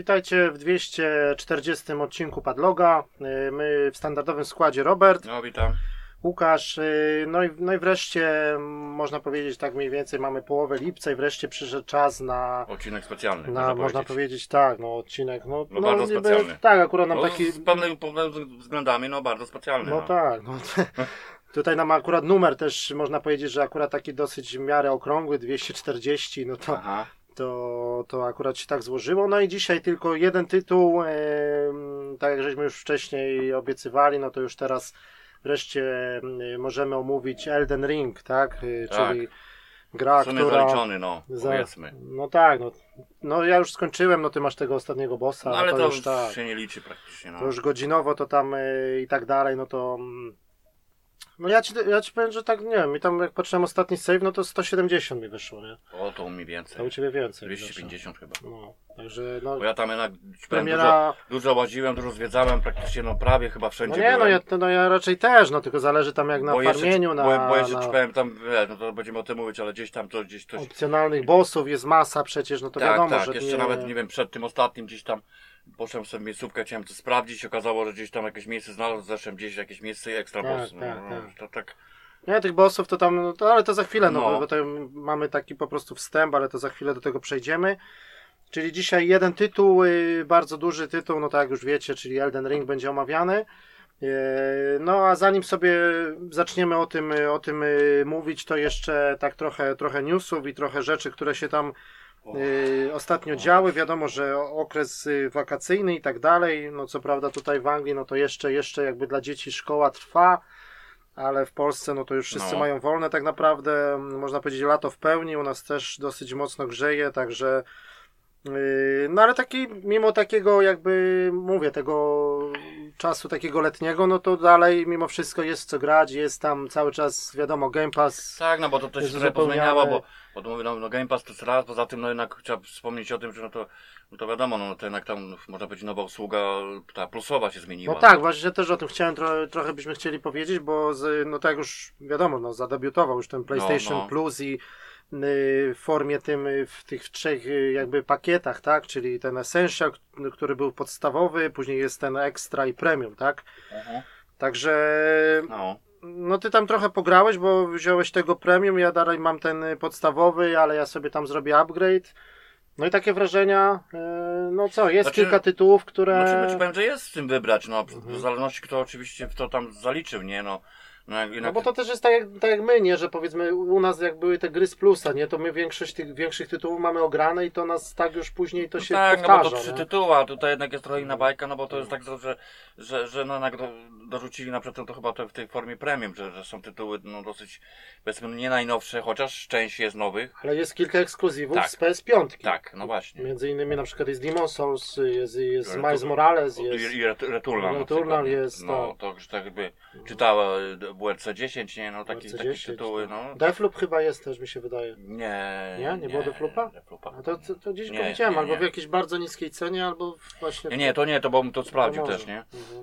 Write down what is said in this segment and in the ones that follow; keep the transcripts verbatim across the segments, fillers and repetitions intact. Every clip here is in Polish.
witajcie w dwieście czterdziestym odcinku Padloga. My w standardowym składzie Robert. No, witam. Łukasz. No i, no i wreszcie, można powiedzieć tak mniej więcej, mamy połowę lipca i wreszcie przyszedł czas na... Odcinek specjalny, na, można, można powiedzieć. powiedzieć tak, no odcinek, no... No, no bardzo niby, specjalny. Tak, akurat nam no, taki... Z pewnymi względami, no bardzo specjalny. No, no. tak, no... Tutaj nam akurat numer też, można powiedzieć, że akurat taki dosyć w miarę okrągły, dwieście czterdzieści, no to... Aha. To, to akurat się tak złożyło. No i dzisiaj tylko jeden tytuł, e, tak jak żeśmy już wcześniej obiecywali, no to już teraz wreszcie e, możemy omówić Elden Ring, tak? E, Tak. Czyli gra, W sumie która... zaliczony, no, za- powiedzmy. No tak, no, no ja już skończyłem, no ty masz tego ostatniego bossa, No no ale to, to już tak. się nie liczy praktycznie, no. To już godzinowo to tam e, i tak dalej, no to... mm, No ja ci, ja ci powiem, że tak, nie wiem, i tam jak patrzyłem ostatni save, no to sto siedemdziesiąt mi wyszło, nie? O, to u mnie więcej. To u ciebie więcej. dwieście widocznie. pięćdziesiąt chyba. No, także no... Bo ja tam jednak Premiera... dużo, dużo łaziłem, dużo zwiedzałem, praktycznie no prawie chyba No wszędzie nie, no byłem. ja, to, no ja raczej też, no tylko zależy tam jak na bo jeszcze, farmieniu, na, bo, bo jeszcze na czytałem tam, e, no to będziemy o tym mówić, ale gdzieś tam to gdzieś coś... opcjonalnych bossów jest masa przecież, no to tak, wiadomo, tak, że jeszcze nie... nawet nie wiem, przed tym ostatnim gdzieś tam poszedłem sobie w miejscówkę, chciałem to sprawdzić, okazało, że gdzieś tam jakieś miejsce znalazłem, zeszłem gdzieś jakieś miejsce ekstra Tak, boss. No, tak, no, tak. to tak. Nie, tych bossów to tam, no to, ale to za chwilę, no, No. Bo, bo to mamy taki po prostu wstęp, ale to za chwilę do tego przejdziemy. Czyli dzisiaj jeden tytuł, y, bardzo duży tytuł, no tak jak już wiecie, czyli Elden Ring będzie omawiany. Y, No a zanim sobie zaczniemy o tym, o tym y, mówić, to jeszcze tak trochę, trochę newsów i trochę rzeczy, które się tam y, ostatnio działy. Wiadomo, że okres y, wakacyjny i tak dalej, no co prawda tutaj w Anglii, no to jeszcze, jeszcze jakby dla dzieci szkoła trwa, ale w Polsce no to już wszyscy No. mają wolne tak naprawdę, można powiedzieć lato w pełni, u nas też dosyć mocno grzeje, także yy, no ale taki, mimo takiego jakby, mówię, tego czasu takiego letniego, no to dalej mimo wszystko jest co grać, jest tam cały czas, wiadomo, Game Pass. Tak, no bo to też jest się trochę uzupełniane. pozmieniało, bo, bo to mówię, no, no Game Pass to raz, poza tym no jednak trzeba wspomnieć o tym, że no to, no to wiadomo, no to jednak tam można powiedzieć nowa usługa, ta plusowa się zmieniła. No tak, właśnie też o tym chciałem trochę, trochę byśmy chcieli powiedzieć, bo z, no tak jak już wiadomo, no zadebiutował już ten PlayStation No, no. Plus i y, w formie tym, y, w tych trzech y, jakby pakietach, tak, czyli ten Essential, k- który był podstawowy, później jest ten Extra i Premium, tak, Mhm. także No. no ty tam trochę pograłeś, bo wziąłeś tego Premium, ja dalej mam ten y, podstawowy, ale ja sobie tam zrobię upgrade. No i takie wrażenia, y, no co, jest Znaczy- kilka tytułów, które... Znaczy, ci powiem, że jest z tym wybrać, no, Mhm. w zależności kto oczywiście w to tam zaliczył, nie, no. No, jak, No jednak, bo to też jest tak jak, tak jak my, nie, że powiedzmy u nas jak były te gry z plusa, nie, to my większość tych większych tytułów mamy ograne i to nas tak już później to się tak, powtarza. no bo to trzy nie? tytuły, a tutaj jednak jest trochę inna bajka, no bo to jest tak, że, że, że no jednak do, dorzucili na przykład to chyba to w tej formie premium, że, że są tytuły no dosyć, powiedzmy, nie najnowsze, chociaż część jest nowych. Ale jest kilka ekskluzywów Tak. z P S pięć. Tak, no właśnie. Między innymi na przykład jest Demon Souls, jest, jest Retu- Miles Morales, I, jest... i Ret- Returnal na Returnal przykład, jest, no tak. to już tak jakby czytała W R C dziesięć, nie, no takie, W R C takie dziesięć, tytuły, tak. no. Deathloop chyba jest też, mi się wydaje. Nie, Nie? Nie było Deathloopa? Deathloopa. A to, to, to gdzieś Nie, go widziałem, nie, albo nie. w jakiejś bardzo niskiej cenie, albo właśnie... Nie, nie, to nie, to bo bym to sprawdził może. też, nie? Mhm.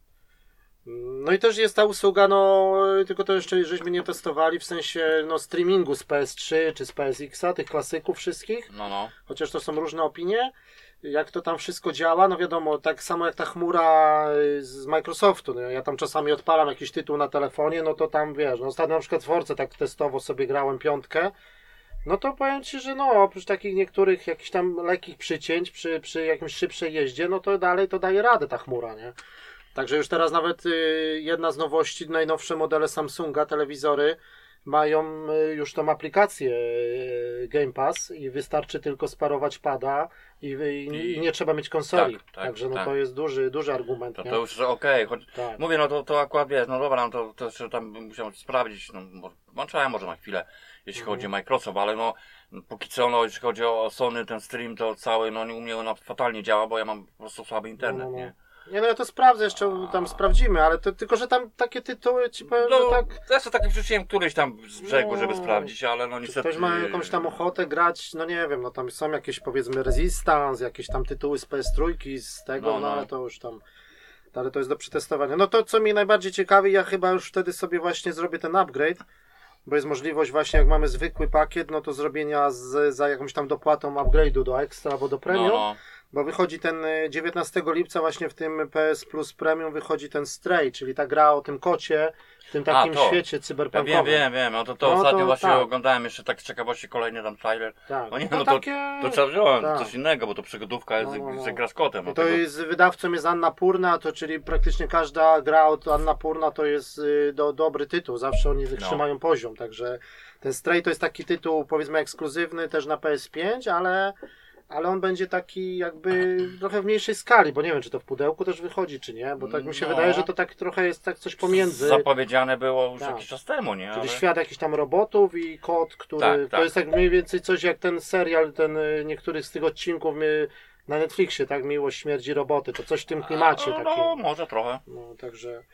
No i też jest ta usługa, no tylko to jeszcze żeśmy nie testowali, w sensie no streamingu z P S trzy czy z P S X a, tych klasyków wszystkich, No, no. chociaż to są różne opinie. Jak to tam wszystko działa, no wiadomo, tak samo jak ta chmura z Microsoftu, no ja tam czasami odpalam jakiś tytuł na telefonie, no to tam wiesz, no ostatnio na przykład w Force tak testowo sobie grałem piątkę, no to powiem Ci, że no oprócz takich niektórych jakichś tam lekkich przycięć przy, przy jakimś szybszej jeździe, no to dalej to daje radę ta chmura, nie? Także już teraz nawet y, jedna z nowości, najnowsze modele Samsunga, telewizory mają y, już tą aplikację y, Game Pass i wystarczy tylko sparować pada i, i, i nie trzeba mieć konsoli. Tak, tak, Także no tak. to jest duży, duży argument. To, nie? to już że okej, choć Tak. mówię, no to, to akurat wiesz, no dobra, no to, to jeszcze tam bym musiał sprawdzić, no może- włączałem może na chwilę, jeśli Mhm. chodzi o Microsoft, ale no póki co, no jeśli chodzi o Sony, ten stream to cały, no nie u mnie on fatalnie działa, bo ja mam po prostu słaby internet, No, no, no. nie? Nie no ja to sprawdzę, jeszcze tam sprawdzimy, ale to, tylko, że tam takie tytuły ci powiem, No, że tak... ja sobie tak wrzuciłem któryś tam z brzegu, No. żeby sprawdzić, ale no Czy niestety... ktoś ma jakąś tam ochotę grać, no nie wiem, no tam są jakieś powiedzmy Resistance, jakieś tam tytuły z P S trzy, z tego, No, no, no. ale to już tam, ale to jest do przetestowania. No to co mnie najbardziej ciekawi, ja chyba już wtedy sobie właśnie zrobię ten upgrade, bo jest możliwość właśnie jak mamy zwykły pakiet, no to zrobienia z, za jakąś tam dopłatą upgrade'u do Extra albo do Premium. No, no. bo wychodzi ten y, dziewiętnastego lipca właśnie w tym P S Plus Premium wychodzi ten Stray, czyli ta gra o tym kocie, w tym takim A, to. świecie Ja cyberpunkowym. wiem, wiem, wiem. No to, to No ostatnio to właśnie tak. oglądałem jeszcze tak z ciekawości kolejny tam trailer. Tak. O nie, No no to, takie- to trzeba wziąć tak. coś innego, bo to przygodówka jest, No, no, no. że gra z kotem. No To tego- jest, wydawcą jest Anna Purna, to czyli praktycznie każda gra od Anna Purna to jest y, do, dobry tytuł, zawsze oni wytrzymają poziom, także ten Stray to jest taki tytuł powiedzmy ekskluzywny też na P S pięć, ale, ale on będzie taki jakby trochę w mniejszej skali, bo nie wiem czy to w pudełku też wychodzi czy nie, bo tak mi się No. wydaje, że to tak trochę jest tak coś pomiędzy. Zapowiedziane było już Tak. jakiś czas temu, nie? Czyli Ale... świat jakichś tam robotów i kot, który... Tak, to tak. jest tak mniej więcej coś jak ten serial, ten y, niektórych z tych odcinków y, na Netflixie, tak? Miłość, śmierci, roboty. To coś w tym klimacie no, takim. no, może trochę. No, także...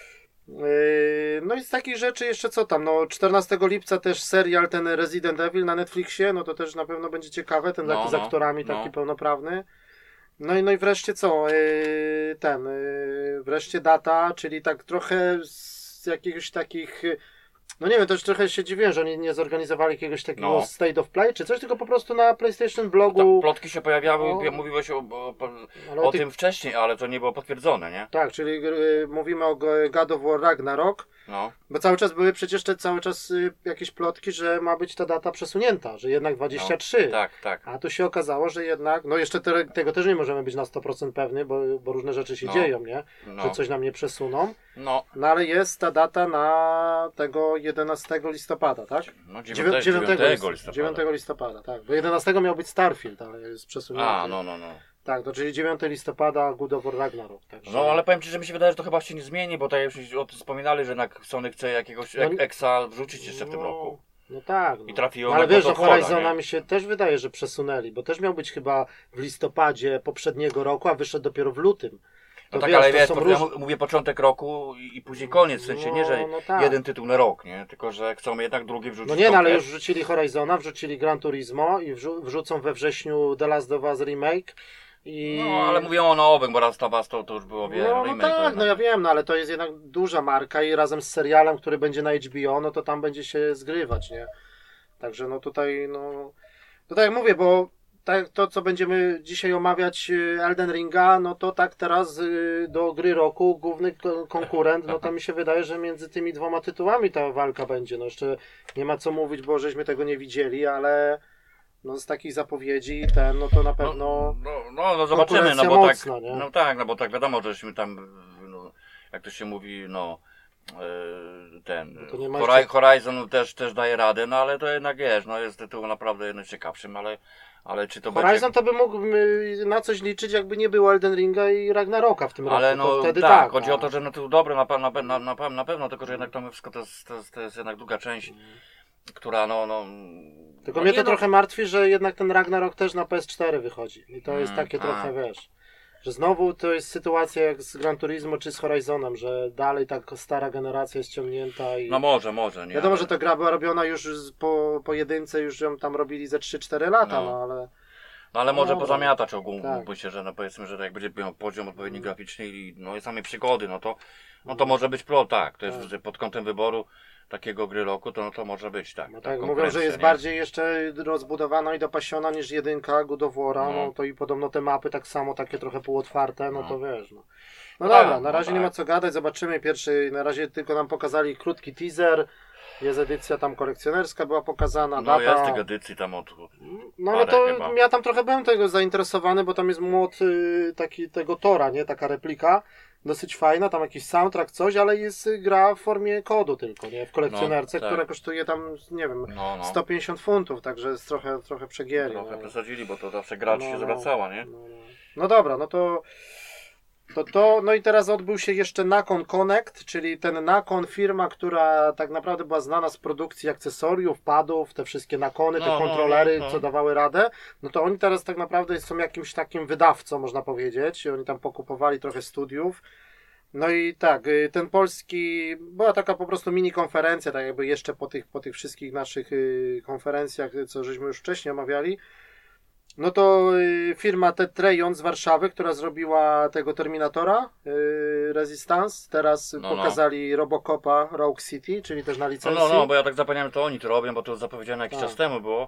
Yy, no i z takich rzeczy jeszcze co tam, no czternastego lipca też serial ten Resident Evil na Netflixie, no to też na pewno będzie ciekawe, ten No, taki z no, aktorami taki no. pełnoprawny. No i, no i wreszcie co, yy, ten, yy, wreszcie data, czyli tak trochę z jakiegoś takich, no nie wiem, też trochę się dziwiłem, że oni nie zorganizowali jakiegoś takiego No. state of play czy coś, tylko po prostu na PlayStation Tak, blogu. plotki się pojawiały, No. mówiłeś o, o, Ale o, o tych- tym wcześniej, ale to nie było potwierdzone, nie? Tak, czyli yy, mówimy o God of War Ragnarok. No. Bo cały czas były przecież te cały czas y, jakieś plotki, że ma być ta data przesunięta, że jednak dwadzieścia trzy. No, tak, tak. A tu się okazało, że jednak, no jeszcze te, tego też nie możemy być na sto procent pewni, bo, bo różne rzeczy się No. dzieją, nie? No. Że coś nam nie przesuną. No, No ale jest ta data na tego jedenastego listopada, tak? no Dziewię- dziewiątego listopada. dziewiątego listopada, tak. Bo jedenastego miał być Starfield, ale jest przesunięty. A, no, no, no. Tak, to czyli dziewiątego listopada God of War Ragnarok. Także... No ale powiem Ci, że mi się wydaje, że to chyba się nie zmieni, bo tak jak już o tym wspominali, że jednak Sony chce jakiegoś No ek- nie- Exa wrzucić jeszcze w tym No, roku. No tak. No. I trafiło No, ale na wiesz, no God of War'a, Horizona nie? mi się też wydaje, że przesunęli, bo też miał być chyba w listopadzie poprzedniego roku, a wyszedł dopiero w lutym. To No tak, wiesz, ale to wiesz, są po, róż- ja mówię początek roku i, i później koniec, w sensie nie, że No, no tak. jeden tytuł na rok, nie? Tylko, że chcą jednak drugi wrzucić. No nie, no, ale tą już wrzucili Horizona, wrzucili Gran Turismo i wrzu- wrzucą we wrześniu The Last of Us Remake. I... No, ale mówię o nowym, bo raz to was to, to już było wiele. No, no remake, tak, jednak. no ja wiem, no ale to jest jednak duża marka i razem z serialem, który będzie na H B O, no to tam będzie się zgrywać, nie? Także no tutaj, no... To tak jak mówię, bo tak, to co będziemy dzisiaj omawiać y, Elden Ringa, no to tak teraz y, do gry roku główny ko- konkurent, no to mi się wydaje, że między tymi dwoma tytułami ta walka będzie. No jeszcze nie ma co mówić, bo żeśmy tego nie widzieli, ale no z takich zapowiedzi ten, no to na pewno... No, no, no, no zobaczymy, no konkurencja bo mocna, tak, nie? no tak, no bo tak wiadomo, żeśmy tam, no, jak to się mówi, no, e, ten, No to nie ma Hori- jeszcze- Horizon też, też daje radę, no ale to jednak wiesz, no jest tytuł naprawdę jednym z ciekawszym, ale, ale czy to Horizon będzie... to by mógł y, na coś liczyć, jakby nie było Elden Ringa i Ragnaroka w tym Ale roku. To no wtedy tak, tak, chodzi no. o to, że no to dobre na, pe- na, pe- na, na, pe- na pewno, tylko że jednak to wszystko to jest, to jest, to jest jednak długa część, która no... no Tylko no mnie nie, to no, trochę martwi, że jednak ten Ragnarok też na P S cztery wychodzi. I to jest Mm, takie a. trochę, wiesz, że znowu to jest sytuacja jak z Gran Turismo czy z Horizonem, że dalej tak stara generacja jest ciągnięta i... No może, może, nie? Wiadomo, ale- że ta gra była robiona już z- po, po jedynce, już ją tam robili ze trzy cztery lata, no, No. ale... No ale może Dobra. pozamiatać ogólnie, Tak. myślę, że no powiedzmy, że jak będzie miał poziom odpowiedni graficzny i no i samej przygody, no to no to może być pro, tak. To jest, Tak. że pod kątem wyboru takiego gry roku, to no to może być, tak. No ta tak, mówią, konkurencja, że jest nie? bardziej jeszcze rozbudowana i dopasiona niż jedynka God of War'a, no. No. to i podobno te mapy tak samo, takie trochę półotwarte, no, No. to wiesz, no. No No dobra, tak, na no razie nie tak. ma co gadać, zobaczymy pierwszy, na razie tylko nam pokazali krótki teaser, jest edycja tam kolekcjonerska była pokazana, No data... jest tych edycji tam od... No ale parę to chyba. ja tam trochę byłem tego zainteresowany, bo tam jest młot y, taki tego Tora, nie? Taka replika. Dosyć fajna, tam jakiś soundtrack, coś, ale jest y, gra w formie kodu tylko, nie? W kolekcjonerce, No, tak. która kosztuje tam, nie wiem, No, no. sto pięćdziesiąt funtów, także jest trochę, trochę przegięli. Trochę no. przesadzili, bo to zawsze gracz No, się no. zwracała, nie? No, no. no dobra, no to, to to, no i teraz odbył się jeszcze Nakon Connect, czyli ten Nakon, firma, która tak naprawdę była znana z produkcji akcesoriów, padów, te wszystkie Nakony, te No, no, kontrolery, no, no. co dawały radę, no to oni teraz tak naprawdę są jakimś takim wydawcą, można powiedzieć, oni tam pokupowali trochę studiów. No i tak, y, ten polski, była taka po prostu mini konferencja, tak jakby jeszcze po tych, po tych wszystkich naszych y, konferencjach, co żeśmy już wcześniej omawiali. No to y, firma Tetrayon z Warszawy, która zrobiła tego Terminatora, y, Resistance, teraz No, no. pokazali Robocopa Rogue City, czyli też na No, licencji. no, no, bo ja tak zapomniałem, to oni to robią, bo to zapowiedziane jakiś Tak. czas temu było.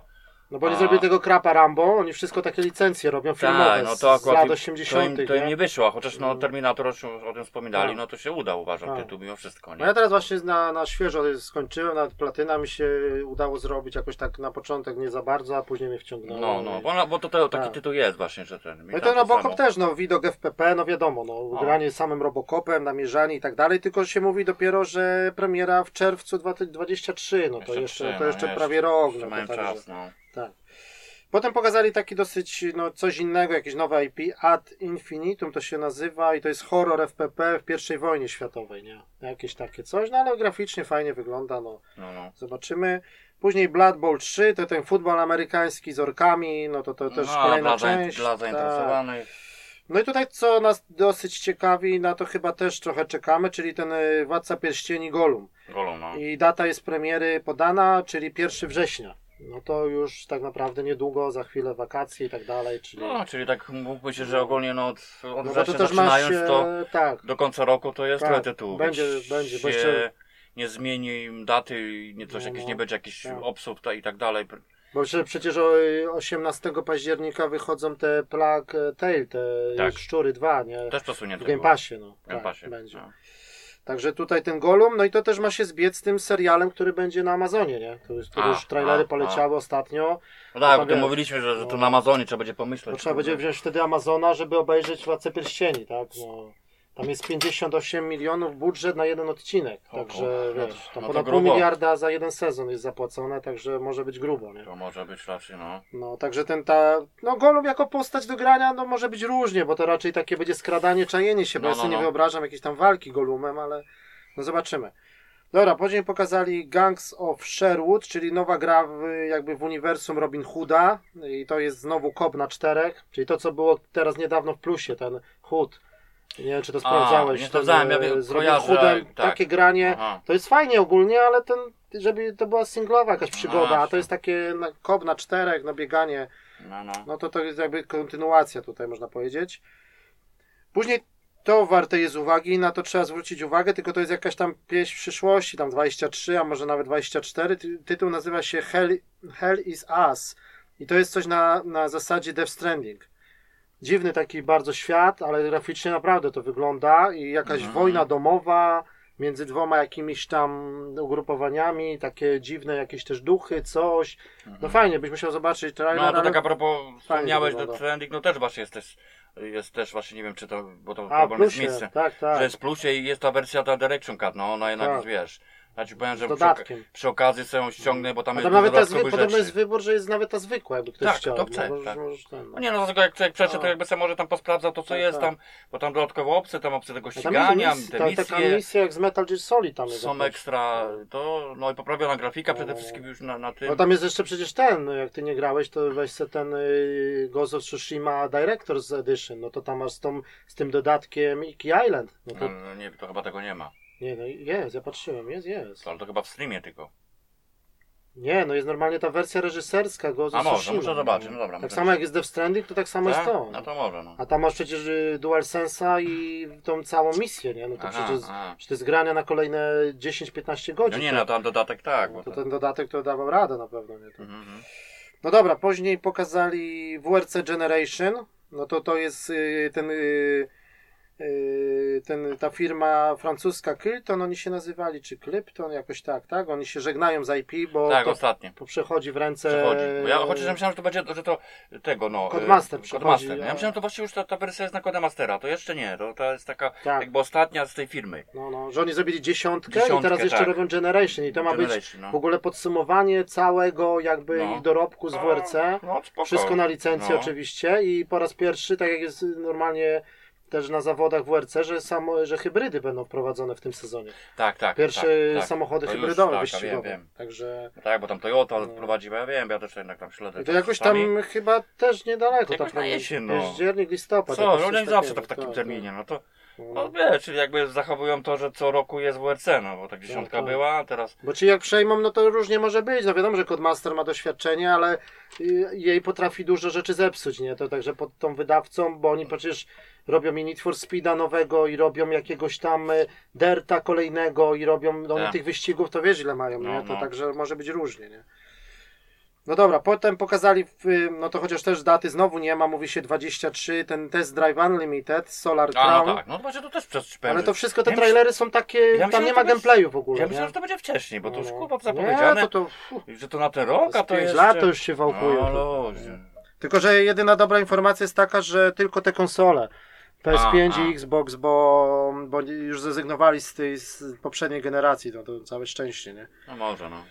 No bo oni A. zrobili tego krapa Rambo, oni wszystko takie licencje robią filmowe Tak, no to z, z akurat lat im- osiemdziesiątych. To im, to im nie? nie wyszło, a chociaż no Terminator już o tym wspominali, Tak. no to się uda, uważam, Tak. tytuł mimo wszystko, No nie? ja teraz właśnie na, na świeżo skończyłem, nawet platyna mi się udało zrobić jakoś tak na początek nie za bardzo, a później mnie wciągnęło. No, no, bo, bo to, to taki Tak. tytuł jest właśnie, że ten... No i ten Robocop też, no widok F P P, no wiadomo, no O. granie samym Robocopem, namierzanie i tak dalej, tylko się mówi dopiero, że premiera w czerwcu dwa tysiące dwudziestym trzecim, no to Jeszcze jeszcze, trzy, to no jeszcze jeszcze. prawie rok. Jeszcze No, mają to czas, także- no. tak. Potem pokazali taki dosyć, no coś innego, jakieś nowe I P, Ad Infinitum to się nazywa i to jest horror F P P w pierwszej wojnie światowej, nie? Jakieś takie coś, no ale graficznie fajnie wygląda, no. No, no. Zobaczymy. Później Blood Bowl trzy, to ten futbol amerykański z orkami, no to, to też no, kolejna dla, zain- część. dla tak. zainteresowanych. No i tutaj co nas dosyć ciekawi, na to chyba też trochę czekamy, czyli ten y, Władca Pierścieni Gollum. Golą, no. I data jest premiery podana, czyli pierwszego września. No to już tak naprawdę niedługo, za chwilę wakacje i tak dalej, czyli... No, czyli tak mógłby się, że ogólnie no, od, od no bo to września też masz, zaczynając to e, tak, do końca roku to jest Tak, trochę tytułów. będzie- Więc będzie, bo się jeszcze- nie zmieni im daty i nie coś No, jakieś, no, nie będzie jakiś tak. obsług ta- i tak dalej. bo prze- przecież o osiemnastego października wychodzą te Plague Tale, te Tak. Szczury dwa, nie? Też przesunięte W Game było. Passie, no. W Game tak, Passie. będzie. No. Także tutaj ten Gollum, no i to też ma się zbiec z tym serialem, który będzie na Amazonie, nie? To już, to A, już trailery a, poleciały ostatnio. No tak, tam bo to wiesz, mówiliśmy, że, że to no. na Amazonie trzeba będzie pomyśleć. Bo trzeba będzie kurde. wziąć wtedy Amazona, żeby obejrzeć Władcę Pierścieni, tak? No, tam jest pięćdziesiąt osiem milionów budżet na jeden odcinek, O, także no, wiesz, tam no to ponad pół grubo. miliarda za jeden sezon jest zapłacone, także może być grubo, nie? To może być raczej, no. No, także ten ta, no Gollum jako postać do grania, no może być różnie, bo to raczej takie będzie skradanie, czajenie się, bo No, ja no, sobie nie no. wyobrażam jakiejś tam walki Gollumem, ale no zobaczymy. Dobra, później pokazali Gangs of Sherwood, czyli nowa gra w, jakby w uniwersum Robin Hooda i to jest znowu kop na czterech, czyli to co było teraz niedawno w plusie, ten Hood. Nie wiem, czy to sprawdzałeś. nie ten, sprawdzałem, ja e, wiem, z Robin kojarzę, Hoodem, tak. takie granie, Aha. to jest fajnie ogólnie, ale ten, żeby to była singlowa jakaś przygoda, a to właśnie. jest takie na, kop na czterech, no bieganie, No, no. no to to jest jakby kontynuacja tutaj można powiedzieć. Później to warte jest uwagi, na to trzeba zwrócić uwagę, tylko to jest jakaś tam pieśń przyszłości, tam dwadzieścia trzy, a może nawet dwadzieścia cztery. Ty, tytuł nazywa się Hell, Hell is Us i to jest coś na, na zasadzie Death Stranding. Dziwny taki bardzo świat, ale graficznie naprawdę to wygląda i jakaś Mhm. wojna domowa między dwoma jakimiś tam ugrupowaniami, takie dziwne jakieś też duchy, coś. No fajnie, byś musiał zobaczyć trailer, No to ale... tak a propos, wspomniałeś wygląda. The Trending, no też właśnie jest też, jest też właśnie, nie wiem czy to, bo to A, problem jest plusie, miejsce, tak, tak. że jest w plusie i jest ta wersja ta Direction Cut, no ona jednak Tak. jest, wiesz, ja ci powiem, Z że przy, dodatkiem. oka- przy okazji sobie ją ściągnę, bo tam A jest tam dużo nawet ta zwy, dodatkowych podobno rzeczy. jest wybór, że jest nawet ta zwykła, jakby ktoś Tak, chciał. to chce, możesz, tak. możesz ten, No nie no, tylko jak człowiek przeczy, to A. jakby sobie może tam posprawdzał to co Tak, jest tak. tam, bo tam dodatkowe opcje, tam opcje tego A tam ścigania, jest mis- te ta, misje, taka misja jak z Metal Gear Solid tam jest są jakaś. ekstra, to, no i poprawiona grafika No, przede no, no. wszystkim już na, na tym. No tam jest jeszcze przecież ten, no jak ty nie grałeś, to weź se ten y, Ghost of Tsushima Director's Edition, no to tam masz z, tą, z tym dodatkiem Iki Island. No to, No, no, nie, to chyba tego nie ma, nie, no jest, ja patrzyłem, jest, jest. ale to chyba w streamie tylko. Nie, no jest normalnie ta wersja reżyserska Ghost A of może, Tsushima. muszę zobaczyć, no dobra. Tak muszę- samo jak jest Death Stranding, to tak samo Tak? jest to. No to może, no. A tam masz przecież y, DualSense'a i tą całą misję, nie? No to Aha, przecież, aha. przecież to jest grania na kolejne dziesięć piętnaście godzin. No nie, to, no tam dodatek tak, bo to to... ten dodatek to dawał radę na pewno, nie? To. Mhm, mhm. No dobra, później pokazali W R C Generation, no to to jest y, ten, y, y, ten, ta firma francuska Kilton, oni się nazywali, czy Clipton, jakoś tak, tak? Oni się żegnają z I P, bo Tak, to ostatnie. przechodzi w ręce... Przechodzi. Bo ja chociaż ja myślałem, że to będzie, że to tego, no... Codemaster e, przechodzi, Codemaster. a- Ja myślałem, że to właściwie już ta, ta wersja jest na Codemastera, to jeszcze nie, to, to jest taka Tak. jakby ostatnia z tej firmy. No, no, że oni zrobili dziesiątkę, Dziesiątkę, i teraz jeszcze tak. robią Generation i to ma być Generation, no. w ogóle podsumowanie całego jakby No. ich dorobku z W R C. No, spoko. Wszystko na licencję No. oczywiście i po raz pierwszy, tak jak jest normalnie też na zawodach W R C, że, samo, że hybrydy będą wprowadzone w tym sezonie. Tak, tak. Pierwsze tak, tak. samochody To już, hybrydowe, tak, ja wyścigowe. wiem, wiem. Także Tak, bo tam Toyota No. prowadziła, ja wiem, ja też jednak tam śledzę. i to jakoś tam chyba też niedaleko. Jakoś ta na jesień, no. Październik, listopad. Co, jakoś no coś nie zawsze takiego, tak w takim tak, terminie, no to... tak. No wiesz, czyli jakby zachowują to, że co roku jest W R C, no bo tak dziesiątka tak. była, a teraz... Bo ci jak przejmą, no to różnie może być. No wiadomo, że Codemaster ma doświadczenie, ale y, jej potrafi dużo rzeczy zepsuć, nie? To także pod tą wydawcą, bo oni przecież robią i Need for Speeda nowego i robią jakiegoś tam y, Derta kolejnego i robią, no, oni Tak. tych wyścigów to wiesz ile mają, nie? No, To no. także może być różnie, nie? No dobra, potem pokazali, w, no to chociaż też daty znowu nie ma, mówi się dwadzieścia trzy, ten Test Drive Unlimited, Solar A, Crown. no tak, no właśnie to też przez Ale to wszystko, te ja trailery są takie, ja tam myślałem, nie że ma to będzie- gameplayu w ogóle, Ja nie? myślałem, że to będzie wcześniej, bo to już No, kurwa nie, zapowiedziane. to to, fu, Że to na ten rok, to a z to pięć jest. lat to już się wałkują. No, ludzie. Tylko, że jedyna dobra informacja jest taka, że tylko te konsole P S pięć Aha. i Xbox, bo, bo już zrezygnowali z tej z poprzedniej generacji, no to całe szczęście, nie? No może, no.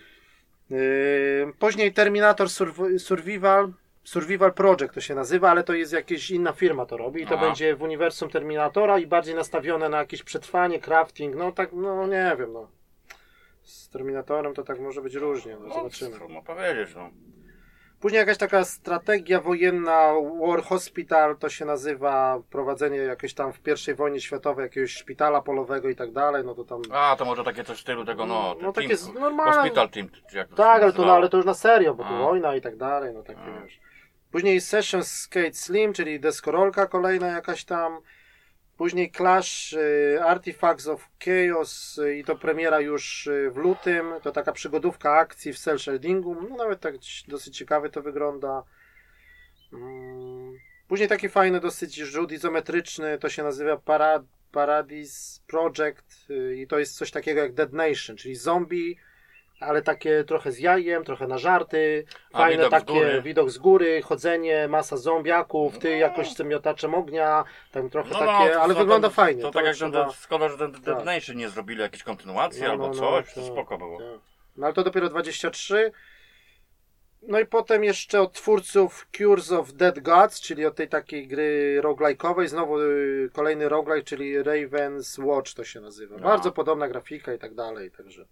Yy, później Terminator Surv- Survival, Survival Project to się nazywa, ale to jest jakaś inna firma to robi i to Aha. będzie w uniwersum Terminatora i bardziej nastawione na jakieś przetrwanie, crafting, no tak, no nie wiem, no. Z Terminatorem to tak może być różnie, no No, zobaczymy. trudno powiedzieć, no. Później jakaś taka strategia wojenna, War Hospital to się nazywa, prowadzenie jakieś tam w pierwszej wojnie światowej jakiegoś szpitala polowego i tak dalej, no to tam... A, to może takie coś w stylu tego, no. No, team, takie z- normalne- Hospital Team, czy jak to się Tak, ale to, no, nazywało. ale to już na serio, bo tu A. wojna i tak dalej, no takie A. wiesz. Później Session Skate Slim, czyli deskorolka kolejna jakaś tam. Później Clash y, Artifacts of Chaos y, i to premiera już y, w lutym. To taka przygodówka akcji w cel shadingu. No nawet tak ć- dosyć ciekawie to wygląda. Mm. Później taki fajny dosyć rzut izometryczny, to się nazywa Para, Paradise Project y, i to jest coś takiego jak Dead Nation, czyli zombie, ale takie trochę z jajem, trochę na żarty, A, fajne widok z takie, góry. widok z góry, chodzenie, masa zombiaków, ty No. jakoś z tym miotaczem ognia, tam trochę No, takie, no, ale to wygląda ten- fajnie. To, tak jak trzeba- ten, szkoda, że ten Dead Tak. Nation nie zrobili jakiejś kontynuacji No, albo no, no, coś, to tak, spoko było. tak. No ale to dopiero dwadzieścia trzy. No i potem jeszcze od twórców Cures of Dead Gods, czyli od tej takiej gry roguelike'owej, znowu y, kolejny roguelike, czyli Raven's Watch to się nazywa. No. Bardzo podobna grafika i tak dalej, także.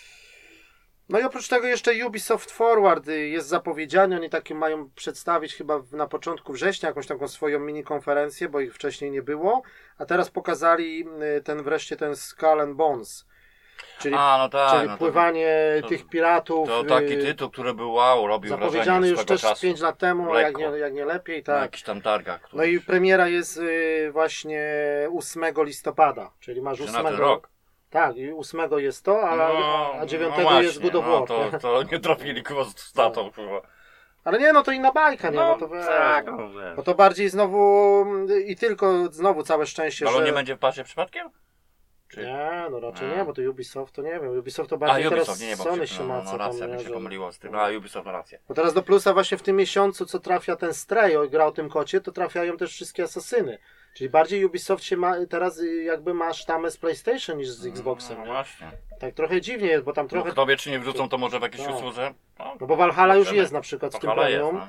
No i oprócz tego jeszcze Ubisoft Forward y, jest zapowiedziany, oni takie mają przedstawić chyba w- na początku września jakąś taką swoją mini konferencję, bo ich wcześniej nie było, a teraz pokazali y, ten wreszcie ten Skull and Bones. Czyli A, no tak. Czyli no to, pływanie to- tych piratów. to taki y, tytuł, który był wow, robił zapowiedziany wrażenie już swego też czasu. pięć lat temu, a jak nie, Lekko. jak nie lepiej, Na tak. jakichś tam targach. No i premiera jest y, właśnie ósmego listopada, czyli masz Że na ten ósmego. rok. Tak, i ósmego jest to, a, No, a dziewiątego no jest właśnie, God of War. No, to, to nie trafili chyba z datą. chyba. Ale nie, no to inna bajka, nie? No, No, to wiesz, tak, no. no, wiesz. Bo to bardziej znowu i tylko znowu całe szczęście, Ale on że... nie będzie w pasie przypadkiem? Czy... Nie, no raczej A. nie, bo to Ubisoft to nie wiem. Ubisoft to A, bardziej Ubisoft, teraz nie, nie, bo Sony się, się no, maca no, racja, tam, mi nie, się że- pomyliło z tym. A, Ubisoft ma rację. Bo teraz do plusa właśnie w tym miesiącu, co trafia ten Stray, o, gra o tym kocie, to trafiają też wszystkie Asasyny. Czyli bardziej Ubisoft się ma, teraz y, jakby ma sztamę z PlayStation niż z Xboxem. No nie? właśnie. Tak trochę dziwnie jest, bo tam Trochę... trochę... Kto wie, czy nie wrzucą to może w jakiejś No. usłudze? No, No bo Valhalla już zobaczymy. jest na przykład z tym Valhalla jest, premium, no.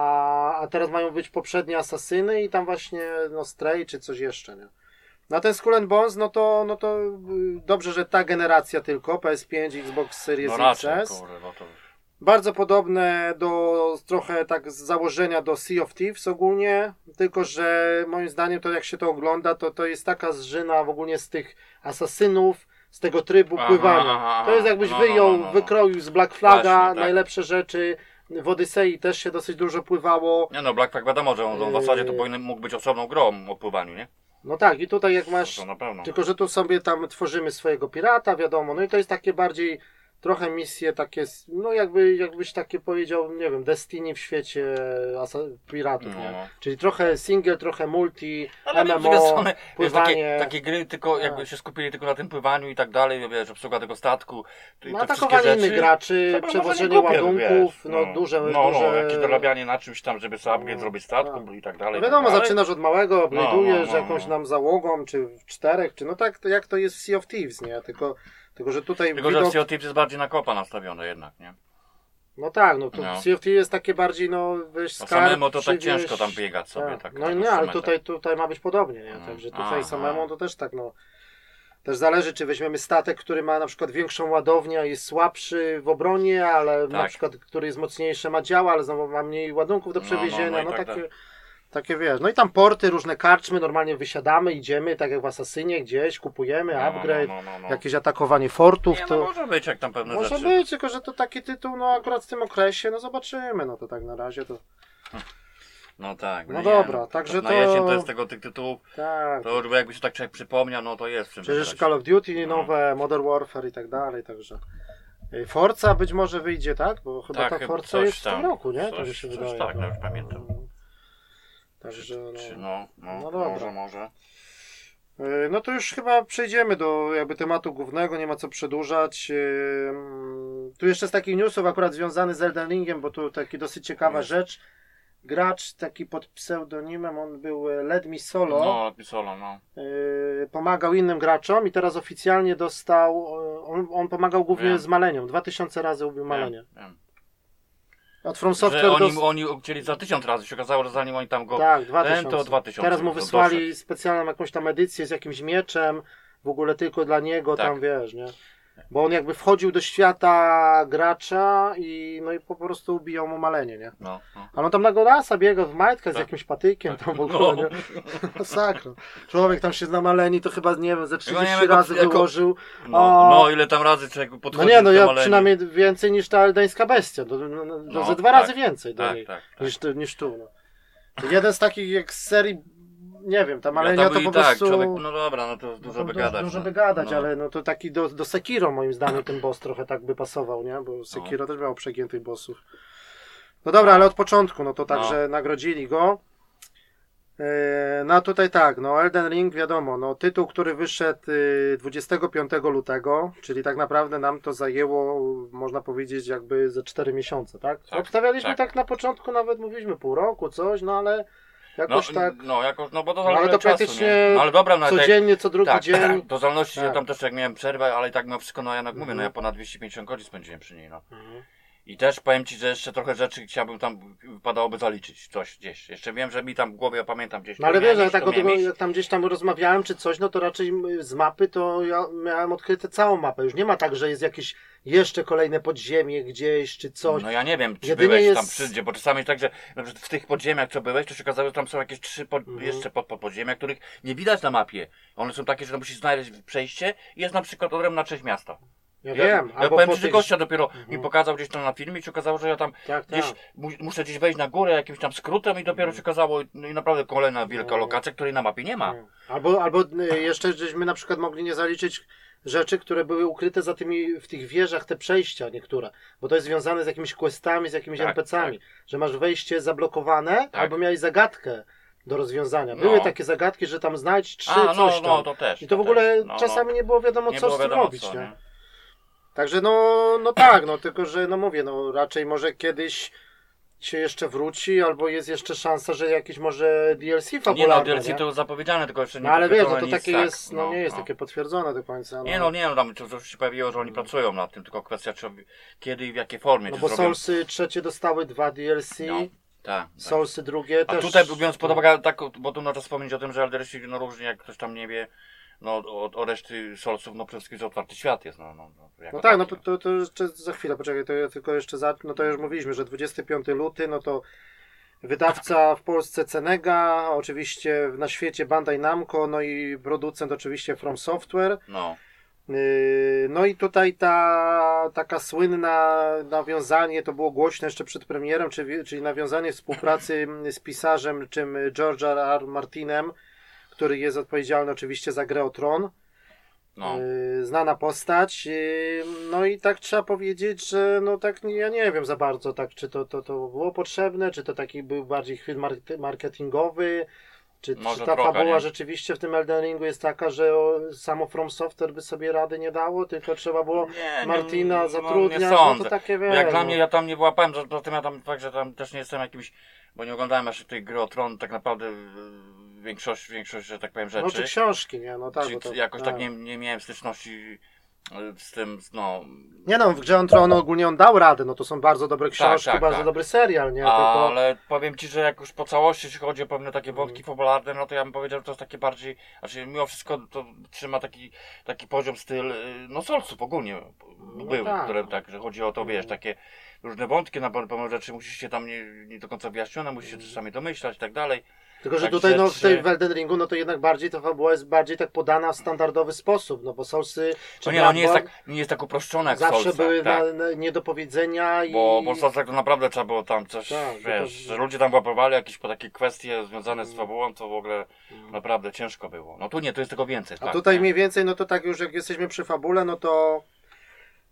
a, a teraz mają być poprzednie Asasyny i tam właśnie no Stray czy coś jeszcze, nie? Na ten Skull and Bones, no to, no to y, dobrze, że ta generacja tylko, P S pięć, Xbox Series No X raczej, S. kurde, no to... Bardzo podobne do trochę tak z założenia do Sea of Thieves ogólnie, tylko że moim zdaniem to jak się to ogląda, to to jest taka zżyna w ogóle z tych asasynów, z tego trybu Aha, pływania. aha, To jest jakbyś no, no, wyjął, no, no. wykroił z Black Flaga Właśnie, tak. najlepsze rzeczy. W Odysei też się dosyć dużo pływało. Nie no, Black Flag wiadomo, że on, on w zasadzie to Yy. powinien mógł być osobną grą o pływaniu, nie? No tak, i tutaj jak To, masz, to na pewno. tylko że tu sobie tam tworzymy swojego pirata, wiadomo, no i to jest takie bardziej trochę misje takie, no jakby, jakbyś takie powiedział, nie wiem, Destiny w świecie asa- piratów, No, nie? no. Czyli trochę single, trochę multi, Ale M wiem, M z drugiej O, strony, wiesz, takie, pływanie. takie gry tylko jakby się skupili tylko na tym pływaniu i tak dalej, wiesz, obsługa tego statku, te, No, te wszystkie atakowanie rzeczy. innych graczy, To może przewożenie nie głupie, ładunków, wiesz, no, duże, no, duże... no, jakieś dorabianie na czymś tam, żeby sobie upgrade No, zrobić statku tak. i tak dalej. No wiadomo, i tak dalej. zaczynasz od małego, upgrade'ujesz no, no, jakąś no. nam załogą, czy w czterech, czy no tak to jak to jest w Sea of Thieves, nie? Tylko, tylko że tutaj Tylko, że widok... w Sea of Thieves jest bardziej na kopa nastawione jednak, nie? No tak, no to No. Sea of Thieves jest takie bardziej, no weź No skarb, samemu to tak przywieź- ciężko tam biegać sobie, tak. No na nie, ale instrumentach. tutaj, tutaj ma być podobnie, nie? No. Także tutaj Aha. samemu to też tak, no. Też zależy, czy weźmiemy statek, który ma na przykład większą ładownię, a jest słabszy w obronie, ale na Tak. przykład, który jest mocniejszy, ma działa, ale znowu ma mniej ładunków do No, no, przewiezienia, no no, i tak takie, dalej. takie wiesz. No i tam porty, różne karczmy, normalnie wysiadamy, idziemy, tak jak w Asasynie gdzieś, kupujemy, No, upgrade, no, no, no, no. jakieś atakowanie fortów, Nie, no to... może być jak tam pewne Może rzeczy. być, tylko że to taki tytuł, no akurat w tym okresie, no zobaczymy, no to tak na razie to... No tak. No nie, dobra, no, także na to- jesień to jest tego tych tytułów, Tak. to jakby się tak człowiek przypomniał, no to jest w czym Przecież wybrać. Call of Duty No. nowe, Modern Warfare i tak dalej, także... Forza być może wyjdzie, tak? Bo chyba Tak, ta chyba Forza coś jest w tym tam, roku, nie? coś- To mi się coś wydaje. tak, no już pamiętam. Także, no, Czy no, no, No dobra. może, może. Yy, no to już chyba przejdziemy do jakby tematu głównego, nie ma co przedłużać. Yy, Tu jeszcze z takich newsów akurat związany z Elden Ringiem, bo tu taki dosyć ciekawa Jest. rzecz. Gracz taki pod pseudonimem, on był e, Let Me Solo, No, lepiej solo, no. yy, pomagał innym graczom i teraz oficjalnie dostał, e, on, on pomagał głównie Wiem. z malenią, dwa tysiące razy ubił malenie. Wiem, wiem. Od From Że Software oni, dos- oni chcieli za tysiąc razy, się okazało, że zanim oni tam go... Tak, dwa ten tysiące. to dwa tysiące. Teraz mu do- wysłali doszedł. specjalną jakąś tam edycję z jakimś mieczem, w ogóle tylko dla niego, Tak. tam wiesz, nie? Bo on jakby wchodził do świata gracza i no i po prostu ubijał mu malenie, nie? No, no. Ale on tam na Godasa biegał w majtkach z Tak. jakimś patykiem Tak. tam w ogóle, No. nie? Masakra. Człowiek tam się na maleni to chyba, nie wiem, ze trzydzieści jako- razy jako- wyłożył. No, A- no, ile tam razy człowiek No podchodzi nie, no do ja malenia. przynajmniej więcej niż ta eldeńska bestia, do, do, do, No, ze dwa tak. razy więcej do Tak, niej tak, tak. niż, tu- niż tu. No. To jeden z takich jak z serii, nie wiem, ta malenia Ja to tam po i tak, prostu... człowiek, no dobra, no to dużo no, by du- gadać. Dużo no. by gadać, No. ale no to taki do, do Sekiro moim zdaniem ten boss trochę tak by pasował, nie? Bo Sekiro też miało przegiętych bossów. No dobra, ale od początku, no to także No. nagrodzili go. Yy, No a tutaj tak, no Elden Ring wiadomo, no tytuł, który wyszedł yy, dwudziestego piątego lutego, czyli tak naprawdę nam to zajęło, można powiedzieć, jakby ze cztery miesiące, tak? Tak, Obstawialiśmy tak. tak. na początku, nawet mówiliśmy pół roku, coś, no ale No, jakoś tak no, jakoś, no bo to No, ale zależy to od czasu, praktycznie nie? No ale dobra, no ale tak- codziennie, co drugi tak, dzień. do zdolności, Tak. ja tam też jak miałem przerwę, ale i tak mimo wszystko, no ja jak mówię, no Mhm. ja ponad dwieście pięćdziesiąt godzin spędziłem przy niej, no. Mhm. I też powiem Ci, że jeszcze trochę rzeczy chciałbym tam, wypadałoby zaliczyć, coś gdzieś. Jeszcze wiem, że mi tam w głowie, ja pamiętam gdzieś. No ale to wiesz, miałem jak iść, tak to o tego, miałem iść. jak tam gdzieś tam rozmawiałem czy coś, no to raczej z mapy to ja miałem odkryte całą mapę. Już nie ma tak, że jest jakieś jeszcze kolejne podziemie gdzieś czy coś. No ja nie wiem, czy Jedynie byłeś jest- tam wszędzie, bo czasami tak, że na przykład w tych podziemiach, co byłeś, to się okazało, że tam są jakieś trzy pod, Mhm. jeszcze pod, pod podziemia, których nie widać na mapie. One są takie, że tam musisz znaleźć przejście i jest na przykład odrębna część miasta. Ja Ja, wiem. ja powiem Ci, że tych- gościa dopiero Mhm. mi pokazał gdzieś tam na filmie i się okazało, że ja tam Tak, gdzieś tak. mu, muszę gdzieś wejść na górę jakimś tam skrótem i dopiero się okazało, no i naprawdę kolejna wielka No. lokacja, której na mapie nie ma. Albo, albo y, jeszcze żeśmy na przykład mogli nie zaliczyć rzeczy, które były ukryte za tymi, w tych wieżach, te przejścia niektóre, bo to jest związane z jakimiś questami, z jakimiś Tak, en pe ce ami, że masz wejście zablokowane, Tak. albo miałeś zagadkę do rozwiązania. No. Były takie zagadki, że tam znajdź trzy, A, no, coś tam. no, to też. I to w ogóle też. No, czasami nie było wiadomo, no. Nie co było z tym wiadomo robić. co, nie? nie? Także no, no tak, no tylko, że no mówię, no raczej może kiedyś się jeszcze wróci, albo jest jeszcze szansa, że jakiś może D L C Nie no, fabularny, D L C nie? to zapowiedziane, tylko jeszcze nie No ale wiesz, no to potwierdzone nic, takie tak, jest, no, nie jest takie potwierdzone do końca. No, Nie no, nie no, tam to, to się pojawiło, że oni pracują nad tym, tylko kwestia czy, kiedy i w jakiej formie. no czy bo zrobią... Soulsy trzecie dostały dwa D L C, No, tak, tak. Soulsy drugie A też. tutaj biorąc pod uwagę, tak, bo tu można wspomnieć o tym, że Elder Ring, no różnie, jak ktoś tam nie wie, no o, o reszty Soulsów, no przede wszystkim otwarty świat jest, no. No, no, jako No tak, no taki, to, to jeszcze za chwilę, poczekaj, to ja tylko jeszcze za, no to już mówiliśmy, że dwudziestego piątego lutego, no to wydawca w Polsce Cenega, oczywiście na świecie Bandai Namco, no i producent oczywiście From Software. No, Yy, No i tutaj ta taka słynna nawiązanie, to było głośne jeszcze przed premierą, czyli, czyli nawiązanie współpracy z pisarzem, czym George R R. Martinem, który jest odpowiedzialny oczywiście za grę o Tron. no. Yy, znana postać. Yy, No i tak trzeba powiedzieć, że no tak nie- ja nie wiem za bardzo, tak, czy to, to, to było potrzebne, czy to taki był bardziej chwyt mar- marketingowy, czy, Może czy ta trochę, fabuła nie? rzeczywiście w tym Elden Ringu jest taka, że o, samo From Software by sobie rady nie dało, tylko trzeba było Nie, Martina nie, zatrudniać, no, no, nie sądzę. to takie Bo wiesz, jak dla no. mnie, ja tam nie wyłapałem, za- zatem ja tam fakt, że tam też nie jestem jakimś, bo nie oglądałem jeszcze tej gry o Tron, tak naprawdę w- większość, większość, że tak powiem, No czy rzeczy. książki, nie, no tak. Czy bo to, jakoś tak tak. nie, nie miałem styczności e, z tym, no. Nie no, w grze on Tron ogólnie on dał radę, no to są bardzo dobre książki, tak, bardzo tak. dobry serial, nie, tylko... Ale powiem Ci, że jak już po całości, jeśli chodzi o pewne takie wątki fabularne, no to ja bym powiedział, że to jest takie bardziej, znaczy mimo wszystko to trzyma taki, taki poziom, styl, y, no Soulsów ogólnie były, tak. które tak, że chodzi o to, wiesz, takie różne wątki, na pewne rzeczy musisz się tam nie, nie do końca wyjaśnione, musisz się czasami domyślać i tak dalej. Tylko, że Tak tutaj no, w tej rzeczy- w Elden Ringu, no to jednak bardziej ta fabuła jest bardziej tak podana w standardowy sposób, no bo Soulsy czy No nie, no nie jest Bloodborne tak, nie jest tak uproszczone jak w zawsze Soulsach, były tak. na, na, niedopowiedzenia i... Bo, bo w Soulsach to naprawdę trzeba było tam coś, Tak, bo wiesz, to- że ludzie tam łapowali jakieś po takie kwestie związane z Mm. fabułą, to w ogóle naprawdę ciężko było. No tu nie, tu jest tego więcej. A tak, tutaj nie? mniej więcej, no to tak już jak jesteśmy przy fabule, no to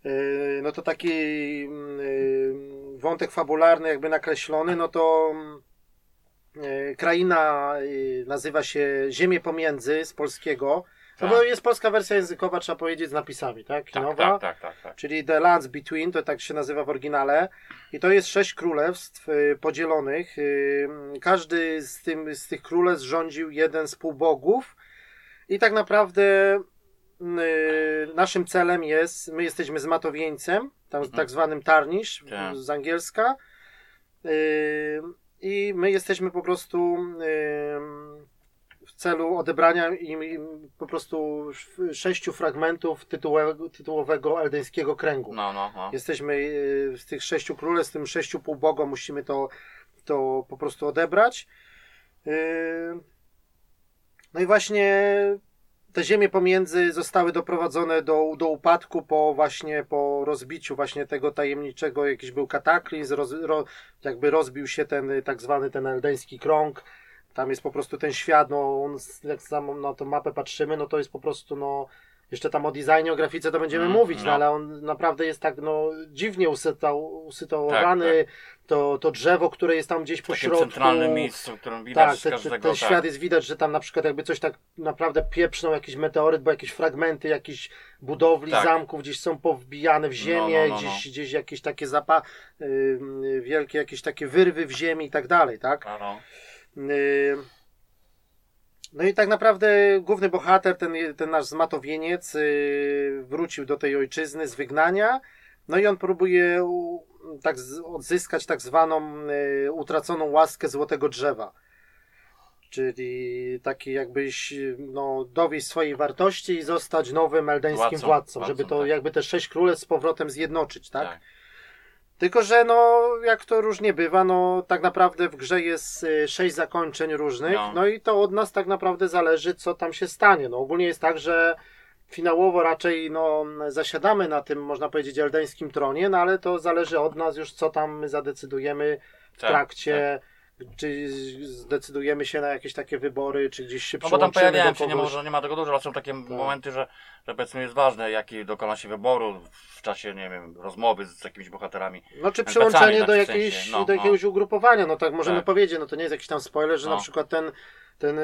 yy, no to taki yy, wątek fabularny jakby nakreślony, no to yy, kraina yy, nazywa się Ziemie Pomiędzy z polskiego. No bo jest polska wersja językowa, trzeba powiedzieć, z napisami, tak? Kinowa. Tak, tak, tak, tak, tak. Czyli The Lands Between, to tak się nazywa w oryginale. I to jest sześć królestw y, podzielonych. Y, każdy z, tym, z tych królestw rządził jeden z półbogów. I tak naprawdę y, naszym celem jest, my jesteśmy z Matowieńcem, tam Mhm. tak zwanym Tarnisz Tak. z angielska. Y, I my jesteśmy po prostu... Y, w celu odebrania im, im po prostu sześciu fragmentów tytułowego, tytułowego eldeńskiego kręgu. No, no, no. Jesteśmy y, z tych sześciu królestw, z tym sześciu półbogom musimy to, to po prostu odebrać. Y, no i właśnie te ziemie pomiędzy zostały doprowadzone do, do upadku po właśnie po rozbiciu właśnie tego tajemniczego, jakiś był kataklizm, roz, ro, jakby rozbił się ten tak zwany ten eldeński krąg. Tam jest po prostu ten świat, no on, jak sam na tą mapę patrzymy, no to jest po prostu, no jeszcze tam o designie, o grafice to będziemy Mm, mówić, no. no ale on naprawdę jest tak, no dziwnie usytał, usytuowany, Tak, To, to drzewo, które jest tam gdzieś po W takim środku. centralnym miejscu, w którym widać Tak, z te, te, każdego... ten tak. świat jest widać, że tam na przykład jakby coś tak naprawdę pieprznął jakiś meteoryt, bo jakieś fragmenty jakichś budowli, Tak. zamków gdzieś są powbijane w ziemię, No, no, no, no. Gdzieś, gdzieś jakieś takie zapa, y, wielkie jakieś takie wyrwy w ziemi i tak dalej, tak? No, no. Y, No i tak naprawdę główny bohater, ten, ten nasz zmatowieniec, yy, wrócił do tej ojczyzny z wygnania. No i on próbuje u, tak z, odzyskać tak zwaną yy, utraconą łaskę złotego drzewa. Czyli taki jakbyś no, dowieść swojej wartości i zostać nowym eldeńskim Władcą, władcą, władcą, żeby to tak. jakby te sześć królestw z powrotem zjednoczyć, tak? Tak. Tylko, że no, jak to różnie bywa, no tak naprawdę w grze jest y, sześć zakończeń różnych, no. No. i to od nas tak naprawdę zależy, co tam się stanie. No ogólnie jest tak, że finałowo raczej no, zasiadamy na tym, można powiedzieć, eldeńskim tronie, no ale to zależy od nas już, co tam my zadecydujemy w Tak, trakcie, czy zdecydujemy się na jakieś takie wybory, czy gdzieś się No bo tam przyłączymy pojawiają do się, nie, kogoś. może, nie ma tego dużo, ale są takie momenty, że, że powiedzmy jest ważne, jaki dokona się wyboru w czasie, nie wiem, rozmowy z jakimiś bohaterami. No czy N P C-ami, przyłączenie do, znaczy w jakiejś, sensie, no, do jakiegoś no. ugrupowania, no tak możemy Tak. powiedzieć, no to nie jest jakiś tam spoiler, że No. na przykład ten, ten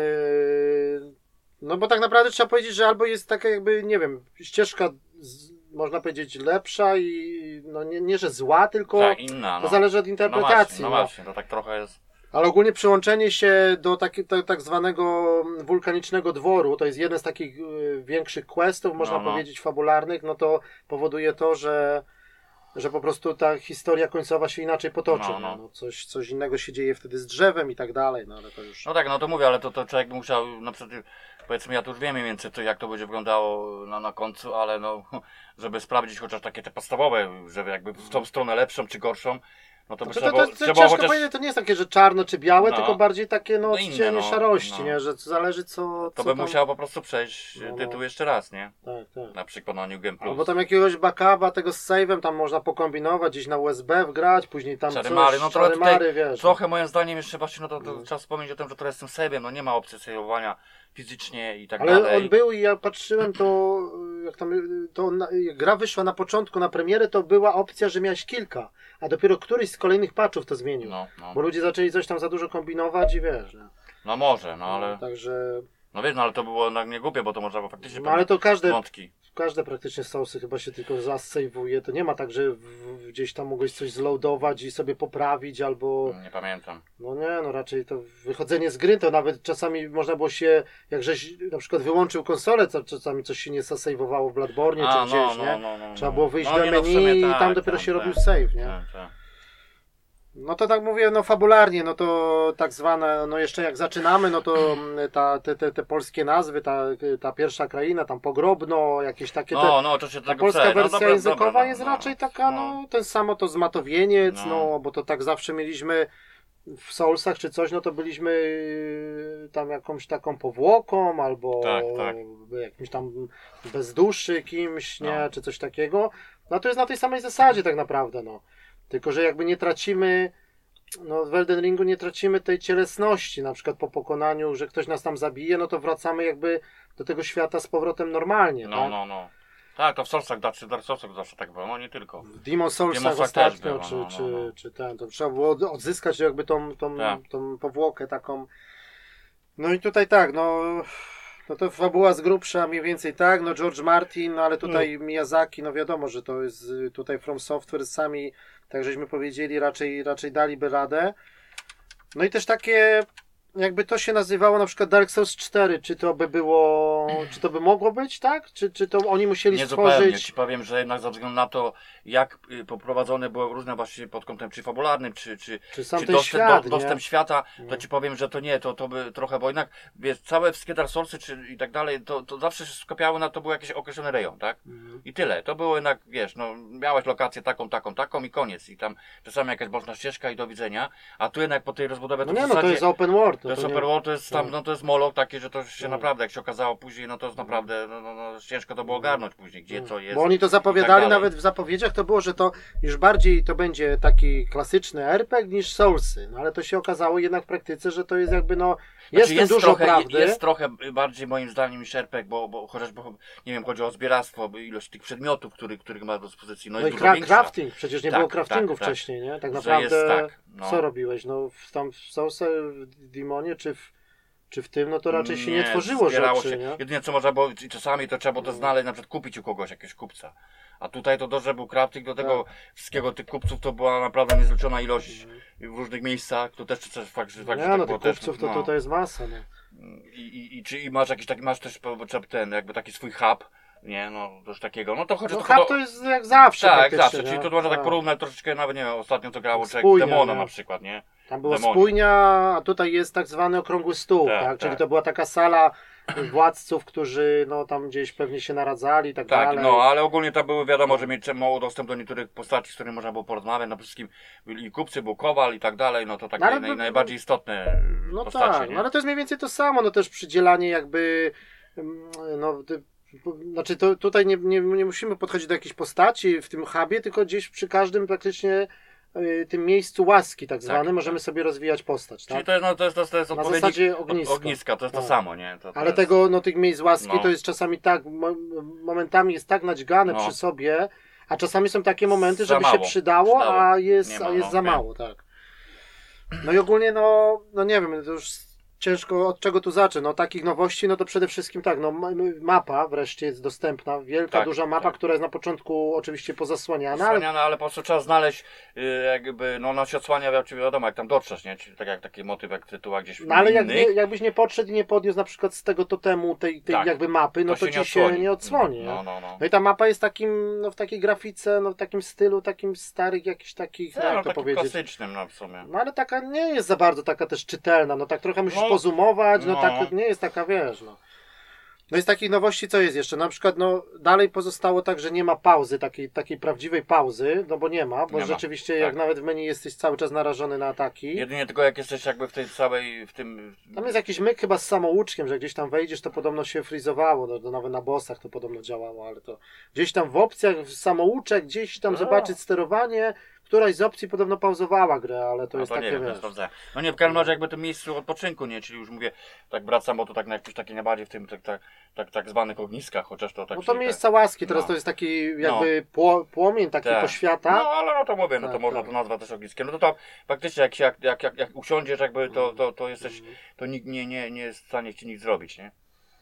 yy, no bo tak naprawdę trzeba powiedzieć, że albo jest taka jakby, nie wiem, ścieżka z, można powiedzieć lepsza i no nie, nie że zła, tylko Tak, inna, to no. zależy od No interpretacji. właśnie, no no. właśnie, to tak trochę jest... Ale ogólnie przyłączenie się do taki, tak, tak zwanego wulkanicznego dworu, to jest jeden z takich y, większych questów, można No, no. powiedzieć, fabularnych, no to powoduje to, że, że po prostu ta historia końcowa się inaczej potoczy. No, no. No, coś, coś innego się dzieje wtedy z drzewem i tak dalej, no ale to już... No tak, no to mówię, ale to, to człowiek by musiał, na przykład, powiedzmy, ja tu już wiem mniej więcej, to, jak to będzie wyglądało na, na końcu, ale no, żeby sprawdzić chociaż takie te podstawowe, żeby jakby w tą stronę lepszą czy gorszą, no to by Znaczy, to, trzeba, to, to, trzeba ciężko chociaż... powiedzieć, to nie jest takie, że czarno czy białe, No. tylko bardziej takie no, No odcienie inne, no, szarości, no. nie? Że to zależy co... To co by tam... musiał po prostu przejść No, no. tytuł jeszcze raz, nie? Tak, tak. Na przekonaniu Game Plus. Albo tam jakiegoś backupa tego z save'em, tam można pokombinować, gdzieś na U S B wgrać, później tam Czary coś, mary, no trochę czary tutaj, mary, wiesz. trochę moim zdaniem jeszcze właśnie, no to, to No. trzeba wspomnieć o tym, że to jest tym save'em, no nie ma opcji save'owania fizycznie i tak Ale dalej. on był i ja patrzyłem, to jak tam, to na, jak gra wyszła na początku, na premierę, to była opcja, że miałeś kilka, a dopiero któryś z kolejnych patchów to zmienił. No, no. Bo ludzie zaczęli coś tam za dużo kombinować i wiesz, nie? no może, no ale, Także, no wiesz, no ale to było jednak nie głupie, bo to można było faktycznie no ale to każde, wątki. każde praktycznie Soulsy chyba się tylko zasejwuje, to nie ma tak, że w, gdzieś tam mogłeś coś zloadować i sobie poprawić, albo... Nie pamiętam. No nie, no raczej to wychodzenie z gry, to nawet czasami można było się, jak żeś na przykład wyłączył konsolę, to czasami coś się nie zasejwowało w Bloodborne A, czy gdzieś, no, nie? no, no, no, Trzeba no. było wyjść No, do nie, no, w menu sumie i tak, tam dopiero tak, się tak. robił save, nie? Tak, tak. No to tak mówię, no fabularnie, no to tak zwane, no jeszcze jak zaczynamy, no to ta, te, te, te polskie nazwy, ta, ta pierwsza kraina, tam Pogrobno, jakieś takie te... No, no, to się do Ta tego polska przejść. No, wersja dobra, językowa dobra, no, jest no, raczej taka, no, no. ten samo to zmatowieniec, no. No. bo to tak zawsze mieliśmy w Soulsach czy coś, no to byliśmy yy, tam jakąś taką powłoką, albo Tak, tak. jakimś tam bez duszy kimś, nie, No. czy coś takiego. No to jest na tej samej zasadzie tak naprawdę, no. Tylko, że jakby nie tracimy, no w Elden Ringu nie tracimy tej cielesności, na przykład po pokonaniu, że ktoś nas tam zabije, no to wracamy jakby do tego świata z powrotem normalnie, No, tak? no, no. Tak, to w Soulsach, Dark Soulsach zawsze tak było, no nie tylko. W Demon Soulsach Demon Soulsach ostatnio, było, czy, no, no, czy, no. czy ten, to trzeba było odzyskać jakby tą, tą, Tak. tą powłokę taką. No i tutaj tak, no, no to fabuła z grubsza mniej więcej tak, no George Martin, no ale tutaj Mm. Miyazaki, no wiadomo, że to jest y, tutaj From Software sami, tak żeśmy powiedzieli, raczej, raczej daliby radę. No i też takie, jakby to się nazywało na przykład Dark Souls cztery, czy to by było, czy to by mogło być, tak? Czy, czy to oni musieli Nie stworzyć... zupełnie, ci powiem, że jednak ze względu na to, jak y, poprowadzone było różne właśnie pod kątem czy fabularnym, czy, czy, Czy sam czy ten dostęp, świat, do, dostęp nie? świata, to No. ci powiem, że to nie, to, to by trochę, bo jednak wiesz, całe wszystkie Dark Soulsy czy i tak dalej, to, to zawsze się skupiało na to, był jakiś określony rejon, tak? Mhm. I tyle. To było jednak, wiesz, no miałeś lokację taką, taką, taką i koniec. I tam czasami jakaś boczna ścieżka i do widzenia, a tu jednak po tej rozbudowie No to nie, w no to zasadzie... jest open world. To No jest to nie... open world, to jest tam, No. no to jest molok taki, że to się No. naprawdę, jak się okazało później, no to jest naprawdę, no, no, no ciężko to było ogarnąć później, gdzie co jest. Bo oni to i zapowiadali, tak dalej. nawet w zapowiedziach to było, że to już bardziej to będzie taki klasyczny er pe gie niż Soulsy. No ale to się okazało jednak w praktyce, że to jest jakby no, jest Znaczy, w tym dużo trochę, prawdy. Jest trochę bardziej moim zdaniem niż er pe gie, bo, bo chociażby, nie wiem, chodzi o zbieractwo, ilość tych przedmiotów, których, których ma do dyspozycji, no, No i jest dużo cra- większa. crafting, przecież nie Tak, było craftingu tak, tak. wcześniej, nie? Tak Że naprawdę jest tak, no. co robiłeś? No w, tam w Soulsach, w Demonie czy w, czy w tym, no to raczej się nie, tworzyło zbierało rzeczy, się. nie? Jedynie co można było, i czasami to trzeba było to znaleźć, na przykład kupić u kogoś, jakiegoś kupca. A tutaj to dobrze był crafting, do tego Tak. wszystkiego tych kupców to była naprawdę niezliczona ilość w różnych miejscach, to też, też fakt, że, fakt, że Nie, tak no było tych też, kupców to no. tutaj jest masa, no. I, i, i czy i masz jakiś taki, masz też po- po- ten, jakby taki swój hub, nie, no coś takiego, no to chodzi No to, hub to jest jak zawsze tak, praktycznie, zawsze, nie? czyli to można tak Tak. porównać troszeczkę, nawet nie wiem, ostatnio to grało człowiek Spójnia, Demona nie? na przykład, nie? Tam było Demonie. spójnia, a tutaj jest tak zwany okrągły stół, Tak, tak? tak. Czyli to była taka sala władców, którzy no tam gdzieś pewnie się naradzali i tak, Tak, dalej. no ale ogólnie tam były wiadomo, że mieć mało dostęp do niektórych postaci, z którymi można było porozmawiać, no przede wszystkim byli i kupcy, był Kowal i tak dalej, no to takie No, ale naj, by- najbardziej istotne No postacie, tak, nie? no ale to jest mniej więcej to samo, no też przydzielanie jakby, mm, no ty, po- znaczy to tutaj nie, nie, nie musimy podchodzić do jakiejś postaci w tym hubie, tylko gdzieś przy każdym praktycznie y, tym miejscu łaski tak zwanym tak. możemy sobie rozwijać postać, Czyli tak? to jest, no, to jest, to jest, to jest Na odpowiednik zasadzie od- ogniska. ogniska, to jest to Tak. samo, nie? To, to Ale jest... tego, no tych miejsc łaski No. to jest czasami tak, mo- momentami jest tak nadźgane No. przy sobie, a czasami są takie momenty, Za żeby się mało. przydało, Przydało. a jest, Nie ma, a jest no, za wiem. mało, tak. No i ogólnie, no, no nie wiem, to już ciężko od czego tu zacząć. No takich nowości, no to przede wszystkim tak, no ma- mapa wreszcie jest dostępna, wielka, Tak, duża mapa, tak. która jest na początku oczywiście pozasłaniana, ale Wspaniale, ale po prostu trzeba znaleźć, y, jakby, no ona się odsłania, oczywiście wiadomo, jak tam dotrzesz, nie? Czyli tak jak taki motyw, jak tytuła gdzieś no ale jak innych, nie, jakbyś nie podszedł i nie podniósł na przykład z tego totemu tej, tej Tak. jakby mapy, no to, ci się nie odsłoni. nie? No, no, no. No i ta mapa jest takim, no w takiej grafice, no w takim stylu, takim starych jakichś takich, No, jak no to takim powiedzieć. klasycznym, no w sumie. No ale taka nie jest za bardzo taka też czytelna, no tak trochę musisz No, pozumować, no, no. tak nie jest taka, wiesz, no. No i z takich nowości co jest jeszcze? Na przykład, no dalej pozostało tak, że nie ma pauzy, takiej, takiej prawdziwej pauzy, no bo nie ma, bo Nie ma, rzeczywiście tak. jak nawet w menu jesteś cały czas narażony na ataki. Jedynie tylko jak jesteś jakby w tej całej, w tym... Tam jest jakiś myk chyba z samouczkiem, że gdzieś tam wejdziesz, to podobno się frizowało, no, to nawet na bossach to podobno działało, ale to gdzieś tam w opcjach, w samouczek, gdzieś tam A. zobaczyć sterowanie, któraś z opcji podobno pauzowała grę, ale to No jest to takie, nie wiem, to wiesz. jest sprawdzałem. No nie, w każdym razie jakby tym miejscu odpoczynku, nie, czyli już mówię, tak wracam, bo to tak na jakimś takim najbardziej w tym tak, tak, tak, tak zwanych ogniskach, chociaż to tak... No to czyli miejsca łaski, teraz no. to jest taki jakby pło, płomień, taki Tak. poświata. No ale no to mówię, no to Tak, można tak. to nazwać też ogniskiem. No to tam faktycznie jak, się, jak, jak, jak, jak usiądziesz jakby, to, to, to jesteś, to nikt nie, nie, nie jest w stanie ci nic zrobić, nie?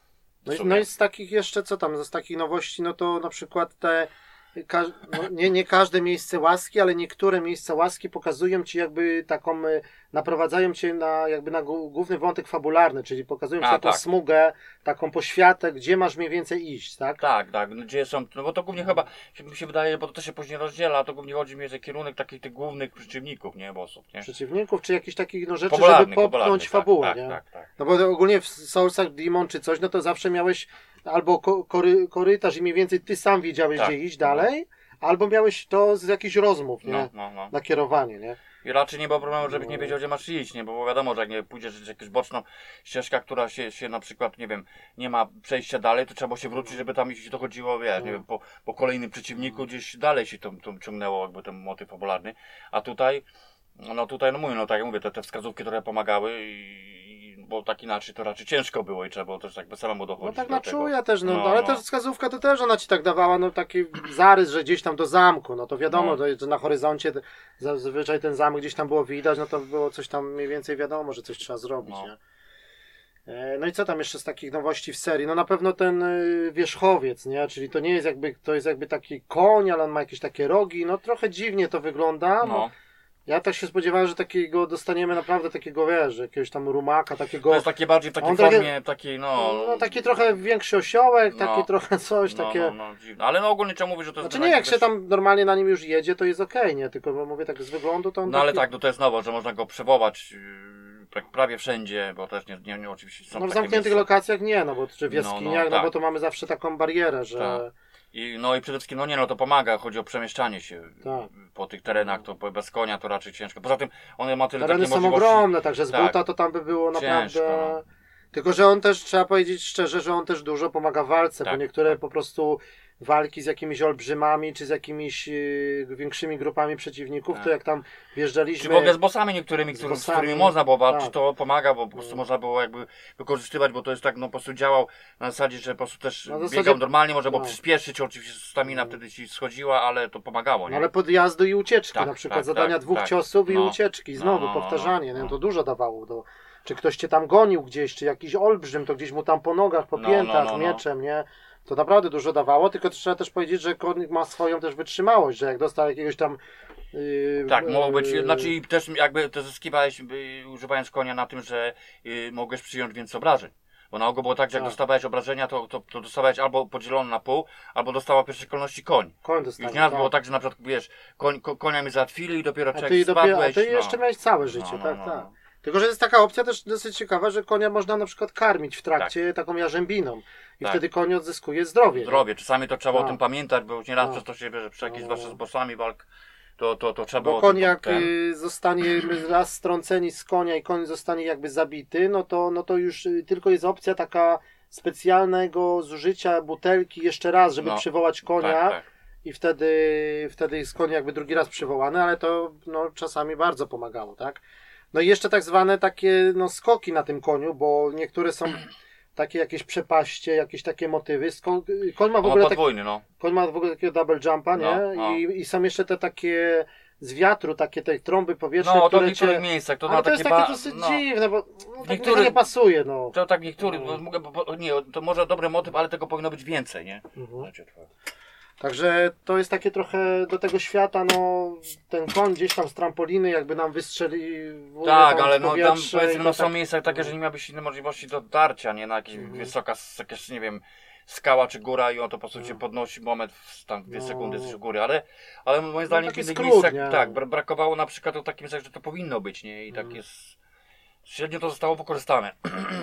W No i, sumie. no i z takich jeszcze, co tam, z takich nowości, no to na przykład te, ka, no nie, nie każde miejsce łaski, ale niektóre miejsca łaski pokazują ci jakby taką, y, naprowadzają cię na jakby na gó- główny wątek fabularny, czyli pokazują ci A, taką tak. smugę, taką poświatę, gdzie masz mniej więcej iść, tak? Tak, tak, no gdzie są, no bo to głównie chyba, się, mi się wydaje, bo to się później rozdziela, to głównie chodzi mi o kierunek takich tych głównych przeciwników, nie, bossów, nie? Przeciwników, czy jakichś takich no, rzeczy, żeby Popularnych, popchnąć popularnych, fabułę, tak, nie? tak, tak, tak. No bo to ogólnie w Soulsach, Demon czy coś, no to zawsze miałeś albo ko- kory, korytarz i mniej więcej ty sam wiedziałeś, Tak. gdzie iść dalej, albo miałeś to z jakichś rozmów, nie? No, no, no. Nakierowanie, nie? I raczej nie było problemu, żebyś nie wiedział, gdzie masz iść, nie? Bo wiadomo, że jak nie pójdziesz jakąś boczną ścieżkę, która się, się na przykład, nie wiem, nie ma przejścia dalej, to trzeba było się wrócić, żeby tam iść dochodziło, wiesz, nie wiem, po, po kolejnym przeciwniku gdzieś dalej się to, to ciągnęło jakby ten motyw fabularny. A tutaj, no tutaj, no mówię, no tak jak mówię, te, te wskazówki trochę pomagały i, i bo tak inaczej to raczej ciężko było i trzeba było też jakby samemu dochodzić No tak do na tego. czuja też, no, No, ale no. też wskazówka to też ona ci tak dawała, no taki zarys, że gdzieś tam do zamku, no to wiadomo, No. to, że na horyzoncie to zazwyczaj ten zamek gdzieś tam było widać, no to było coś tam mniej więcej wiadomo, że coś trzeba zrobić, No. nie? E, No i co tam jeszcze z takich nowości w serii? No na pewno ten y, wierzchowiec, nie? Czyli to nie jest jakby, to jest jakby taki koń, ale on ma jakieś takie rogi, no trochę dziwnie to wygląda, no. No. Ja tak się spodziewałem, że takiego dostaniemy naprawdę takiego, wiesz, jakiegoś tam rumaka, takiego... To jest takie bardziej w takiej On takie- formie, takiej no... No taki trochę większy osiołek, No. taki trochę coś, no, takie... no, no, dziwne. Ale no ogólnie trzeba mówić, że to jest... Znaczy nie, jak się tam normalnie na nim już jedzie, to jest okej, nie? Tylko bo mówię tak z wyglądu, to on No ale taki... tak, no to jest nowo, że można go przewołać yy, tak prawie wszędzie, bo też nie, nie, nie oczywiście są No w takie zamkniętych miejsca. lokacjach nie, no bo czy w No, jaskiniach, no, no, tak. bo to mamy zawsze taką barierę, że... Tak. I, no i przede wszystkim, no nie no, to pomaga, chodzi o przemieszczanie się Tak. po tych terenach, to bez konia to raczej ciężko. Poza tym one ma tyle Tereny takiej są możliwości. ogromne, także z Tak. buta to tam by było naprawdę... Ciężko, no. Tylko, że on też, trzeba powiedzieć szczerze, że on też dużo pomaga w walce, Tak, bo niektóre tak. po prostu walki z jakimiś olbrzymami, czy z jakimiś yy, większymi grupami przeciwników, Tak. to jak tam Czy wjeżdżaliśmy... w ogóle z bossami niektórymi, Z którym, z bossami, którymi można było walczyć, tak. to pomaga, bo po prostu No. można było jakby wykorzystywać, bo to jest tak, no po prostu działał na zasadzie, że po prostu też Na zasadzie- biegał normalnie, można było no. przyspieszyć, oczywiście stamina wtedy ci schodziła, ale to pomagało, nie? No ale podjazdu i ucieczki, Tak, na przykład tak, zadania tak, dwóch tak. ciosów i No. ucieczki, No, znowu no, no, powtarzanie, no. nie? To dużo dawało. Do... Czy ktoś cię tam gonił gdzieś, czy jakiś olbrzym, to gdzieś mu tam po nogach, po No, piętach, no, no, no. mieczem, nie? To naprawdę dużo dawało, tylko trzeba też powiedzieć, że konik ma swoją też wytrzymałość, że jak dostał jakiegoś tam... Yy, Tak, mogło być, yy, znaczy i też jakby to zyskiwałeś yy, używając konia na tym, że yy, mogłeś przyjąć więcej obrażeń. Bo na ogół było tak, że jak Tak. dostawałeś obrażenia, to, to, to dostawałeś albo podzielone na pół, albo dostała w pierwszej kolejności koń. Koń Już dostanie, nieraz tak. było tak, że na przykład, wiesz, koń, ko, konia mi załatwili i dopiero A człowiek ty, dopiero, a spadłeś. ty no. jeszcze miałeś całe życie, No, no, tak, no, tak. no. Tylko, że jest taka opcja też dosyć ciekawa, że konia można na przykład karmić w trakcie taką jarzębiną i Tak. wtedy koń odzyskuje zdrowie. nie? Zdrowie, czasami to trzeba o Tak. tym pamiętać, bo już nieraz Tak. przez to się bierze, przy jakichś No. zwłaszcza z bossami walk, to, to, to trzeba było... Bo koń tym- jak ten- y, zostanie raz strąceni z konia i koń zostanie jakby zabity, no to, no to już y, tylko jest opcja taka specjalnego zużycia butelki jeszcze raz, żeby No. przywołać konia Tak, tak. i wtedy, wtedy jest koń jakby drugi raz przywołany, ale to no, czasami bardzo pomagało, tak? No i jeszcze tak zwane takie no, skoki na tym koniu, bo niektóre są takie jakieś przepaście, jakieś takie motywy. Sko- koń ma w On ogóle ma tak, podwójny, no. koń ma w ogóle takiego double jumpa, nie? No, no. I, I są jeszcze te takie z wiatru, takie te trąby powietrzne, No, to w które niektórych cię... miejscach, to Ale na to jest takie takie ba- dosyć no. dziwne, bo no, tak niektórych- nie pasuje, no. To tak niektórych, No. bo, mogę- bo, bo, nie, to może dobry motyw, ale tego powinno być więcej, nie? Mhm. Znaczy, to- Także to jest takie trochę do tego świata, no ten koń gdzieś tam z trampoliny jakby nam wystrzeli w ogóle Tak, tam ale w no tam powietrze i powiedzmy, to no są tak- miejsca takie, że nie miałbyś innej możliwości dotarcia, nie? Na jakieś Mhm. wysoka, jakaś, nie wiem, skała czy góra i on to po prostu cię No. podnosi moment, w, tam dwie No. sekundy jesteś u góry, ale, ale moim zdaniem taki w innych skrót, miejscach, nie? tak, bra- brakowało na przykład o takim miejscach, że to powinno być, nie? I tak Mhm. jest, średnio to zostało wykorzystane.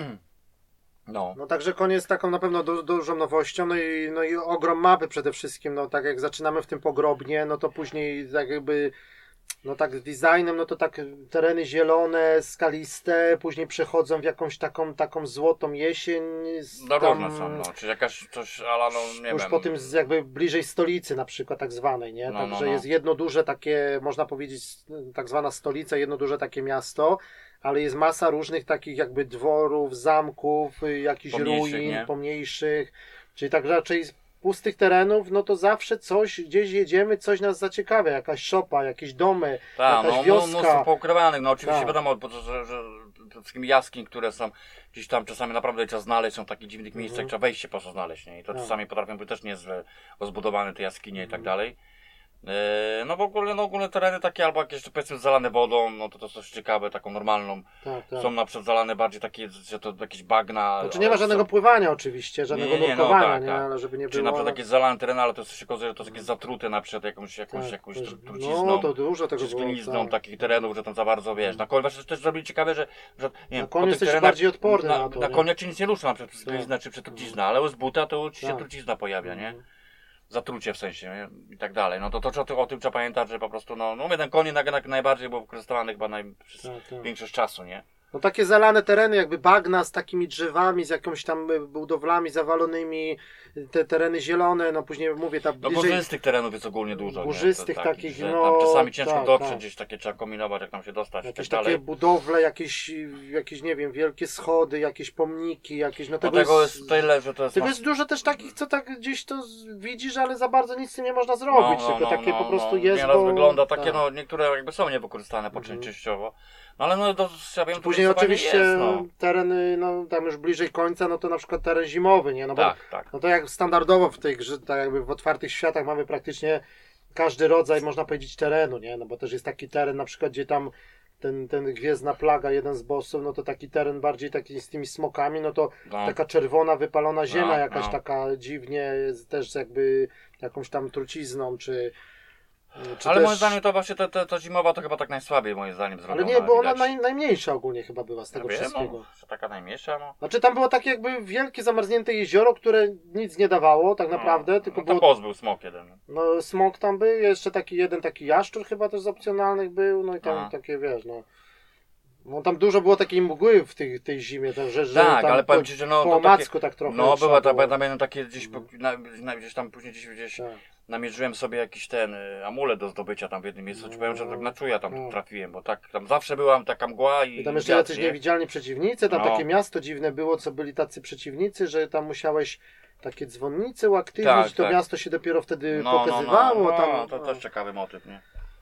No. No także koń jest taką na pewno du- dużą nowością, no i, no i ogrom mapy przede wszystkim, no tak jak zaczynamy w tym pogrobnie, no to później tak jakby, no tak designem, no to tak tereny zielone, skaliste, później przechodzą w jakąś taką, taką złotą jesień, z No tam, różne są, no. Czy jakaś coś, ale no nie już wiem. po tym z jakby bliżej stolicy na przykład tak zwanej, nie? No, Także no, no. jest jedno duże takie, można powiedzieć, tak zwana stolica, jedno duże takie miasto, ale jest masa różnych takich jakby dworów, zamków, y, jakichś Pomniejszych, ruin, nie? pomniejszych, czyli tak raczej z pustych terenów, no to zawsze coś, gdzieś jedziemy, coś nas zaciekawia, jakaś szopa, jakieś domy, Tak, jakaś no, wioska. mnóstwo poukrywanych, no oczywiście Tak. wiadomo, bo to, że, że przede wszystkim jaskiń, które są gdzieś tam czasami naprawdę trzeba znaleźć, są w takich dziwnych miejscach, Mhm. trzeba wejście po prostu znaleźć, nie? I to Tak. czasami potrafią być też niezłe rozbudowane te jaskinie i tak Mhm. dalej. E, No w ogóle, no ogólne tereny takie albo jakieś to powiedzmy zalane wodą, no to to coś ciekawe, taką normalną. Tak, tak. Są na przykład zalane bardziej takie, że to jakieś bagna. Znaczy nie ma ale żadnego są- pływania oczywiście, żadnego Nie, nie, no, nurkowania, tak, nie? tak. Ale żeby nie Czy na było... przykład takie zalane tereny, ale to się okazuje, że to jest takie zatrute na przykład jakąś, jakąś, tak, jakąś też- tru- trucizną. No to dużo tego Czy z było. glinizną tak. takich terenów, że tam za bardzo wiesz. Na koniu właśnie też zrobili ciekawe, że, że nie Na wiem, koniu po tych jesteś terenach- bardziej odporny na, na to, na nie? konia ci nic nie rusza, na przykład przez Tak. gliznę czy przez truciznę, ale z buta to ci się Tak. trucizna pojawia, nie? Mhm. Zatrucie w sensie, nie? I tak dalej. No to, to, to o tym trzeba pamiętać, że po prostu, no, no mówię, ten koń jednak, jednak najbardziej był wykorzystywany chyba naj, przez Tak, tak. większość czasu, nie? No takie zalane tereny, jakby bagna z takimi drzewami, z jakimiś tam budowlami zawalonymi, te tereny zielone, no później mówię tam No bliżej... górzystych terenów jest ogólnie dużo. Górzystych nie? takich, że no... Tam czasami ciężko tak, dotrzeć, tak. gdzieś takie trzeba kombinować, jak tam się dostać. Jakieś tak takie dalej. budowle, jakieś, jakieś, nie wiem, wielkie schody, jakieś pomniki, jakieś... No tego, No tego jest, jest tyle, że to jest... tego jest dużo też takich, co tak gdzieś to widzisz, ale za bardzo nic z tym nie można zrobić, no, no, tylko no, takie no, po prostu no. jest, Nieraz bo... wygląda takie, tak. no niektóre jakby są niewykorzystane po Mhm. częściowo. No ale no to ja wiem, Później to oczywiście jest, no. tereny, no tam już bliżej końca, no to na przykład teren zimowy, nie? No bo Tak, tak. no to jak standardowo w tej grze, tak jakby w otwartych światach mamy praktycznie każdy rodzaj, można powiedzieć, terenu, nie? No bo też jest taki teren na przykład, gdzie tam ten, ten Gwiezdna Plaga, jeden z bossów, no to taki teren bardziej taki z tymi smokami, no to No. taka czerwona, wypalona ziemia No, jakaś no. taka dziwnie, też jakby jakąś tam trucizną, czy... czy Ale też... moim zdaniem to właśnie ta, ta, ta zimowa to chyba tak najsłabiej moim zdaniem Ale zrobiona. nie, bo ona widać. naj, najmniejsza ogólnie chyba była z tego Ja wiem, wszystkiego. no, że taka najmniejsza, no. Znaczy tam było takie jakby wielkie zamarznięte jezioro, które nic nie dawało tak naprawdę, no, tylko no, tam było, boss był smok jeden. no smok tam był, jeszcze taki jeden taki jaszczur chyba też z opcjonalnych był, no i tam A. takie wiesz, no. No tam dużo było takiej mgły w tej, tej zimie, tam, że, że Tak, tam ale po, powiem ci, że no po to takie, omacku tak trochę no trzeba była ta, było. pamiętam jedno takie gdzieś, po, na, na, gdzieś tam później gdzieś, gdzieś Tak. namierzyłem sobie jakiś ten y, amulet do zdobycia tam w jednym miejscu, ci powiem, że tak na czuja tam No. trafiłem, bo tak tam zawsze była taka mgła i, I tam jeszcze wiatr, jacyś nie? niewidzialni przeciwnicy, tam No. takie miasto dziwne było, co byli tacy przeciwnicy, że tam musiałeś takie dzwonnice uaktywnić, Tak, to tak. miasto się dopiero wtedy No, no, pokazywało. no, no, tam, to no. też ciekawy motyw, nie?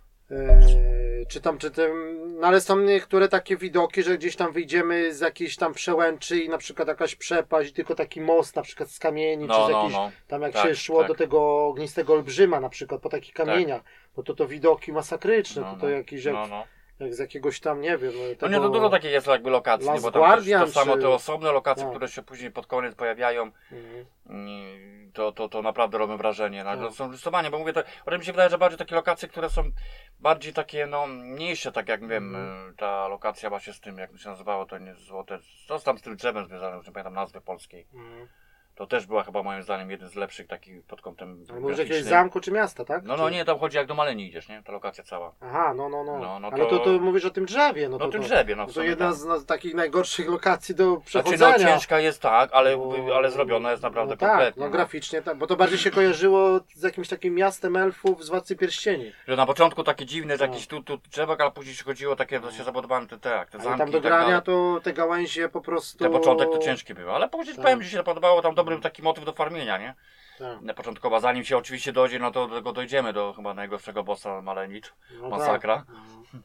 Eee, czy tam, czy tym, no ale są niektóre takie widoki, że gdzieś tam wyjdziemy z jakiejś tam przełęczy i na przykład jakaś przepaść, tylko taki most na przykład z kamieni, czy No, z no, jakichś, no. tam jak Tak, się szło tak. do tego ognistego olbrzyma na przykład po takich kamieniach, no to to widoki masakryczne, No, to to no. jakieś jak, No, no. jak z jakiegoś tam, nie wiem, no, No tego, nie, to dużo takich jest jakby lokacji, Last nie? Bo tam Guardian, też to samo czy- te osobne lokacje, Tak. które się później pod koniec pojawiają, Mhm. mm, to, to, to naprawdę robią wrażenie. No, Tak. to są rysowanie, bo mówię, to, ale mi się wydaje, że bardziej takie lokacje, które są bardziej takie, no, mniejsze, tak jak wiem, Mhm. y, ta lokacja właśnie z tym, jak to się nazywało, to nie złote, co tam z tym drzewem związane, już nie pamiętam nazwy polskiej. Mhm. To też była chyba moim zdaniem jeden z lepszych takich pod kątem Ale mówisz jakiegoś graficznym. zamku czy miasta, tak? No, no Czy- nie, tam chodzi jak do Maleni idziesz, nie? Ta lokacja cała. Aha, no, no, no. No, no ale to, to- to mówisz o tym drzewie, no No to, w tym to, drzewie, no w to sumie jedna tak. z no, takich najgorszych lokacji do Znaczy przechodzenia. no ciężka jest tak, ale, Bo- ale zrobiona jest naprawdę no tak, kompletnie. no graficznie tak, bo to bardziej się kojarzyło z jakimś takim miastem elfów z Władcy Pierścieni. Że na początku takie dziwne, że No. jakieś tu, tu drzewek, ale później się chodziło takie, to się zabudowane te, te, te Ale zamki tam do i tak grania dalej. to te gałęzie po prostu... Ten początek to ciężkie było, ale później Tak. powiem, że się podobało, tam dobry taki motyw do farmienia, nie? Tak. Na początkowo, zanim się oczywiście dojdzie, no to do tego dojdziemy, do chyba najgorszego bossa Malenicz, No masakra. tak. No.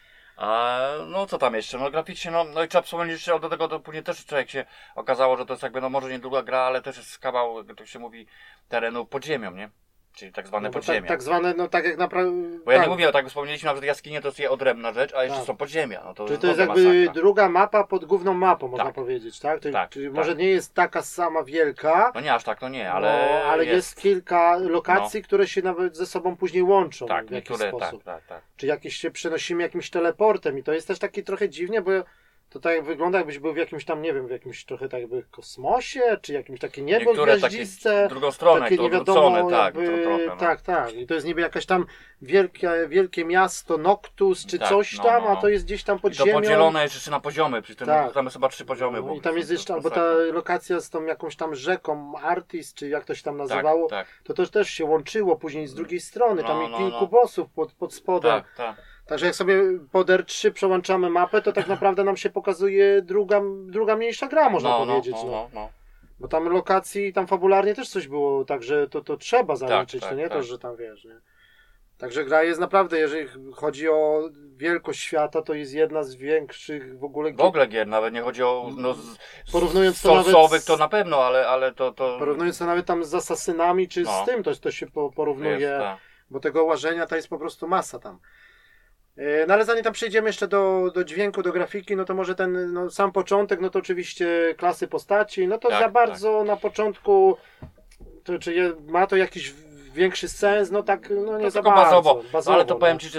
A no co tam jeszcze, no graficznie, no, no i trzeba wspomnieć jeszcze do tego, to później też człowiek się okazało, że to jest jakby, no może nie długa gra, ale też jest kawał, jak to się mówi, terenu pod ziemią, nie? Czyli tak zwane No bo podziemia. tak, tak zwane, no tak jak naprawdę... Bo ja tak. nie mówię, tak jak wspomnieliśmy, nawet jaskinie to jest odrębna rzecz, a jeszcze Tak. są podziemia. No to Czyli to jest w ogóle jakby masakra. druga mapa pod główną mapą, można Tak. powiedzieć, tak? Czyli, Tak, czyli tak. może nie jest taka sama wielka, No nie aż tak, no nie, ale, no, ale jest. kilka lokacji, które się nawet ze sobą później łączą tak, w jakiś niektóre, sposób. tak, tak, tak. Czy jakieś się przenosimy jakimś teleportem i to jest też takie trochę dziwnie, bo to tak wygląda, jakbyś był w jakimś tam, nie wiem, w jakimś trochę tak jakby kosmosie, czy jakimś takie niebo Niektóre takie gwiaździste, drugą stronę, takie to nie wiadomo, odwrócone, tak, jakby, to trochę, no. tak, tak. I to jest niby jakaś tam wielkie, wielkie miasto Noctus, czy Tak, coś no, tam, no, a no. to jest gdzieś tam pod I to ziemią. podzielone jest jeszcze na poziomy, przy tym Tak. tam jest chyba trzy poziomy. No, bo i tam jest to jeszcze, to albo ta masakra. lokacja z tą jakąś tam rzeką, Artis, czy jak to się tam nazywało, Tak, tak, to też, też się łączyło później z drugiej strony, tam No, i no, kilku no. bossów pod, pod spodem. tak, tak. Także jak sobie pod R trzy przełączamy mapę, to tak naprawdę nam się pokazuje druga, druga mniejsza gra, można No, no, powiedzieć. no, No, no, no. Bo tam lokacji, tam fabularnie też coś było, także to, to trzeba zaliczyć, tak, to nie tak. to, że tam wiesz, nie? Także gra jest naprawdę, jeżeli chodzi o wielkość świata, to jest jedna z większych w ogóle W ogóle gier, nawet nie chodzi o no, z, Porównując z to nawet Soulsowych, z- to na pewno, ale, ale to... to Porównując to nawet tam z Asasynami, czy No. z tym, to, to się po, porównuje, jest, tak. bo tego łażenia to jest po prostu masa tam. E, No ale zanim tam przejdziemy jeszcze do, do dźwięku, do grafiki, no to może ten no, sam początek, no to oczywiście klasy postaci, no to Tak, za bardzo na początku, to, czy je, ma to jakiś większy sens, no tak, no nie To za tylko bardzo. bazowo. No, ale to no. powiem Ci, że z-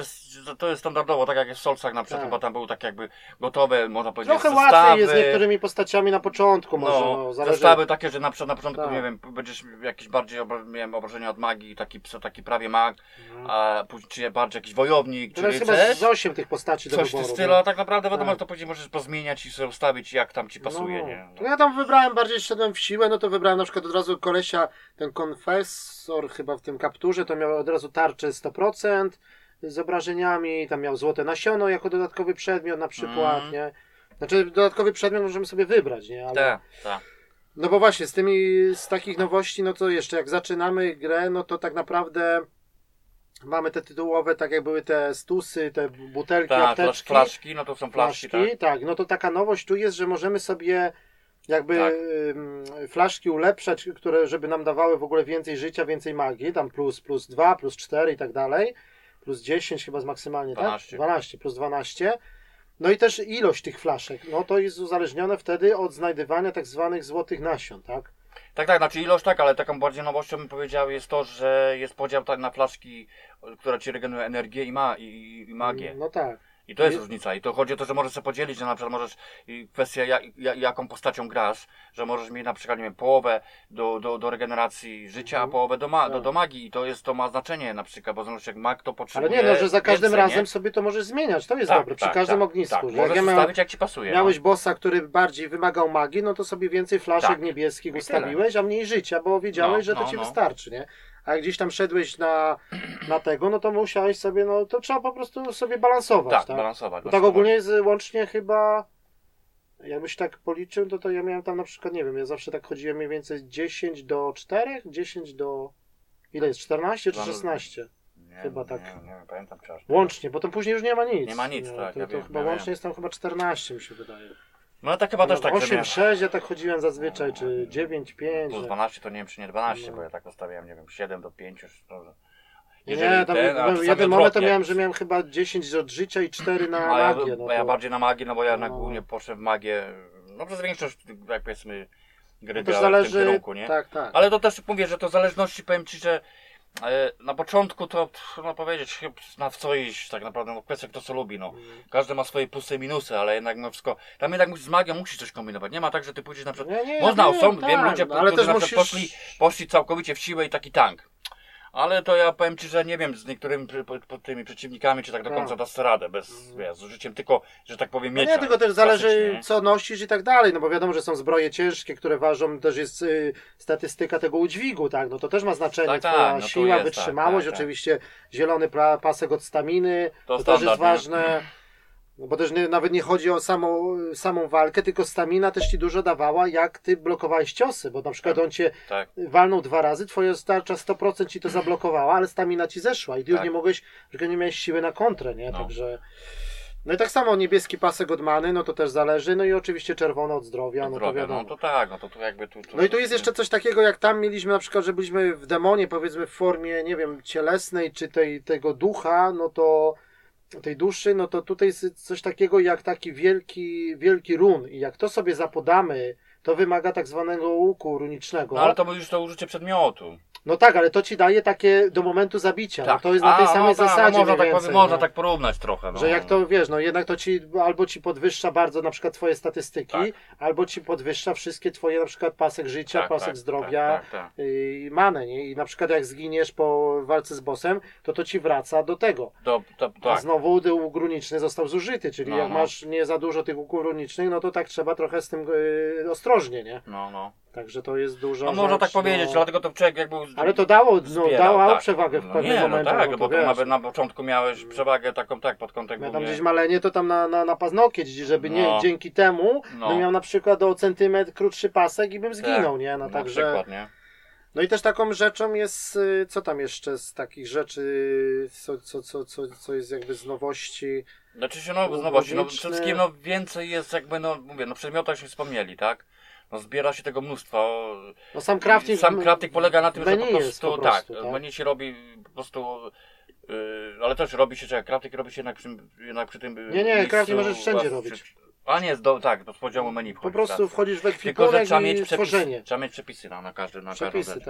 to jest standardowo, tak jak jest w Solsach na przykład, Tak. chyba tam były tak jakby gotowe, można powiedzieć, Trochę zestawy. łatwiej jest z niektórymi postaciami na początku może, no, No, zależy. zestawy takie, że na przykład na początku, Tak. nie wiem, będziesz jakieś bardziej obra- miałem obrażenia od magii, taki, taki prawie mag, Mhm. a później czy bardziej jakiś wojownik, czy Teraz chyba rycerz. z osiem tych postaci do Coś w tym wyboru. stylu, no. a tak naprawdę wiadomo, Tak. że to później możesz pozmieniać i sobie ustawić jak tam ci pasuje, no, nie? To ja tam wybrałem, bardziej szedłem w siłę, no to wybrałem na przykład od razu kolesia, ten konfesor chyba w tym kapturze, to miał od razu tarczę sto procent z obrażeniami, tam miał złote nasiono jako dodatkowy przedmiot na przykład, Mm. nie? Znaczy dodatkowy przedmiot możemy sobie wybrać, nie? Ale... Tak, tak. No bo właśnie, z tymi, z takich nowości, no to jeszcze jak zaczynamy grę, no to tak naprawdę mamy te tytułowe, tak jak były te stusy, te butelki, Tak, flasz, apteczki. flaszki, no to są flaszki, tak. tak. No to taka nowość tu jest, że możemy sobie jakby Tak. ym, flaszki ulepszać, które, żeby nam dawały w ogóle więcej życia, więcej magii, tam plus, plus dwa, plus cztery i tak dalej, plus dziesięć chyba z maksymalnie, dwanaście. tak? dwanaście, plus dwanaście. No i też ilość tych flaszek, no to jest uzależnione wtedy od znajdywania tak zwanych złotych nasion, tak? Tak, tak, znaczy ilość tak, ale taką bardziej nowością bym powiedział jest to, że jest podział tak na flaszki, które ci regenerują energię i, ma, i, i magię. No tak. I to jest I- różnica. I to chodzi o to, że możesz sobie podzielić, że na przykład możesz, i kwestia jak, jak, jaką postacią grasz, że możesz mieć na przykład, nie wiem, połowę do, do, do regeneracji życia, Mhm. a połowę do, ma, do, Tak. do magii. I to jest, to ma znaczenie na przykład, bo zresztą jak mag to Ale potrzebuje nie, no, że za każdym więcej, razem nie? sobie to możesz zmieniać, to jest Tak, dobre, przy tak, każdym tak, ognisku. tak. Że jak Możesz ja miałem, ustawić jak ci pasuje. miałeś no. bossa, który bardziej wymagał magii, no to sobie więcej flaszek Tak. niebieskich I ustawiłeś, a mniej życia, bo wiedziałeś, No, że to no, ci no. wystarczy, nie? A jak gdzieś tam szedłeś na, na tego, no to musiałeś sobie, no to trzeba po prostu sobie balansować, Tak, tak? balansować. Bo tak ogólnie jest łącznie chyba, jakbyś tak policzył, to, to ja miałem tam na przykład, nie wiem, ja zawsze tak chodziłem mniej więcej dziesięć do czterech, dziesięć do, ile jest, czternaście czy Dla- szesnaście? Nie, chyba nie, tak. Nie, nie pamiętam czy aż. Łącznie, bo to później już nie ma nic. Nie ma nic, tak, To, ja to wiem, chyba ja łącznie wiem. jest tam chyba czternaście, mi się wydaje. No tak chyba też tak, że osiem miałem- sześć ja tak chodziłem zazwyczaj, czy dziewięć pięć. Plus że- dwanaście to nie wiem czy nie dwanaście, No. bo ja tak ustawiałem, nie wiem, siedem do pięciu. Dobrze. Nie, tam ten, a był czasami jeden moment to odwrotnie. miałem, że miałem chyba dziesięć od życia i cztery na A ja, magię. No a ja to, bardziej na magię, no bo ja na No. głównie poszedłem w magię, no przez większość, jak powiedzmy, gry to też grałem w tym zależy, kierunku, nie? tak, tak. Ale to też mówię, że to w zależności, powiem Ci, że e, na początku to trudno powiedzieć, chyba na w co iść tak naprawdę, no kwestia kto co lubi, no. Każdy ma swoje plusy i minusy, ale jednak mimo wszystko, tam jednak musisz z magią musisz coś kombinować, nie ma tak, że Ty pójdziesz na przykład, Nie, nie, można, wiem, są, tak, wiem ludzie, no, ale którzy też na przykład musisz... poszli, poszli całkowicie w siłę i taki tank. Ale to ja powiem Ci, że nie wiem, z niektórymi przy- po- po tymi przeciwnikami, czy tak do No. końca dasz sobie radę, bez, wiesz, z użyciem tylko, że tak powiem, No miecza. nie, tylko też zależy klasycznie. co nosisz i tak dalej, no bo wiadomo, że są zbroje ciężkie, które ważą, też jest y, statystyka tego udźwigu, tak, no to też ma znaczenie, Tak, tak, twoja no tu siła, jest, wytrzymałość, tak, tak, tak. oczywiście zielony pra, pasek od staminy, To to, też jest standard, nie? ważne, no bo też nie, nawet nie chodzi o samą, samą walkę, tylko stamina też ci dużo dawała, jak ty blokowałeś ciosy, bo na przykład on cię Tak. walnął dwa razy, twoja starcza sto procent ci to zablokowała, ale stamina ci zeszła i ty już Tak. nie mogłeś, że nie miałeś siły na kontrę, nie, No. także... No i tak samo niebieski pasek od many, no to też zależy, no i oczywiście czerwony od zdrowia, no to Zdrowie, wiadomo. no to tak, no to tu jakby tu... tu No i tu jest jeszcze coś takiego, jak tam mieliśmy na przykład, że byliśmy w demonie, powiedzmy w formie, nie wiem, cielesnej, czy tej, tego ducha, no to tej duszy, no to tutaj jest coś takiego jak taki wielki, wielki run i jak to sobie zapodamy, to wymaga tak zwanego łuku runicznego. No ale to już to użycie przedmiotu. No tak, ale to ci daje takie do momentu zabicia, no to jest na A, tej samej no, tak, zasadzie no, można, mniej tak, więcej, powiem, można no. tak porównać trochę. No. Że jak to wiesz, no jednak to ci albo ci podwyższa bardzo na przykład twoje statystyki, Tak. albo ci podwyższa wszystkie twoje na przykład pasek życia, Tak, pasek tak, zdrowia tak, tak, tak. i manę, nie? I na przykład jak zginiesz po walce z bossem, to to ci wraca do tego. To, to, A tak. znowu łuk runiczny został zużyty, czyli No, jak no. masz nie za dużo tych łuków runicznych, no to tak trzeba trochę z tym yy, ostrożnie, nie? No, no. Także to jest dużo No można rzecz, tak powiedzieć, no. dlatego to człowiek jak był... Ale to dało, no, zbierał, dało tak. przewagę w No pewnym nie, no momencie. tak, no bo to to wiesz. nawet na początku miałeś przewagę taką, tak, pod kątem Ja tam głównie- gdzieś malenie to tam na, na, na paznokieć, żeby nie, No. dzięki temu No. bym miał na przykład o centymetr krótszy pasek i bym zginął, Tak, nie? No na także. przykład, nie? No i też taką rzeczą jest, y, co tam jeszcze z takich rzeczy, co, co, co, co, co jest jakby z nowości. Znaczy się, no, Łuk z nowości, no, runiczny. przede wszystkim, no, więcej jest jakby, no, mówię, no, przedmiotach się wspomnieli, tak? No, zbiera się tego mnóstwo. No sam crafting. Sam crafting polega na tym, że menu po prostu, jest po prostu, tak, tak? menu się robi po prostu, yy, ale też robi się, że crafting robi się jednak przy, jednak przy tym Nie, nie, miejscu, crafting możesz wszędzie a, robić. A nie, z do, tak, do z podziału menu Po wchodzi prostu crafting. wchodzisz w Tylko, że ekwipunek trzeba i mieć przepisy, tworzenie. trzeba mieć przepisy na, na każdy, na każdą Przepisy, rzecz. tak.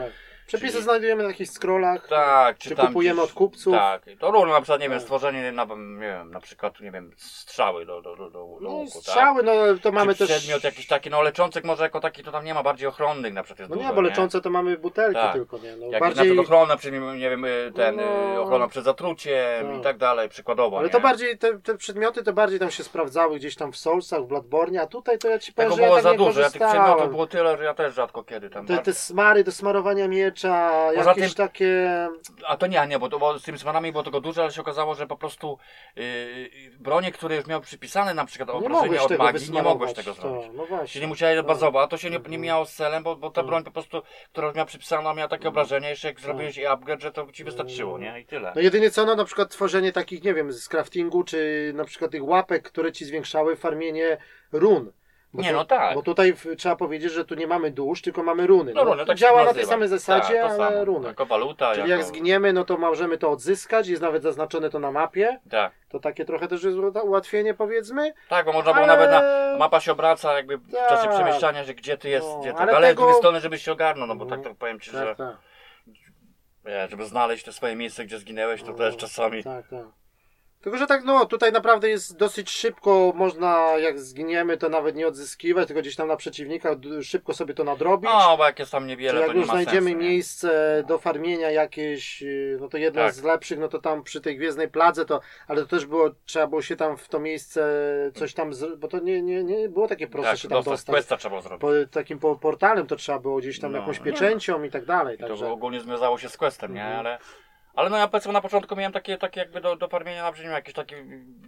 Przepisy Czyli- znajdujemy na jakichś scrollach, Tak, czy, czy tam kupujemy gdzieś- od kupców. Tak, to równo na przykład, nie wiem, Tak. stworzenie, na, nie wiem, na przykład, nie wiem, strzały do, do, do, do, do No łuku, strzały, no to tak? mamy Czy też... przedmiot jakiś taki, no leczącek może jako taki to tam nie ma, bardziej ochronnych na przykład jest No dużo, nie, bo leczące to mamy butelki Tak. tylko, nie? No, Jak bardziej... na przykład ochrona, czyli nie wiem, ten, No. y, ochrona przed zatruciem Tak. i tak dalej, przykładowo, Ale nie? to bardziej, te, te przedmioty to bardziej tam się sprawdzały gdzieś tam w Soulsach, w Bloodborne, a tutaj to ja ci powiem, Tego że ja było tak za nie dużo, ja tych korzystałem. przedmiotów było tyle, że ja też rzadko kiedy tam... Te, te smary do smarowania miecza, Poza jakieś tym- takie... A to nie, nie, bo, to, bo z tymi smarami było tego dużo, ale się okazało, że po prostu yy, bronie, które już miały przypisane na przykład Nie obrażenia mogłeś od tego magii, nie wysmarować. mogłeś tego zrobić. To, no właśnie. Czyli musiałeś Tak. bazowo, a to się nie, nie Mhm. miało z celem, bo, bo ta Tak. broń po prostu, która już miała przypisane, miała takie obrażenia, jeszcze jak zrobiłeś jej upgrade, że to ci wystarczyło, nie? I tyle. No jedynie co, no na przykład tworzenie takich, nie wiem, z craftingu, czy na przykład tych łapek, które ci zwiększały farmienie run. Bo Nie, to, no tak. Bo tutaj w, trzeba powiedzieć, że tu nie mamy dusz, tylko mamy runy. No runy, to tak się działa na nazywa. tej samej zasadzie, Tak, to ale samo. runy. Jako waluta, Czyli jako... jak zginiemy, no to możemy to odzyskać, jest nawet zaznaczone to na mapie. Tak, To takie trochę też jest ułatwienie, powiedzmy. tak, bo można było Ale- nawet na... Mapa się obraca jakby w Tak. czasie przemieszczania, że gdzie ty jest, No, gdzie ty... ale Ale z tego- drugiej strony, żebyś się ogarnął, no bo Mhm. tak to powiem ci, że... Tak, tak. Nie, żeby znaleźć te swoje miejsce, gdzie zginęłeś, to No, też czasami... Tak, tak. Tylko, że tak, no tutaj naprawdę jest dosyć szybko, można jak zginiemy, to nawet nie odzyskiwać, tylko gdzieś tam na przeciwnika d- szybko sobie to nadrobić. No, bo jak jest tam Czy niewiele, jak to nie już ma znajdziemy sensu, nie? miejsce do farmienia jakieś, yy, no to jedno Tak. z lepszych, no to tam przy tej Gwiezdnej Pladze, to, ale to też było, trzeba było się tam w to miejsce coś tam, z, bo to nie, nie, nie było takie proste Tak, się tam dostać dostać. questa trzeba było zrobić. Po takim po, portalem to trzeba było gdzieś tam No, jakąś nie. pieczęcią i tak dalej. I to Także. ogólnie związało się z questem, nie? Mhm. Ale, ale no ja powiedzmy na początku miałem takie, takie jakby do, do farmienia na przykład jakieś takie,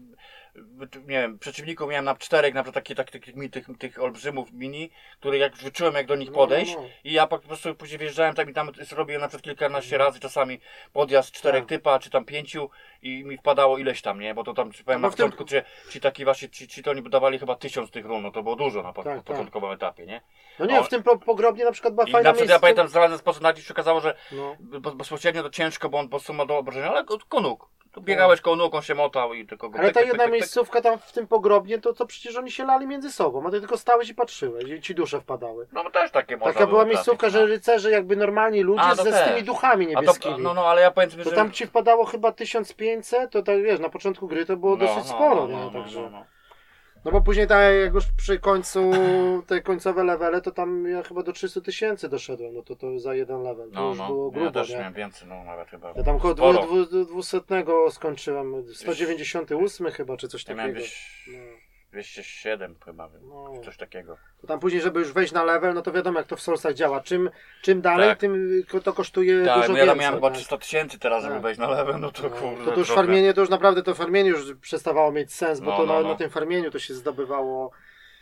nie wiem, przeciwników miałem na czterech, na przykład takie, takie, takich, tych, tych olbrzymów mini, które jak wyczułem jak do nich No, podejść no, no. i ja po prostu później wjeżdżałem tam i tam robiłem na przykład kilkanaście razy czasami podjazd czterech Tak. typa, czy tam pięciu i mi wpadało ileś tam, nie? Bo to tam, czy powiem No na bo w tym- początku, czy, ci taki właśnie, ci, ci to oni dawali chyba tysiąc tych run, no to było dużo na po, Tak, po tak. początkowym etapie, nie? No nie, On- w tym po- pogrobnie na przykład była I fajna na przykład miejsce. ja pamiętam, znalazłem sposób na dziś się okazało, że No. Bo- bezpośrednio to ciężko, bo on po prostu ma do obrażenia, ale ko- konuk. Tu biegałeś koło nóg, on się motał i tylko go Ale pyk, ta pyk, jedna pyk, pyk, pyk. miejscówka tam w tym pogrobnie, to, to przecież oni się lali między sobą, a ty tylko stałeś i patrzyłeś i ci dusze wpadały. No bo też takie można Taka była było miejscówka, trafić, że no. rycerze jakby normalni ludzie A, to ze, z też. tymi duchami A to, niebieskimi. no, no, ale ja powiedzmy, To że... tam ci wpadało chyba tysiąc pięćset, to tak wiesz, na początku gry to było no, dosyć no, sporo, no, nie? no, Także... no, no. No bo później tak jak już przy końcu te końcowe levele, to tam ja chyba do trzystu tysięcy doszedłem, no to to za jeden level, to No, już no, było ja grubo, też nie? miałem więcej, no nawet chyba. Ja tam około Sporo. dwu- dwu- dwusetnego skończyłem, sto dziewięćdziesiąty ósmy chyba, czy coś Ja miałem takiego. gdzieś No. dwieście siedem chyba, No. czy coś takiego. To tam później, żeby już wejść na level, no to wiadomo jak to w Soulsach działa. Czym, czym dalej, Tak. tym to kosztuje Tak, dużo bo ja tam więcej. miałem chyba tak. trzysta tysięcy teraz, żeby Tak. wejść na level, no to No, kurde. to, to już trochę. farmienie, to już naprawdę to farmienie już przestawało mieć sens, bo No, to no, na, no. na tym farmieniu to się zdobywało.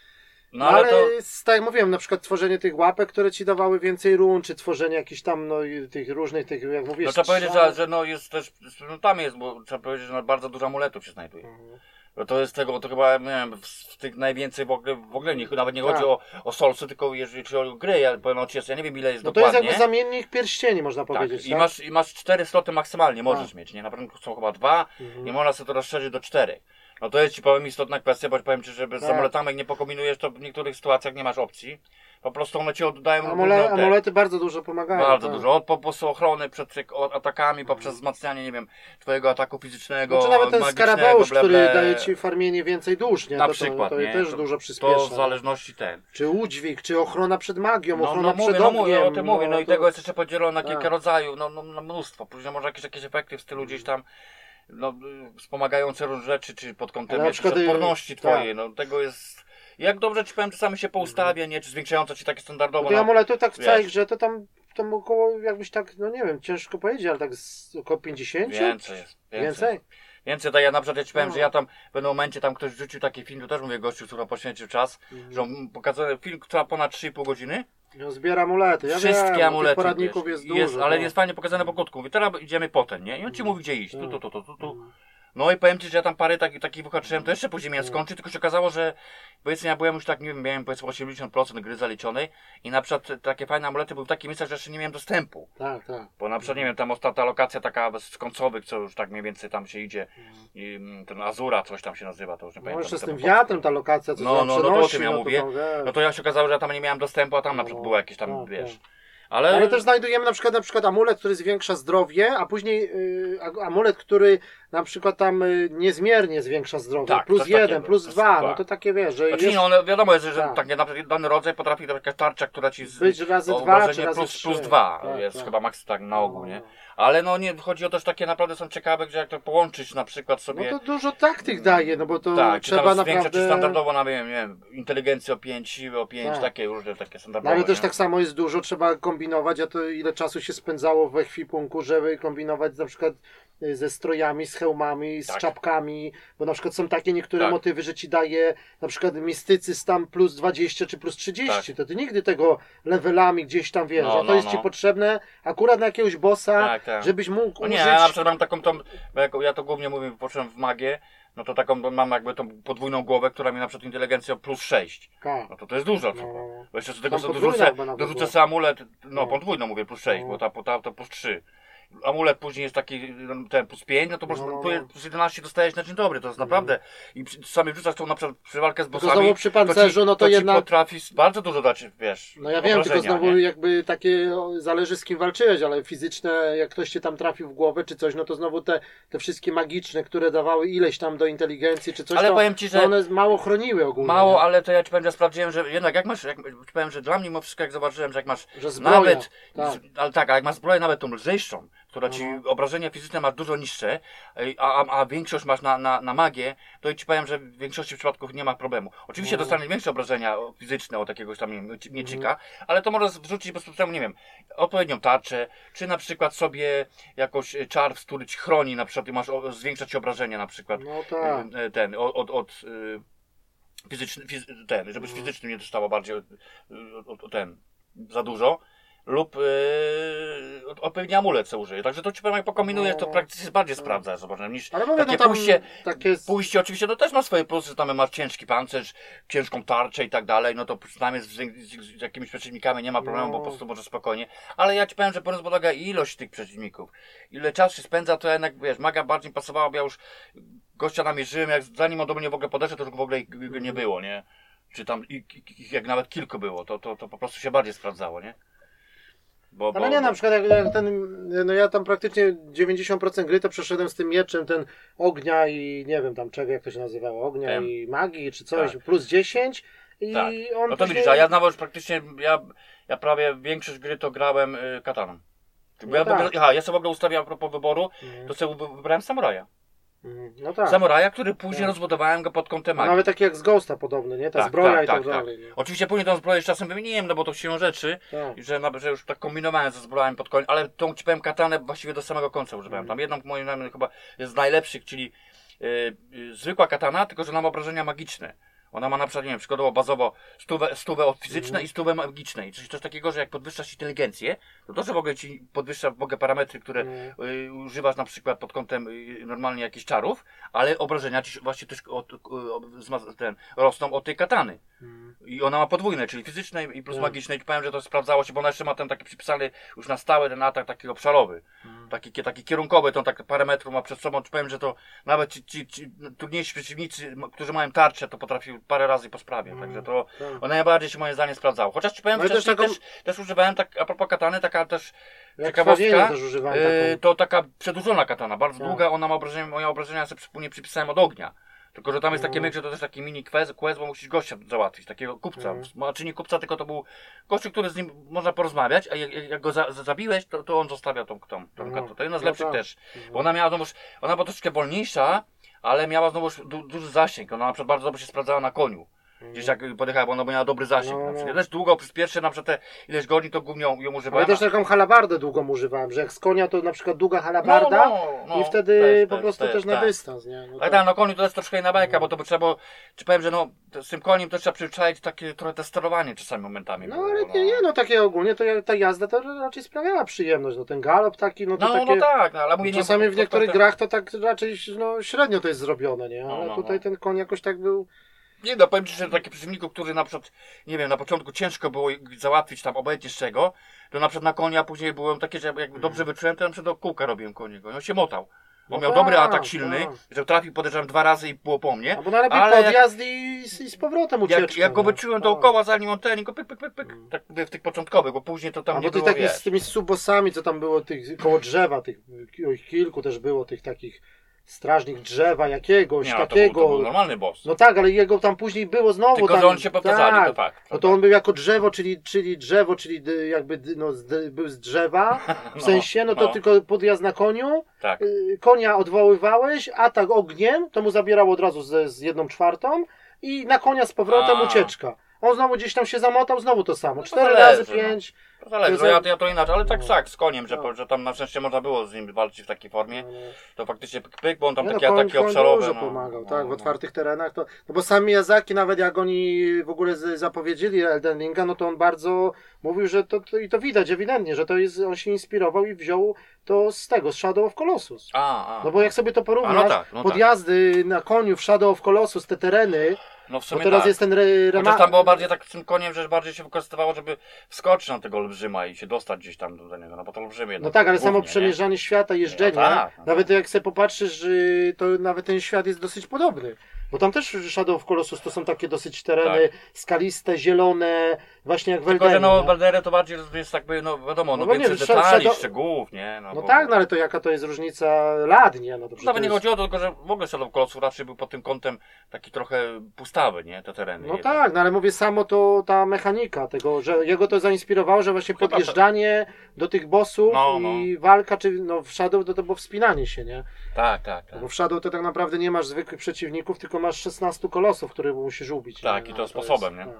No ale ale to... z- tak jak mówiłem, na przykład tworzenie tych łapek, które ci dawały więcej run, czy tworzenie jakichś tam, no i tych różnych, tych, jak mówisz, No trzeba powiedzieć, strzał- że, że no jest też, no tam jest, bo trzeba powiedzieć, że no bardzo dużo amuletów się znajduje. Mhm. No to jest tego, to chyba, nie wiem, w, w tych najwięcej w ogóle, w ogóle nie, nawet nie Tak. chodzi o, o Solsy, tylko jeżeli chodzi o gry, ja ponoć jest, ja nie wiem ile jest No to jest dokładnie. jakby zamiennik pierścieni, można tak, powiedzieć. i tak? masz, i masz cztery sloty maksymalnie możesz Tak. mieć, nie? Na początku są chyba dwa Mhm. i można sobie to rozszerzyć do czterech. No to jest ci powiem istotna kwestia, bo powiem ci, że bez Tak. amuletami nie pokombinujesz, to w niektórych sytuacjach nie masz opcji. Po prostu one ci oddają Amule, różne te- amulety bardzo dużo pomagają. bardzo tak. dużo. Od po prostu ochrony przed jak- od atakami, poprzez wzmacnianie, nie wiem, twojego ataku fizycznego, No, czy nawet ten magicznego, skarabeusz, ble, który ble. daje ci farmienie więcej dusz, nie? Na to, przykład, to, to nie? też To- dużo przyspiesza. To w zależności ten. Czy udźwig, czy ochrona przed magią, No, ochrona no mówię, przed no ogniem. mówię, o tym mówię, no i to- tego jest jeszcze podzielone na kilka Tak. rodzajów, no, no, no mnóstwo. Później może jakieś, jakieś efekty w stylu gdzieś tam, no, y, wspomagające różne rzeczy, czy pod kątem Ale na jakiejś przykład, y, odporności tak. twojej, no tego jest... Jak dobrze ci powiem, czasami się poustawia, nie? Czy zwiększające ci takie standardowo, Bo tych no, amuletów tak w wiesz. całej grze to tam, tam około jakbyś tak, no nie wiem, ciężko powiedzieć, ale tak z około pięćdziesiąt? więcej jest. Więcej? Więcej, tak ja na przykład ja ci powiem, No. że ja tam w pewnym momencie tam ktoś rzucił taki film, to też mówię gościu, który poświęcił czas, Mhm. że on pokazał film, trwa ponad trzy i pół godziny. No, zbiera amulety. Ja Wszystkie wiem, tych amulety. poradników wiesz, jest i dużo. jest, ale no. jest fajnie pokazane po krótku. Mówi, teraz idziemy potem, nie? I on ci mówi gdzie iść. Tu, Tak. tu, tu, tu, tu, tu. Mhm. No i powiem ci, że ja tam parę takich taki wyhaczyłem, to jeszcze później miałem Mm. skończyć, tylko się okazało, że powiedzmy ja byłem już tak, nie wiem, miałem powiedzmy osiemdziesiąt procent gry zaliczonej i na przykład takie fajne amulety były w takich miejscach, że jeszcze nie miałem dostępu. Tak, tak. Bo na przykład, nie wiem, tam ostatnia lokacja taka z końcowych, co już tak mniej więcej tam się idzie, Mhm. i, mm, ten Azura, coś tam się nazywa, to już nie No pamiętam. jeszcze z to tym po wiatrem polsku. ta lokacja, co No, się no, no to o przenosi, tym ja no to mówię. tam, wiesz. No to ja się okazało, że ja tam nie miałem dostępu, a tam na No, przykład było jakieś tam, tak, wiesz... tak. Ale... Ale też znajdujemy na przykład, na przykład amulet, który zwiększa zdrowie, a później yy, amulet, który na przykład tam yy, niezmiernie zwiększa zdrowie. Tak, plus coś jeden, takiego. plus To dwa, jest- no to takie wiesz, że Znaczy, jest, nie, no, wiadomo jest, że Tak. tak, na przykład dany rodzaj potrafi to jakaś tarcza, która ci z, być razy o dwa, czy obrażenie razy plus, trzy. plus dwa Tak, jest tak. chyba maks tak na ogół, No, nie? no. Ale no nie, chodzi o to, że takie naprawdę są ciekawe, gdzie jak to połączyć na przykład No sobie... to dużo taktyk daje, no bo to tak, czy trzeba tam zwiększa, naprawdę... czy standardowo na, nie wiem, nie wiem, inteligencję o pięć, siłę o pięć, Tak. takie różne, takie No standardowe, ale też nie? tak samo jest dużo, trzeba kombinować, a to ile czasu się spędzało w ekwipunku, żeby kombinować na przykład y, ze strojami, z hełmami, z Tak. czapkami, bo na przykład są takie niektóre Tak. motywy, że ci daje na przykład mistycyzm tam plus dwadzieścia czy plus trzydzieści, to ty nigdy tego levelami gdzieś tam wiesz, No, a to no, jest no. ci potrzebne akurat na jakiegoś bossa, Tak, tak. żebyś mógł No nie, użyć... ja na przykład mam taką tą, bo jak ja to głównie mówię, poszedłem w magię, no to taką mam jakby tą podwójną głowę, która mi na przykład inteligencja plus sześć. Tak. No to to jest dużo. No. No. Bo jeszcze z tego Tam sobie podwójna dorzucę, chyba nawet dorzucę była. sobie amulet, no, No. podwójną mówię, plus sześć, No. bo ta, ta, ta, ta plus trzy. Amulet później jest taki, ten plus pięć, no to plus, No, no, tu jest no. plus jedenaście dostajesz na dzień dobry, to jest naprawdę. I przy- czasami wrzucasz tą na przykład przy walkę z Tylko bossami, znowu przy pancerzu, to ci, no to to jednak- ci potrafi bardzo dużo dać, wiesz, No ja wiem, tylko obrażenia, znowu nie? jakby takie o, zależy z kim walczyłeś, ale fizyczne, jak ktoś cię tam trafił w głowę czy coś, no to znowu te, te wszystkie magiczne, które dawały ileś tam do inteligencji czy coś, Ale to, powiem ci, że- to one mało chroniły ogólnie. Mało, nie? ale to ja ci powiem, że sprawdziłem, że jednak jak masz, jak, ci powiem, że dla mnie mimo wszystko jak zobaczyłem, że jak masz Że zbroja, nawet, tak. z, ale tak, a jak masz zbroję nawet tą lżejszą, która ci No. obrażenia fizyczne masz dużo niższe, ej, a, a, a większość masz na, na, na magię, to ci powiem, że w większości przypadków nie ma problemu. Oczywiście No. dostaniesz większe obrażenia o, fizyczne od jakiegoś tam, nie wiem, Mhm. mieczyka, ale to możesz wrzucić po prostu, nie wiem, odpowiednią tarczę, czy na przykład sobie jakoś e, czar, który ci chroni, na przykład i masz o, zwiększa ci obrażenia na przykład. No tak. E, ten, od, od, od e, fizyczny, fizy, ten, żebyś Mhm. fizycznym nie dostało bardziej od, od, od, ten, za dużo. Lub yy, od- odpowiedni amulet co użyje. Także to ci powiem, jak pokombinujesz, to No. praktycznie bardziej sprawdza, zobaczę, niż Ale mówię, takie no tam pójście, takie... pójście oczywiście, no też ma swoje plusy, tam masz ciężki pancerz, ciężką tarczę i tak dalej, no to przynajmniej z, z, z jakimiś przeciwnikami nie ma problemu, No. bo po prostu możesz spokojnie. Ale ja ci powiem, że biorąc pod uwagę ilość tych przeciwników, ile czasu się spędza, to jednak, wiesz, maga bardziej pasowała, bo ja już gościa namierzyłem, jak zanim on do mnie w ogóle podeszedł, to już w ogóle ich- go nie było, nie? Czy tam ich, ich, ich jak nawet kilku było, to, to, to po prostu się bardziej sprawdzało, nie? Bo, Ale nie, na przykład jak, jak ten, no ja tam praktycznie dziewięćdziesiąt procent gry to przeszedłem z tym mieczem, ten ognia i nie wiem tam czego, jak to się nazywało, ognia Wiem. i magii czy coś, Tak. plus dziesięć i Tak. on No to później... widzisz, a ja nawet już praktycznie, ja, ja prawie większość gry to grałem y, kataną. Bo No ja, w ogóle, tak. aha, ja sobie w ogóle ustawiałem a propos wyboru, Mhm. to sobie wy- wybrałem samuraja. Mhm. No tak. Samuraja, który później Tak. rozbudowałem go pod kątem No magii. nawet taki jak z Ghosta podobny, nie? Ta Tak, zbroja tak, i tak, tak, tak. dalej. Nie? Oczywiście później tą zbroję z czasem wymieniłem, no bo to siłą rzeczy, Tak. i że, na, że już tak kombinowałem ze zbrojami pod koniec, ale tą ci powiem katanę właściwie do samego końca używałem. Mhm. Tam jedną moim zdaniem chyba jest z najlepszych, czyli y, y, zwykła katana, tylko że ona ma obrażenia magiczne. Ona ma na przykład, nie wiem, przykładowo bazowo stówę, stówę od fizycznej Mhm. i stówę magicznej. Czyli coś takiego, że jak podwyższasz inteligencję, to to, że w ogóle ci podwyższa w ogóle parametry, które Mhm. y, używasz na przykład pod kątem y, normalnie jakichś czarów, ale obrażenia ci się właśnie też od, y, zma- ten, rosną od tej katany. Mhm. I ona ma podwójne, czyli fizyczne i plus Tak. magiczne. I powiem, że to sprawdzało się, bo ona jeszcze ma ten taki przypisany już na stałe ten atak taki obszarowy. Mhm. Taki, kie- taki kierunkowy, to tak parę metrów ma przed sobą. Ci powiem, że to nawet ci, ci, ci trudniejsi przeciwnicy, m- którzy mają tarczę, to potrafił parę razy po sprawie. Mhm. Także to Tak. ona najbardziej się moim zdaniem sprawdzało. Chociaż ci powiem, No i wcześniej też też, taką- też, używałem, tak a propos katany, taka też Jak ciekawostka, krwawienie też używałem yy, taką. to taka przedłużona katana, bardzo Tak. długa, ona ma obrażenia, moje obrażenia sobie przypomnę przypisałem od ognia. Tylko, że tam jest taki Mhm. myk, że to też taki mini quest, quest, bo musisz gościa załatwić, takiego kupca. Mhm. Znaczy nie kupca, tylko to był gościu, który z nim można porozmawiać, a jak, jak jak go za, za, zabiłeś, to, to on zostawia tą, tą, tą Mhm. katę. To jedna z No lepszych tak. też. Mhm. Bo ona miała znowuż, ona była troszeczkę wolniejsza, ale miała znowuż du, duży zasięg. Ona na przykład bardzo dobrze się sprawdzała na koniu. Gdzieś jak podjechała, bo ona miała dobry zasięg. No, Na no. przykład. Też długo, przez pierwsze na przykład te ileś godzin to głównie ją, ją Ale używałem. też taką halabardę długą używałem, że jak z konia to na przykład długa halabarda i wtedy też, po też, prostu też, też na tak. dystans, nie? No Ale tak. tam na koniu to jest troszkę inna bajka, bo to by trzeba było, czy powiem, że no, to z tym koniem to trzeba przyzwyczaić takie trochę te sterowanie czasami momentami. No było, ale nie, nie, no takie ogólnie to ja- ta jazda to raczej sprawiała przyjemność, no ten galop taki, no to No, takie... no tak, no, ale mówię, nie, Czasami bo- w to- niektórych to- grach to tak raczej no, średnio to jest zrobione, nie? Ale No, no, tutaj no. ten koń jakoś tak był... Nie no, powiem Ci, że takich przeciwników, którzy na przykład, nie wiem, na początku ciężko było ich załatwić tam obojętnie z czego, to na przykład na konia później byłem takie, że jakby dobrze wyczułem, to na przykład do kółka robiłem koniego, on się motał. bo No miał tak, dobry atak silny, tak. że trafił podejrzewam dwa razy i było po mnie. Albo najlepiej ale podjazd i, i z powrotem ucieczka. Jak, jak go nie? wyczułem Tak. dookoła, zanim on ten, go pyk, pyk, pyk, pyk, tak mówię, w tych początkowych, bo później to tam Albo nie tych było, takich wiesz. z tymi subosami, co tam było tych koło drzewa, tych ki- kilku też było tych takich strażnik drzewa jakiegoś, Nie, no, to, był, takiego. to był normalny boss. No tak, ale jego tam później było znowu. Tylko, tam, że on się powtarzali, tak. to fakt. No to on był jako drzewo, czyli, czyli drzewo, czyli dy- jakby dy- no, z, był z drzewa, w No, sensie, no to no. tylko podjazd na koniu, Tak. y, konia odwoływałeś, atak ogniem, to mu zabierało od razu z, z jedną czwartą i na konia z powrotem A. ucieczka. On znowu gdzieś tam się zamotał, znowu to samo. No to Cztery zależy, razy, no. pięć. To zależy, To no za- ja, ja to inaczej, ale tak, No. tak, z koniem, że, No. po- że tam na szczęście można było z nim walczyć w takiej formie, No, no. to faktycznie pyk, pyk, bo on tam Nie, takie no, koń- ataki koń obszarowe. dużo no, pomagał, no, tak, w no. otwartych terenach to, no bo sam Miyazaki nawet jak oni w ogóle z, zapowiedzieli Elden Ringa, no to on bardzo mówił, że to, to i to widać ewidentnie, że to jest, on się inspirował i wziął to z tego, z Shadow of Colossus. A, a. No bo jak sobie to porównasz, A, no tak, no podjazdy na koniu w Shadow of Colossus, te tereny, No w bo sumie teraz tak. jest ten re, Chociaż rema- tam było bardziej tak z tym koniem, że bardziej się wykorzystywało, żeby wskoczyć na tego olbrzyma i się dostać gdzieś tam do niego, no bo to olbrzymie. No tak, ale samo głównie, przemierzanie świata, jeżdżenie, No tak, no nawet tak. jak sobie popatrzysz, y, to nawet ten świat jest dosyć podobny. Bo tam też Shadow of Colossus to są takie dosyć tereny skaliste, zielone, właśnie jak w Tak. Tylko, Eldenie. że no nie? Beldery to bardziej jest jakby, no wiadomo, no, No bo nie więcej wiem, detali, Shadow- szczegółów, nie? No, No bo- tak, no ale to jaka to jest różnica lat, nie? No to przecież Nawet nie to jest... chodzi o to, tylko że w ogóle Shadow of Colossus raczej był pod tym kątem taki trochę pustawy, nie? Te tereny. No jednak. tak, no ale mówię samo to ta mechanika tego, że jego to zainspirowało, że właśnie Chyba podjeżdżanie do tych bossów No, i walka, czy no w Shadow to, to było wspinanie się, nie? Tak, tak, tak. Bo w Shadow to tak naprawdę nie masz zwykłych przeciwników, tylko masz szesnastu kolosów, których musisz ubić. Tak, nie? i to No, sposobem, jest,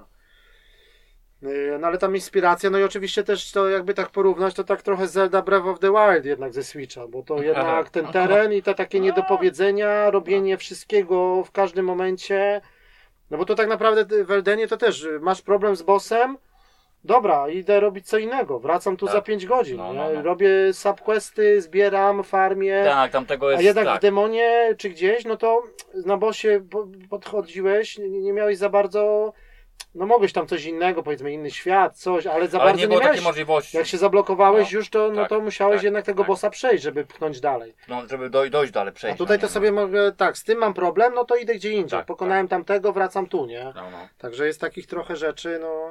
nie? no. Yy, No ale tam inspiracja, no i oczywiście też to jakby tak porównać, to tak trochę Zelda Breath of the Wild jednak ze Switcha, bo to jednak ten teren i te takie niedopowiedzenia, robienie wszystkiego w każdym momencie, no bo to tak naprawdę ty w Eldenie to też y, masz problem z bossem, dobra, idę robić co innego, wracam tu Tak. za pięć godzin, No, nie? no, no. Robię subquesty, zbieram, farmię, Tak, tam tego a jest, jednak tak. w demonie czy gdzieś, no to na bossie po- podchodziłeś, nie, nie miałeś za bardzo, no mogłeś tam coś innego, powiedzmy inny świat, coś, ale za Ale bardzo nie było miałeś. takiej możliwości, Jak się zablokowałeś No, już, to, no tak, to musiałeś tak, jednak tego tak. bossa przejść, żeby pchnąć dalej. no, żeby doj, dojść dalej, A przejść. tutaj no, to nie, sobie mogę, tak, z tym mam problem, no to idę gdzie indziej. Tak, Pokonałem tamtego, wracam tu, nie? No, no. Także jest takich trochę rzeczy, no...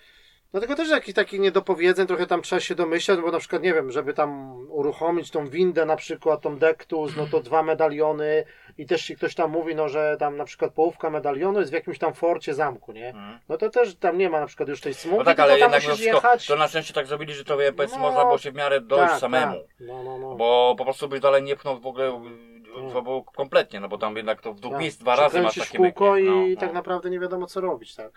No tylko też jakichś takich niedopowiedzeń, trochę tam trzeba się domyślać, bo na przykład, nie wiem, żeby tam uruchomić tą windę na przykład, tą Dectus, no to dwa medaliony i też się ktoś tam mówi, no że tam na przykład połówka medalionu jest w jakimś tam forcie zamku, nie? Mhm. No to też tam nie ma na przykład już tej smugi, No tak, tylko ale tam jednak musisz no, wszystko, jechać. to na szczęście tak zrobili, że to wie, powiedzmy, No, można było się w miarę dojść tak, samemu. Tak. No, no, no. Bo po prostu byś dalej nie pchnął w ogóle, No. to było kompletnie, no bo tam jednak to w dwóch Tak. miejsc dwa razy masz Przekręcisz takie kółko myki. i No, no. tak naprawdę nie wiadomo co robić, tak.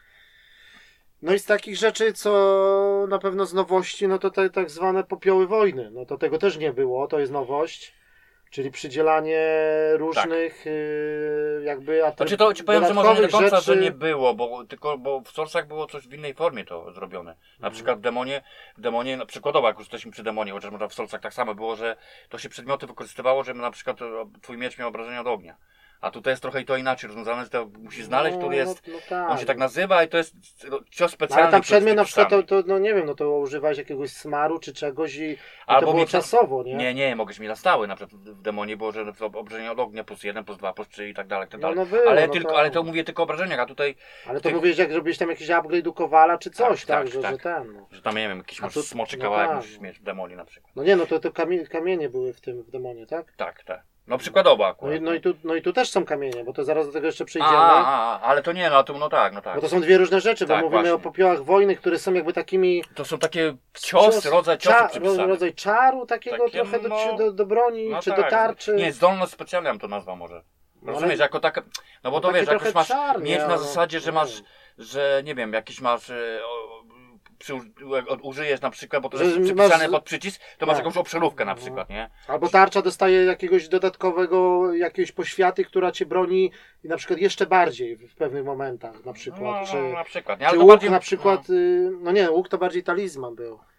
No i z takich rzeczy, co na pewno z nowości, no to te tak zwane popioły wojny. No to tego też nie było, to jest nowość. Czyli przydzielanie różnych y, jakby atryb- Znaczy to ci powiem, że może nie do dodatkowych końca, rzeczy. że nie było, bo tylko bo w Source'ach było coś w innej formie to zrobione. Na Mhm. przykład w demonie, w demonie, no, przykładowo jak już jesteśmy przy demonie, chociaż może w Source'ach tak samo było, że to się przedmioty wykorzystywało, żeby na przykład o, twój miecz miał obrażenia od ognia. A tutaj jest trochę i to inaczej rozwiązane, że to musisz znaleźć, który jest, No, no tak. on się tak nazywa i to jest no, cios No, specjalny. ale tam który jest przedmiot na przykład, to, wypisany. to no nie wiem, no to używałeś jakiegoś smaru czy czegoś i, i Albo to było mieć- czasowo, nie? Nie, nie, mogłeś mi na stałe, na przykład w demonie było, że obrażenia od ognia plus jeden, plus dwa, plus trzy i tak dalej, tak No, dalej. no było, ale, no tylko, to- ale to mówię tylko o obrażeniach, a tutaj, Ale to Ty- mówisz, jak robiłeś tam jakiś upgrade u Kowala czy coś, Tak, tak, tak, że, tak. że ten, no. że tam, nie wiem, jakiś A masz tu- smoczy no kawałek tak, musisz no. mieć w demonie na przykład. No nie, no to, to kamie, kamienie były w tym, w demonie, tak? Tak, tak. No przykładowo No akurat. i, no, i tu, no i tu też są kamienie, bo to zaraz do tego jeszcze przejdziemy. a, a, a, ale to nie, no to no tak, no tak. Bo to są dwie różne rzeczy, bo Tak, mówimy właśnie. o popiołach wojny, które są jakby takimi... To są takie ciosy, rodzaj cza- ciosów ro- przypisane. rodzaj czaru takiego Takie, trochę do, no- do, do broni, No czy tak. do tarczy. Nie, zdolność specjalna bym to nazwał może. No Rozumiesz, ale- jako taka, no bo no to taki wiesz, jak trochę już masz czar, nie? mieć na No, zasadzie, że no. masz, że nie wiem, jakiś masz, e, o, przy, od- użyjesz na przykład, bo to Że jest masz- przypisane pod przycisk, to masz tak. jakąś obszarówkę na No. przykład, nie? Albo tarcza dostaje jakiegoś dodatkowego, jakiejś poświaty, która cię broni na przykład jeszcze bardziej w pewnych momentach, na przykład. No, czy no, na przykład, nie? czy Ale to łuk bardziej, na przykład, y, no nie, łuk to bardziej talizman był.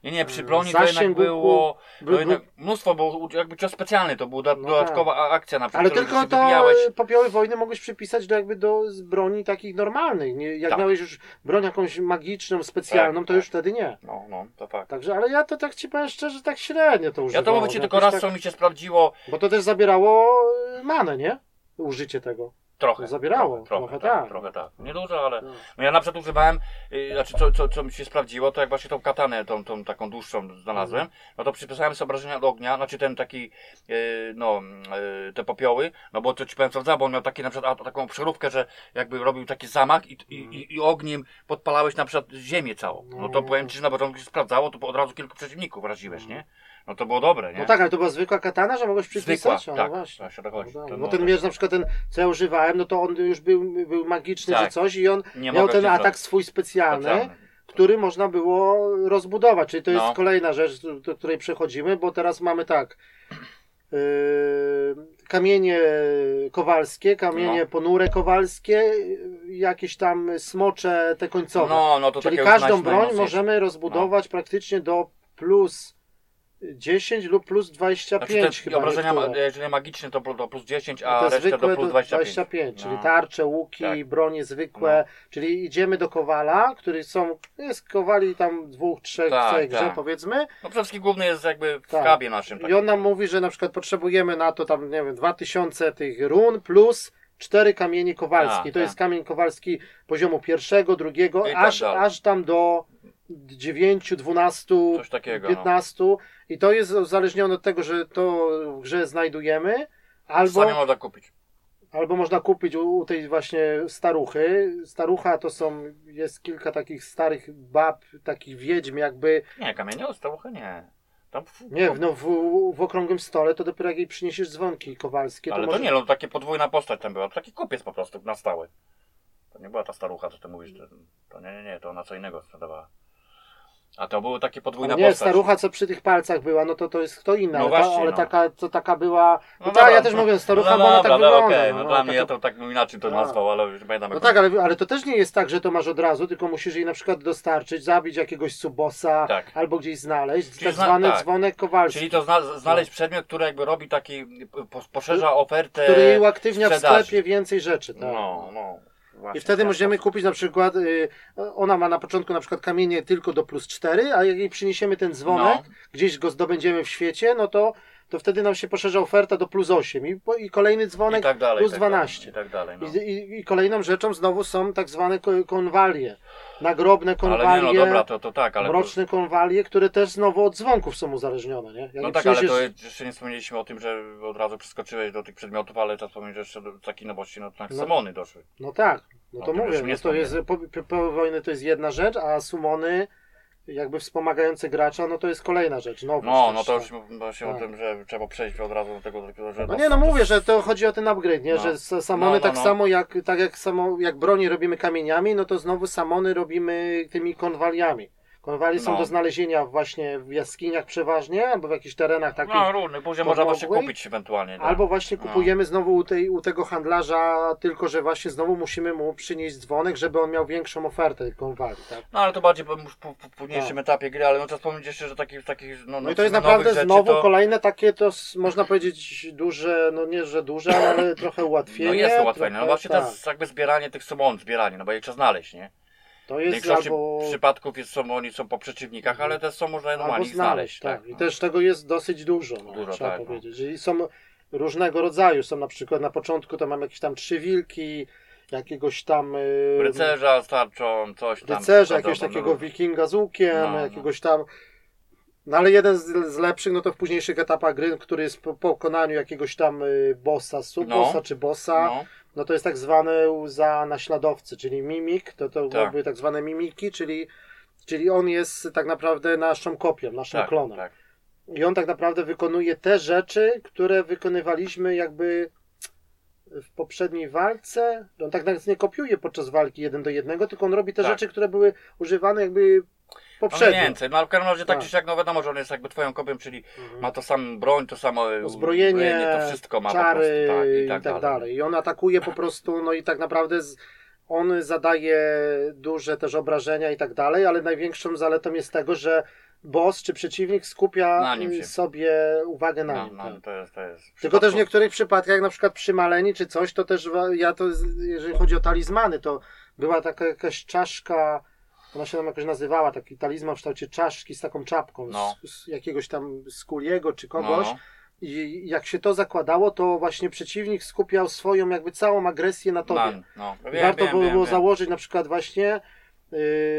Nie, nie, przy broni to Zasięg jednak był- było, był- to jednak mnóstwo, bo jakby cios specjalny, to była do, No dodatkowa a- akcja na Ale przykład, tylko że to wybijałeś. e, popioły wojny mogłeś przypisać do jakby do z broni takich normalnych. Nie, jak Tak. miałeś już broń jakąś magiczną, specjalną, Tak, to tak. już wtedy nie. No, no, to fakt. Także, ale ja to tak ci powiem szczerze, tak średnio to Ja używałem. to mówię ci tylko Jakoś raz, tak, co mi się sprawdziło, Bo to też zabierało e, manę, nie? Użycie tego. trochę. Zabierało, Trochę, trochę, trochę tak, tak. trochę tak. Nie dużo, ale... Tak. No ja na przykład używałem, yy, znaczy co, co, co mi się sprawdziło, to jak właśnie tą katanę, tą, tą taką dłuższą znalazłem, Mhm. no to przypisałem sobie obrażenia od ognia, znaczy ten taki, yy, no, yy, te popioły, no bo to ci powiem co, bo on miał taki na przykład a, taką przeróbkę, że jakby robił taki zamach i, i, i, i ogniem podpalałeś na przykład ziemię całą. No to powiem ci, że na początku się sprawdzało, to od razu kilku przeciwników raziłeś, nie? No to było dobre, nie? No tak, ale to była zwykła katana, że mogłeś przypisać? Zwykła, A, tak, no właśnie. właśnie o to chodzi. No, To no no, ten wiesz, na przykład ten, co ja używałem, no to on już był, był magiczny Tak. czy coś i on Nie miał mogę ten ci atak zrobić. swój specjalny, Specjalny. który można było rozbudować. Czyli to jest No. kolejna rzecz, do której przechodzimy, bo teraz mamy tak. Yy, kamienie kowalskie, kamienie No. ponure kowalskie, yy, jakieś tam smocze te końcowe. No, no to Czyli takie już każdą naj- broń najmocniejsze. możemy rozbudować praktycznie do plus dziesięć lub plus dwadzieścia Znaczy pięć te chyba obrażenia, ma- niektóre. jeżeli magiczne to, do plus dziesięć, No a te resztę zwykłe do plus dwadzieścia pięć. czyli No. tarcze, łuki, Tak. bronie zwykłe, No. czyli idziemy do kowala, który są, jest kowali tam dwóch, trzech Tak, w całej grze tak. powiedzmy. No przede wszystkim główny jest jakby w Tak. kabie naszym. I on nam mówi, że na przykład potrzebujemy na to tam, nie wiem, dwa tysiące tych run plus cztery kamienie kowalskie. Tak, to tak. jest kamień kowalski poziomu pierwszego, drugiego, I tak aż, dalej. aż tam do dziewięciu, dwunastu, Coś takiego, piętnastu. I to jest uzależnione od tego, że to w grze znajdujemy, albo... Sami można kupić. Albo można kupić u, u tej właśnie staruchy. Starucha to są, jest kilka takich starych bab, takich wiedźm jakby, Nie, kamienie ostałochy nie. Tam w... nie no w, w okrągłym stole to dopiero jak jej przyniesiesz dzwonki kowalskie. Ale to, może... nie, no takie podwójna postać tam była. To taki kupiec po prostu na stałe. To nie była ta starucha, co ty mówisz. To, to nie, nie, nie, to ona co innego sprzedawała. A to były takie podwójna Ale nie, postać. starucha co przy tych palcach była, no to to jest kto inna, No ale, ta, właśnie, ale no. taka, co taka była, no, No tak, ja dobra, też no, mówię starucha, no, bo ona tak dobra, wygląda. okej, no, no, no, dla takie- mnie ja to tak inaczej to Tak. nazwał, ale już nie pamiętam. No jak tak, ale, ale to też nie jest tak, że to masz od razu, tylko musisz jej na przykład dostarczyć, zabić jakiegoś subosa, Tak. albo gdzieś znaleźć, Czyli tak zna- zwany tak. dzwonek kowalski, Czyli to zna, znaleźć przedmiot, który jakby robi taki, po, poszerza ofertę który jej uaktywnia w sprzedaży. sklepie więcej rzeczy. Tak. No, no. Właśnie, I wtedy tak, możemy tak. kupić na przykład, y, ona ma na początku na przykład kamienie tylko do plus cztery, a jak jej przyniesiemy ten dzwonek, No. gdzieś go zdobędziemy w świecie, no to, to wtedy nam się poszerza oferta do plus osiem i, po- i kolejny dzwonek I tak dalej, plus i tak dwanaście. Dalej, I tak dalej, no. I, i, I kolejną rzeczą znowu są tak zwane ko- konwalie, nagrobne konwalie, Ale nie, no dobra, to, to tak, ale... mroczne konwalie, które też znowu od dzwonków są uzależnione. Nie? Jak No jej tak, ale to przyniesiesz- jeszcze nie wspomnieliśmy o tym, że od razu przeskoczyłeś do tych przedmiotów, ale trzeba wspomnieć, że jeszcze do takiej nowości, no tak No. samony doszły. No tak, no O to tym mówię, już nie no to jest, po, po, po wojny to jest jedna rzecz, a sumony jakby wspomagające gracza, no to jest kolejna rzecz. Nowość No, też, no to tak. już właśnie Tak. o tym, że trzeba przejść od razu do tego, do- że... No nie, no mówię, że to chodzi o ten upgrade, nie? No. Że s- samony No, no, tak no. samo jak, tak jak samo, jak broni robimy kamieniami, no to znowu samony robimy tymi konwaliami. Konwali są No. do znalezienia właśnie w jaskiniach przeważnie, albo w jakichś terenach takich. No różny, później można właśnie podmokłej. kupić ewentualnie. Tak. Albo właśnie No. kupujemy znowu u, tej, u tego handlarza, tylko że właśnie znowu musimy mu przynieść dzwonek, żeby on miał większą ofertę konwali, tak? No ale to bardziej po, już po, po późniejszym Tak. etapie gry, ale no trzeba wspomnieć jeszcze, że takich, takich no, No i to jest nowych naprawdę rzeczy znowu to... kolejne takie, to s- można powiedzieć duże, no nie, że duże, ale trochę ułatwienie. No jest to ułatwienie, no trochę- właśnie tak. to jest jakby zbieranie tych sumon, zbieranie, no bo je trzeba znaleźć, nie? To W jest większości albo, przypadków jest, są, oni są po przeciwnikach, ale też są można albo normalnie ich znaleźć. tak. Tak, I no. też tego jest dosyć dużo, no, Dużo, trzeba tak, no. powiedzieć. I są różnego rodzaju, są na przykład na początku to mam jakieś tam trzy wilki, jakiegoś tam y, Rycerza starczą, coś tam. rycerza, przykładowo, jakiegoś no, takiego wikinga z łukiem, No, no. jakiegoś tam. No ale jeden z, z lepszych, no to w późniejszych etapach gry, który jest po pokonaniu jakiegoś tam y, bossa, subbossa No. czy bossa, No, no to jest tak zwany łza naśladowcy, czyli mimik, to, to Tak. były tak zwane mimiki, czyli, czyli on jest tak naprawdę naszą kopią, naszym tak, klonem. tak. I on tak naprawdę wykonuje te rzeczy, które wykonywaliśmy jakby w poprzedniej walce. On tak naprawdę nie kopiuje podczas walki jeden do jednego, tylko on robi te Tak. rzeczy, które były używane jakby No poprzednio. więcej, no ale w każdym razie tak Tak. czy siak, no wiadomo, że on jest jakby twoją kopią, czyli Mhm. ma to samo broń, to samo Uzbrojenie, to wszystko ma czary po prostu, tak, i tak, dalej. I on atakuje po prostu, no i tak naprawdę z, on zadaje duże też obrażenia i tak dalej, ale największą zaletą jest tego, że boss czy przeciwnik skupia Na nim się. sobie uwagę na No, nim. no, tak. to jest, to jest. Tylko przypadku- też w niektórych przypadkach, jak na przykład przy Maleni czy coś, to też wa- ja to, z- jeżeli chodzi o talizmany, to była taka jakaś czaszka, ona się tam jakoś nazywała, taki talizman w kształcie czaszki z taką czapką, No. z, z jakiegoś tam Skuliego czy kogoś. No, I jak się to zakładało, to właśnie przeciwnik skupiał swoją jakby całą agresję na tobie. na, no. Wiem, Warto wiem, było wiem, wiem. założyć na przykład właśnie yy,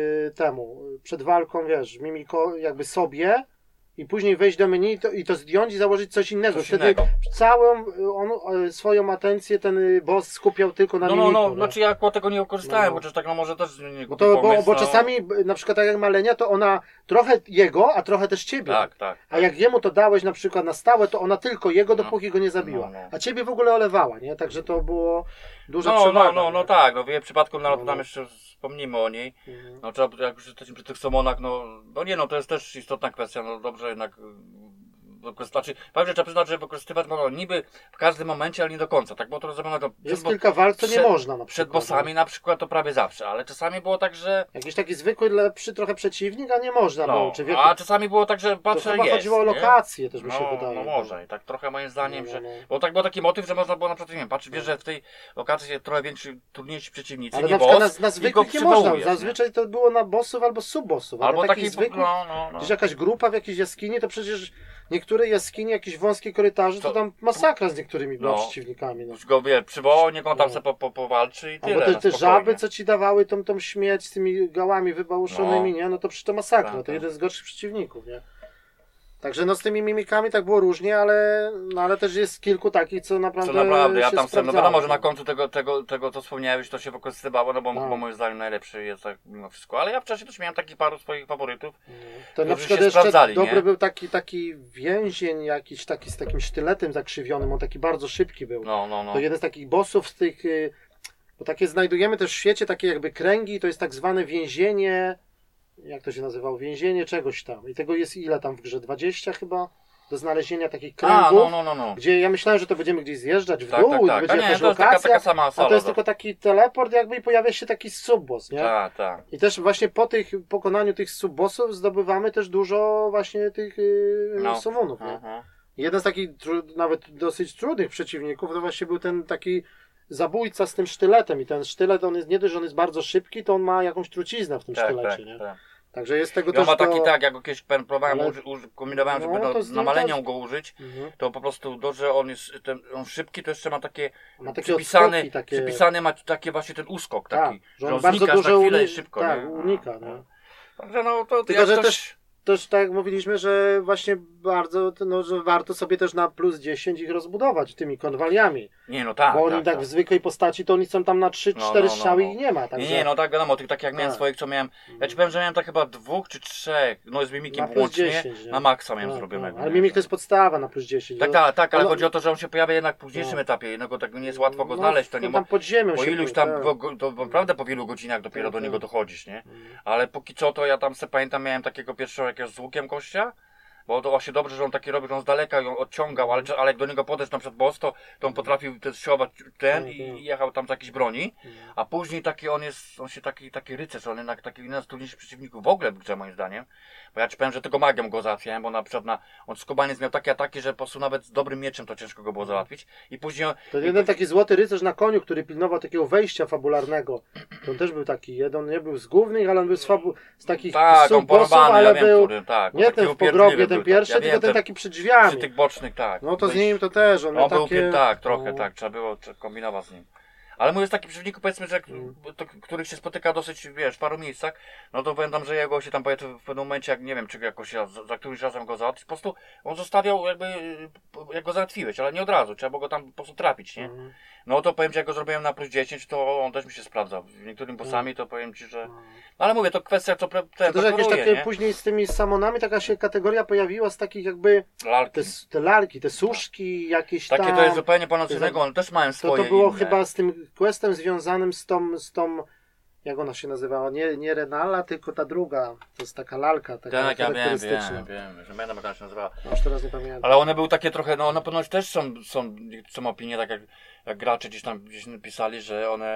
temu, przed walką, wiesz, mimiko jakby sobie i później wejść do menu i to, i to zdjąć i założyć coś innego. Coś Wtedy innego. całą on, y, swoją atencję ten y, boss skupiał tylko na No, no, mimiku. no, nie? znaczy ja akurat tego nie wykorzystałem, No. chociaż tak no może też nie Bo, głupi to, bo, pomysł, bo no. czasami b- na przykład tak jak Malenia, to ona trochę jego, a trochę też ciebie. Tak, tak. A jak jemu to dałeś na przykład na stałe, to ona tylko jego, No. dopóki go nie zabiła. No, no. A ciebie w ogóle olewała, nie? Także to było duża No, przewaga. no, no, no nie? tak, no w jej przypadku no, No, no, no. tam jeszcze wspomnimy o niej. Mhm. No trzeba, jak już jesteśmy przy tych somonach, no, no nie no, to jest też istotna kwestia, no dobrze jednak wykorzystać, znaczy, fakt, że trzeba przyznać, że wykorzystywać no, niby w każdym momencie, ale nie do końca, tak było to zrobione to Jest bo- kilka walk, co nie przed- można na przykład. przed bossami na przykład to prawie zawsze, ale czasami było tak, że Jakiś taki zwykły, lepszy trochę przeciwnik, a nie można no, było. Czy wie, a czasami było tak, że to patrzę, chyba jest, chodziło o nie? lokację też mi się No, wydaje. no może i tak trochę moim zdaniem, No, że no, no. bo tak był taki motyw, że można było na przykład, nie wiem, patrz, wiesz, że w tej lokacji jest trochę więksi, trudniejsi przeciwnicy, Ale nie na przykład boss, na, na i go zwykłych nie można. przywołujesz, nie? Zazwyczaj to było na bossów albo subbossów. Albo na taki takich zwykłych, no, no, no. gdzieś jakaś grupa w jakiejś jaskini, to przecież niektóre jaskini, jakieś wąskie korytarze, to To- tam masakra z niektórymi była No. przeciwnikami. No. Już go wie, przywołał, niech on tam No. sobie po, po, powalczy i tyle. Albo te, na te spokojnie. żaby, co ci dawały tą, tą śmierć z tymi gałami wybałuszonymi, No. nie? No to przecież to masakra, Tak, to tak. jeden z gorszych przeciwników, nie? Także no z tymi mimikami tak było różnie, ale, no, ale też jest kilku takich, co naprawdę Co naprawdę, ja się tam sam, no sprawdzało. wiadomo, że na końcu tego, tego, tego co wspomniałeś, to się wykorzystywało, no bo, Tak. bo moim zdaniem najlepszy jest tak mimo wszystko, ale ja wcześniej też miałem takich paru swoich faworytów. To na którzy przykład się jeszcze sprawdzali, dobry nie? był taki, taki więzień jakiś taki z takim sztyletem zakrzywionym, on taki bardzo szybki był. No, no, no. To jeden z takich bossów z tych, y, bo takie znajdujemy też w świecie, takie jakby kręgi, to jest tak zwane więzienie, jak to się nazywało, więzienie czegoś tam. I tego jest ile tam w grze? dwadzieścia chyba? Do znalezienia takich kręgów. A, no, no, no, no. Gdzie ja myślałem, że to będziemy gdzieś zjeżdżać w Tak, dół tak, i tak. będzie A nie, jakaś to jest taka, lokacja, taka sama a sala. to jest no. tylko taki teleport jakby i pojawia się taki subboss, nie? Tak, tak. I też właśnie po tych pokonaniu tych subbossów zdobywamy też dużo właśnie tych yy, No. sumonów, nie? Aha. Jeden z takich tru- nawet dosyć trudnych przeciwników to właśnie był ten taki zabójca z tym sztyletem i ten sztylet, on jest nie dość, że on jest bardzo szybki, to on ma jakąś truciznę w tym Tak, sztylecie, tak, nie? tak. Także jest tego I on też ma taki do... tak, jak go kiedyś próbowałem, Ale- uży, uży, kombinowałem, żeby No, do, to z nim na malenią też- go użyć, Mhm. to po prostu to, że on jest ten, on szybki, to jeszcze ma takie Ma takie przypisany, odskoki, takie... przypisany ma takie właśnie ten uskok Tak, taki, że że on bardzo znikasz dużo na chwilę uni- i szybko, tak, nie? unika, No, nie? no. Także no to Tylko, jak że ktoś... też, też tak jak mówiliśmy, że właśnie bardzo, no, że warto sobie też na plus dziesięć ich rozbudować tymi konwaliami. Nie no tak, bo oni tak, tak, tak. w zwykłej postaci to oni są tam na trzy cztery No, no, no, strzały no. ich nie ma. Także Nie, nie, no tak wiadomo, tych tak jak miałem Tak. swoich, co miałem, ja ci powiem, że miałem tak chyba dwóch czy trzech, no z mimikiem na plus łącznie, dziesięć. nie? na maksa miałem Tak, zrobionego. tak. Ale nie? mimik to jest podstawa na plus dziesięć. Tak, No, tak, tak, ale ono- chodzi o to, że on się pojawia jednak w późniejszym No. etapie, jednego tak nie jest łatwo go no, znaleźć, to nie tam mo- pod ziemią po się iluś tu- tam, tak. go, go, to naprawdę po wielu godzinach dopiero Tak, do tak. niego dochodzisz, nie? Mhm. Ale póki co to ja tam se pamiętam, miałem takiego pierwszego jakiegoś z łukiem gościa, bo to właśnie dobrze, że on taki robił, że on z daleka ją odciągał, ale, ale jak do niego podejść na przykład boss, to, to on potrafił też siować ten Tak, i tak. i jechał tam z jakiejś broni, Mhm. a później taki on jest, on się taki, taki rycerz, on jednak taki jeden z trudniejszych przeciwników w ogóle w grze moim zdaniem, bo ja ci powiem, że tylko magią go załatwiałem, bo na przykład na, on skubaniec miał takie ataki, że po prostu nawet z dobrym mieczem to ciężko go było załatwić i później on, To jeden taki złoty rycerz na koniu, który pilnował takiego wejścia fabularnego. To on też był taki, jeden nie był z głównych, ale on był z, fabu- z takich tak, on subbossów, porobany, ale ja wiem, był który, tak, on nie taki ten w upierdliwy pogrobie, był, ten tak. pierwszy, Ja tylko wiem, ten taki przed drzwiami. przy tych bocznych, tak. No to z Wyjść- nim to też, on No miał był takie... takie... tak, trochę no. tak, trzeba było trzeba kombinować z nim. Ale mówię z takich przeciwników, powiedzmy, że Mm. to, których się spotyka dosyć, wiesz, w paru miejscach, no to pamiętam, że jego się tam powiedzmy w pewnym momencie, jak nie wiem, czy jakoś ja za, za którymś razem go załatwić, po prostu on zostawiał jakby, jak go załatwiłeś, ale nie od razu, trzeba było go tam po prostu trafić, nie? Mhm. No to powiem ci, jak go zrobiłem na plus dziesięć, to on też mi się sprawdzał. Niektórymi bossami to powiem ci, że... No ale mówię, to kwestia, co pre, ten To też jakieś preferuje, takie nie? później z tymi samonami taka się kategoria pojawiła z takich jakby Lalki. te, te lalki, te suszki jakieś Takie tam. to jest zupełnie po to innego, za- one też mają To, swoje to było inne. chyba z tym questem związanym z tą, z tą, jak ona się nazywała, nie, nie Renala, tylko ta druga, to jest taka lalka, taka Tak, ja wiem, charakterystyczna. wiem, wiem, że pamiętam, jak ona się nazywała. No, już teraz nie pamiętam. Ale one były takie trochę, no na pewno też są, są, są opinie, tak jak, jak gracze gdzieś tam gdzieś napisali, że one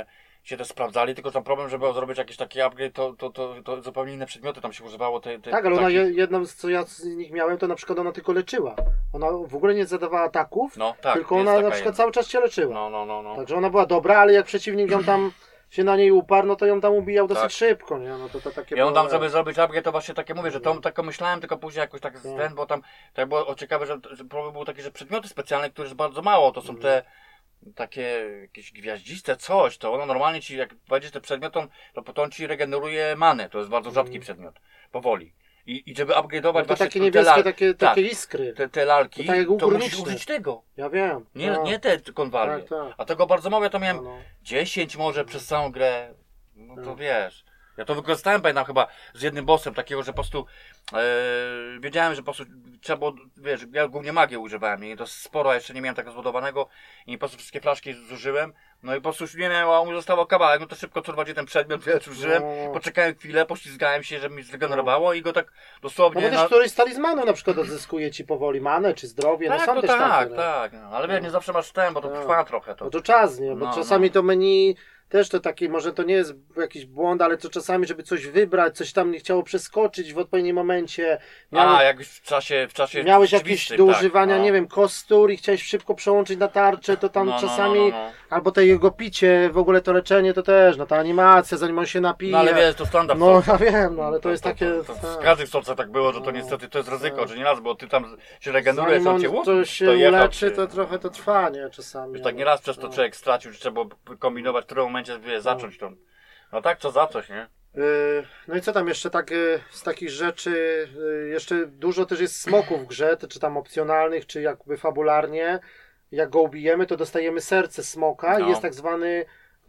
się też sprawdzali, tylko tam problem, żeby zrobić jakiś taki upgrade, to, to, to, to zupełnie inne przedmioty tam się używało. Te, te, tak, ale ona takich... je, jedną z co ja z nich miałem, to na przykład ona tylko leczyła. Ona w ogóle nie zadawała ataków, no, tak, tylko jest ona taka na przykład jedna. cały czas cię leczyła. No, no, no, no. Także ona była dobra, ale jak przeciwnik ją tam się na niej uparł, no to ją tam ubijał dosyć Tak. szybko, nie? No to, to takie Ja on było- tam, żeby zrobić upgrade, to właśnie takie mówię, że to tak myślałem, tylko później jakoś tak No. ten, bo tam tak było o ciekawe, że, że problem był taki, że przedmioty specjalne, które jest bardzo mało, to są te takie jakieś gwiaździste coś, to ono normalnie ci, jak wejdziesz ten przedmiot, to, to potem ci regeneruje manę, to jest bardzo rzadki przedmiot, powoli. I, i żeby upgrade'ować No to właśnie takie te niebieskie, lal- takie, tak, takie iskry. te, te lalki, To tak jak u to musisz górniczych. użyć tego, Ja wiem. nie, no. nie te konwalie. Tak, tak. A tego bardzo mało, ja to miałem No, no. dziesięć może przez całą grę, no to Tak. wiesz. Ja to wykorzystałem, pamiętam chyba z jednym bossem takiego, że po prostu e, wiedziałem, że po prostu trzeba było, wiesz, ja głównie magię używałem i to sporo, a jeszcze nie miałem tego zbudowanego i po prostu wszystkie flaszki zużyłem, no i po prostu już nie miałem, a mu zostało kawałek, no to szybko co ten przedmiot, wiesz, użyłem, No. poczekałem chwilę, poślizgałem się, żeby mi zregenerowało i go tak dosłownie... No bo też na- któryś z talizmanów na przykład odzyskuje ci powoli manę czy zdrowie, no tak, są to też tak, takie. no. tak, no, ale wiesz, nie zawsze masz ten, bo to Tak. trwa trochę to. No to czas, nie? Bo No, czasami no. to menu też to taki, może to nie jest jakiś błąd, ale to czasami, żeby coś wybrać, coś tam nie chciało przeskoczyć w odpowiednim momencie. Miałeś, A, jak już w czasie, w czasie miałeś jakieś rzeczywistym, do tak, używania, no. nie wiem, kostur i chciałeś szybko przełączyć na tarczę, to tam No, no, czasami, no, no, no. albo to jego picie, w ogóle to leczenie, to też, no ta animacja, zanim on się napije. No ale wiesz, to standard. No Soulsa. ja wiem, no ale to jest takie... To, to, to tak. w każdych Soulsach tak było, że to No, niestety to jest ryzyko, tak. że nie raz, bo ty tam się regenerujesz, Zanim on on cię łup, to się to jechał, uleczy, czy- to trochę to trwa, nie? Czasami. Już tak ale- nie raz przez to no. człowiek stracił, że trzeba było kombinować, w którym momencie wie, zacząć to. No tak, co za coś, nie? Yy, No i co tam jeszcze tak yy, z takich rzeczy, yy, jeszcze dużo też jest smoków w grze, te, czy tam opcjonalnych, czy jakby fabularnie. Jak go ubijemy, to dostajemy serce smoka No. i jest tak zwany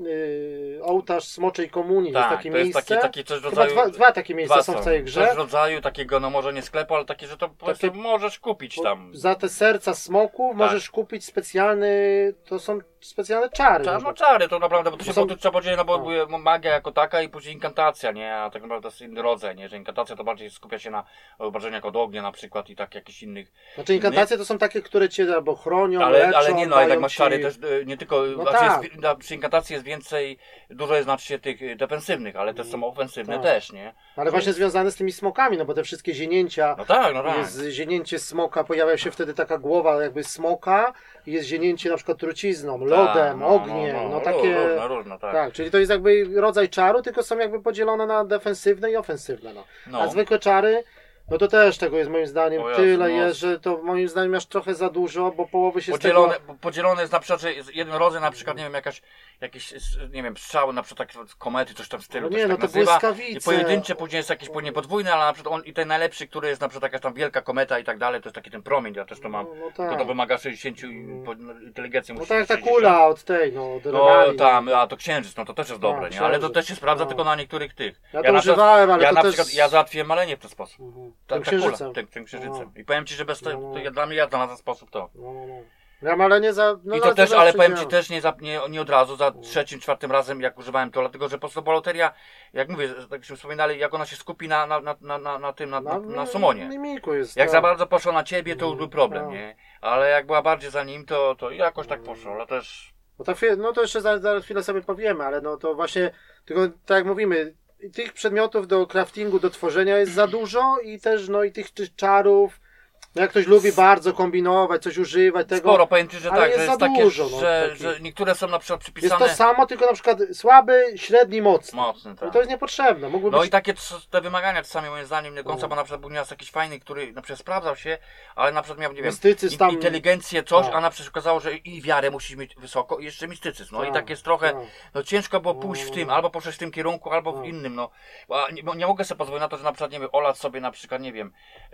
yy, ołtarz smoczej komunii. Tak, jest takie to jest miejsce. taki, taki coś w Chyba rodzaju... dwa, dwa takie miejsca dwa są w całej grze. Coś w rodzaju takiego, no może nie sklepu, ale takie, że to po prostu możesz kupić Bo tam. Za te serca smoków Tak. możesz kupić specjalny, to są specjalne czary. Czar, można no czary to naprawdę, bo to się są- po, trzeba podzielić, no bo No. były magia jako taka i później inkantacja, nie? A tak naprawdę to jest inny rodzaj, nie? Że inkantacja to bardziej skupia się na obrażeniach od ognia na przykład i tak jakichś innych. Znaczy inkantacje to są takie, które cię albo chronią, Ale, leczą, ale nie no, jednak dają masz ci- czary też e, nie tylko, No znaczy tak. jest, na, przy inkantacji jest więcej, dużo jest znaczy się tych e, defensywnych, ale też są ofensywne Tak. też, nie? Ale właśnie związane z tymi smokami, no bo te wszystkie zienięcia, No tak, no tak. jest zienięcie smoka, pojawia się wtedy taka głowa jakby smoka i jest zienięcie na przykład trucizną, lodem, Tak, no, ogniem, no, no, no, takie... Różne, różne, tak. Tak, czyli to jest jakby rodzaj czaru, tylko są jakby podzielone na defensywne i ofensywne, no. No. A zwykłe czary, no to też tego jest moim zdaniem O Jezu, tyle no. jest, że to moim zdaniem aż trochę za dużo, bo połowy się Podzielone, z tego... podzielone jest na przykład, że jest jeden rodzaj, na przykład, nie wiem, jakaś, jakieś, nie wiem, strzały, na przykład takie komety, coś tam w stylu, No to nie, się no tak to nazywa. błyskawice. I pojedyncze później jest jakieś później podwójne, ale na przykład on i ten najlepszy, który jest na przykład jakaś tam wielka kometa i tak dalej, to jest taki ten promień, ja też to mam. No, no To, tak. to wymaga sześćdziesiąt i po- no, inteligencji No musi tak jak ta sześćdziesiąt. kula od tej, no, od No Renali, tam, a to księżyc, no to też jest No, dobre, nie? Ale to księżyc. też się sprawdza No. tylko na niektórych tych. Ja to na używałem, ale ja to na też- przykład, ja załatwiłem malenie w ten sposób. Mhm. Ta, Tym ta kula, księżycem. tym, tym księżycem. No. I powiem ci, że bez tego, No, no. to ja, dla mnie ja znalazłem sposób to. No, no, no. Ja ale nie za... No, I za- to też, za- ale za- powiem za- ci też nie, za, nie, nie od razu, za trzecim, czwartym razem jak używałem to, dlatego że po prostu była loteria, jak mówię, tak się wspominali, jak ona się skupi na, na, na, na, na, na tym, na, na, na sumonie. mimiku jest Jak to. za bardzo poszło na ciebie, to już był problem, No. nie? Ale jak była bardziej za nim, to, to jakoś tak poszło, ale też... Bo ta, chwilę- no to jeszcze za, za chwilę sobie powiemy, ale no to właśnie, tylko tak jak mówimy, tych przedmiotów do craftingu, do tworzenia jest za dużo i też, no i tych, tych czarów, no jak ktoś lubi bardzo kombinować, coś używać, tego... Sporo, powiem ci, że ale tak, jest że za jest takie, dużo, no, że, takich. że niektóre są na przykład Jest przypisane... to samo, tylko na przykład słaby, średni, mocny. Mocny, I tak. to jest niepotrzebne. Mógłby No być... i takie c- te wymagania czasami moim zdaniem nie końca, No. bo na przykład był nieraz jakiś fajny, który na przykład sprawdzał się, ale na przykład miał, nie wiem, Mistycyzm in- tam- inteligencję, coś, Tak. a na przykład okazało, że i wiarę musi mieć wysoko i jeszcze mistycyzm. No i Tak, tak jest trochę, tak. no ciężko było pójść w No, tym, no. albo poprzeć w tym kierunku, albo w Tak. innym, no. Bo nie, bo nie mogę sobie pozwolić na to, że na przykład, nie wiem, olać sobie na przykład, nie wiem, yy,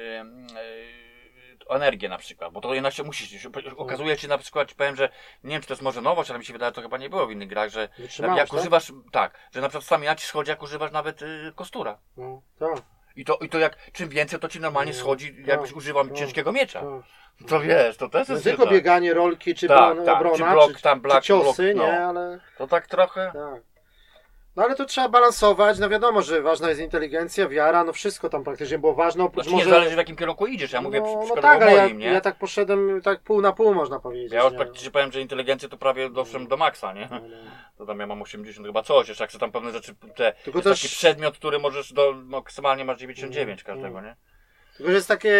yy, energię na przykład, bo to jednak się musisz, okazuje się na przykład, powiem, że nie wiem, czy to jest może nowość, ale mi się wydaje, że to chyba nie było w innych grach, że Wytrzymałość, jak tak? używasz, tak, że na przykład sami ci schodzi, jak używasz nawet yy, kostura. No, tak, I to, I to jak czym więcej, to ci normalnie No, schodzi, tak, jakbyś używał tak, ciężkiego miecza. tak. To wiesz, to też Nie jest tylko tak. bieganie, rolki, czy Tak, bron, tak, obrona, czy blok, czy, tam czy black, ciosy, blok, no. nie, ale... To tak trochę. Tak. No ale to trzeba balansować, no wiadomo, że ważna jest inteligencja, wiara, no wszystko tam praktycznie było ważne, oprócz Znaczy, może... nie zależy w jakim kierunku idziesz, ja mówię no, przy- no przykładowo tak, ale ja, moim, nie? ja tak poszedłem tak pół na pół, można powiedzieć. Ja już nie? praktycznie powiem, że inteligencję to prawie doszłem do maksa, nie? No, no. To tam ja mam osiemdziesiąt chyba coś, jeszcze jak chcę tam pewne rzeczy, te, Tylko jest też- taki przedmiot, który możesz do, maksymalnie masz dziewięćdziesiąt dziewięć każdego, nie? Tylko, że jest takie,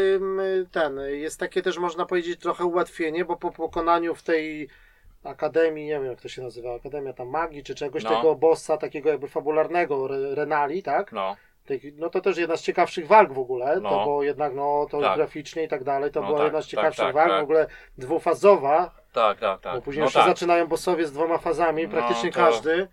mm, ten, jest takie też można powiedzieć trochę ułatwienie, bo po pokonaniu w tej akademii, nie wiem jak to się nazywa, Akademia tam Magii czy czegoś, No. tego bossa takiego jakby fabularnego, Re- Renali, tak? No, Tych, no to też jedna z ciekawszych walk w ogóle, No. to było jednak, no to Tak. graficznie i tak dalej, to No była tak, jedna z tak, ciekawszych tak, walk, tak. w ogóle dwufazowa, tak, tak, tak. bo później no już się tak. zaczynają bossowie z dwoma fazami, No, praktycznie to- każdy,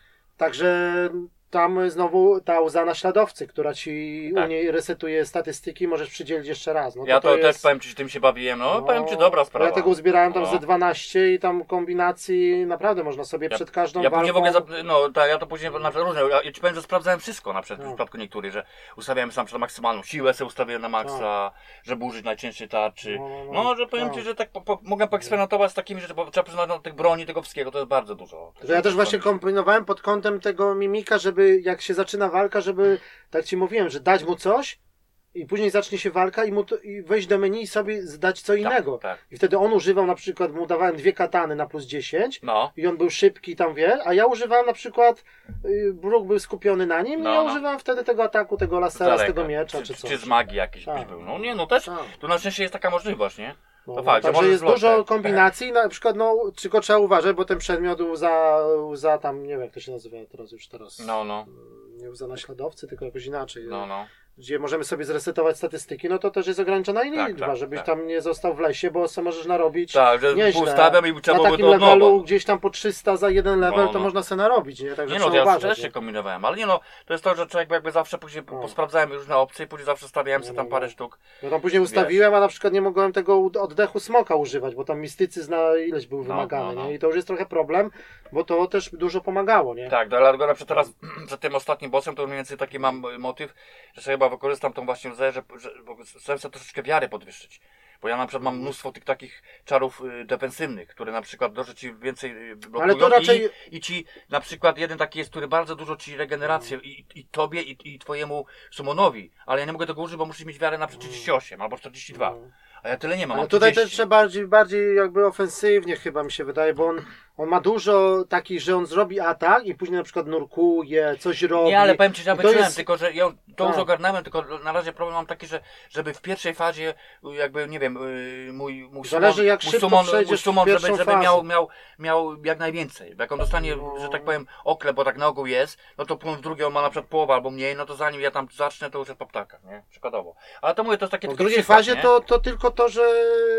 także tam znowu ta łza naśladowcy, która ci Tak. u niej resetuje statystyki, możesz przydzielić jeszcze raz. No Ja to, jest... też powiem ci, że tym się bawiłem, no, No, powiem ci, dobra sprawa. Ja tego uzbierałem tam No. ze dwanaście i tam kombinacji naprawdę można sobie Ja- przed każdą Ja walką... później w ogóle, zap- no tak, ja to później na przykład różne, ja, ja ci powiem, że sprawdzałem wszystko na przykład w No. przypadku niektórych, że ustawiałem sam przed maksymalną siłę, sobie ustawiłem na maksa, żeby użyć najcięższej tarczy. No, no, no. No, że powiem No. ci, że tak po, po, mogę poeksperymentować z takimi rzeczami, bo trzeba przyznać, no, tych broni, tego wszystkiego, to jest bardzo dużo. Że ja też właśnie kombinowałem pod kątem tego mimika, żeby jak się zaczyna walka, żeby, tak ci mówiłem, że dać mu coś i później zacznie się walka i, mu to, i wejść do menu i sobie zdać co innego. tak. I wtedy on używał na przykład, mu dawałem dwie katany na plus dziesięć No, i on był szybki tam, wie, a ja używałem na przykład, y, Brook był skupiony na nim No, i ja no. używałem wtedy tego ataku, tego z lasera, z daleka. tego miecza, czy, czy coś. czy z magii jakiś Tak. byś był. No nie, no też, Tak. tu na szczęście jest taka możliwość, nie? No, To fakt, że także możesz jest z lotem. dużo kombinacji, na przykład no, tylko trzeba uważać, bo ten przedmiot łza, łza tam, nie wiem jak to się nazywa teraz już teraz, No, no, nie łza naśladowcy, tylko jakoś inaczej, no, no. gdzie możemy sobie zresetować statystyki, no to też jest ograniczona liczba, Tak, tak, żebyś tak. tam nie został w lesie, bo co możesz narobić Tak, że nieźle. ustawiam i trzeba Na było takim to od levelu nowa. gdzieś tam po trzysta za jeden level No, to no. można sobie narobić, nie? Także Nie no, trzeba ja uważać. też się nie? kombinowałem, ale nie no, to jest to, że człowiek jakby zawsze później No. posprawdzałem różne opcje i później zawsze stawiałem sobie No, tam no, parę no. sztuk. No tam później ustawiłem, a na przykład nie mogłem tego ud- oddechu smoka używać, bo tam mistycyzm na ileś był wymagany, no, no. nie? I to już jest trochę problem, bo to też dużo pomagało, nie? Tak, dlatego na przykład teraz przed tym ostatnim bossem to mniej więcej taki mam motyw, że sobie chyba wykorzystam tą właśnie łzę, że, że bo chcę sobie troszeczkę wiary podwyższyć. Bo ja na przykład mam mnóstwo tych takich czarów y, defensywnych, które na przykład dużo ci więcej y, blokują Ale to raczej- i, i ci na przykład jeden taki jest, który bardzo dużo ci regenerację i, i tobie i, i twojemu summonowi, ale ja nie mogę tego użyć, bo muszę mieć wiarę na przykład trzydzieści osiem albo czterdzieści dwa. No. A ja tyle nie mam, Ale mam tutaj też trzydzieści. trzeba bardziej, bardziej jakby ofensywnie chyba mi się wydaje, bo on, on ma dużo takich, że on zrobi atak i później na przykład nurkuje, coś robi. Nie, ale powiem ci, że ja I to wyczułem, jest- tylko że ja to już Tak. ogarnąłem, tylko na razie problem mam taki, że żeby w pierwszej fazie jakby, nie wiem, y, mój, mój Zależy, summon, jak mój szybko summon, przejdziesz mój w summon żeby, pierwszą żeby fazę. miał, miał, miał jak najwięcej. Bo jak on dostanie, No. że tak powiem, oklep, bo tak na ogół jest, no to punkt drugi on ma na przykład połowę albo mniej, no to zanim ja tam zacznę, to już jest po ptakach, nie? Przykładowo. Ale to mówię, to jest takie No w tylko drugiej przykład, fazie nie? to, to tylko to, że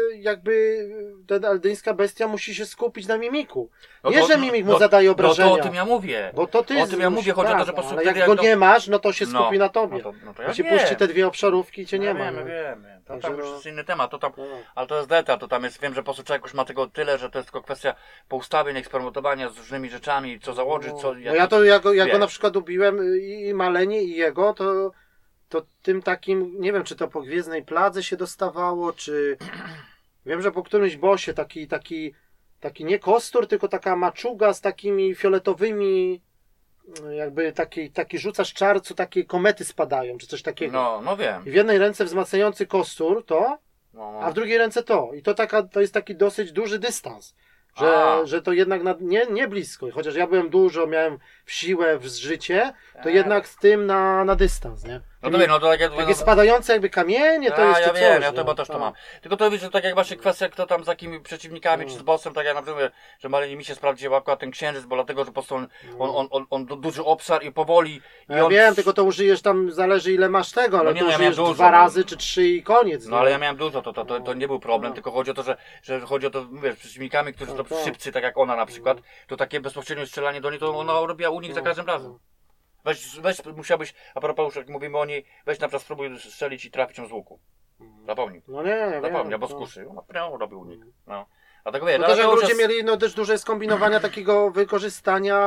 jakby ta aldyńska bestia musi się skupić na mimiku. No Nie, to- że mimik mu no- zadaje No obrażenia. to o tym ja mówię. Bo to ty O tym ja mówię, chodzi o to, że po prostu ale wtedy jak jak go do- nie masz, no to się No, skupi na tobie. No to, no to ja Ja ci wiem. puści te dwie obszarówki i cię nie ja ma. Wiemy, no. wiemy. To Także tam już no- jest inny temat. To tam, No. ale to jest detal, to tam jest, wiem, że po prostu człowiek już ma tego tyle, że to jest tylko kwestia poustawień, eksperymentowania z różnymi rzeczami, co założyć, co... No ja to, jak, go- jak go wiesz. na przykład ubiłem i i Malenie i jego, to, to tym takim, nie wiem, czy to po Gwiezdnej Pladze się dostawało, czy... Wiem, że po którymś bossie taki, taki, taki nie kostur, tylko taka maczuga z takimi fioletowymi, jakby taki, taki rzucasz czar, co takie komety spadają, czy coś takiego. No, no wiem. I w jednej ręce wzmacniający kostur to, No, no. a w drugiej ręce to. I to, taka, to jest taki dosyć duży dystans. A. Że, że to jednak na, nie, nie blisko. I chociaż ja byłem dużo, miałem w siłę, w życie, to Tak. jednak z tym na, na dystans, nie? No to wiem, no to tak jak... Takie spadające jakby kamienie, to A, jest ja to wiem, coś, ja to no. chyba też to Tak. mam. Tylko to wiesz, że tak jak właśnie kwestia, kto tam z jakimi przeciwnikami, No. czy z bossem, tak jak na przykład, że Malenie mi się sprawdził akurat ten księżyc, bo dlatego, że po prostu on, on, on, on, on du- duży obszar i powoli... No i ja on... wiem, tylko to użyjesz tam, zależy ile masz tego, ale No nie, to no ja użyjesz miałem dwa dużo, razy no. czy trzy i koniec. No nie? ale ja miałem dużo, to, to, to, to nie był problem, No. tylko chodzi o to, że, że chodzi o to, wiesz, z przeciwnikami, którzy No to tak. szybcy, tak jak ona na przykład, to takie bezpośrednie strzelanie do niej, to ona robiła unik za No, każdym razem. Weź, weź, musiałbyś, a propos już jak mówimy o niej, weź na przykład spróbuj strzelić i trafić ją z łuku. Zapomnij. No nie, ja Zapomnij, wiem, albo z no. kuszy. Ona pręło robi unik. No. A tak wiesz, No ale też jak to już ludzie jest... mieli no, też dużo skombinowania takiego wykorzystania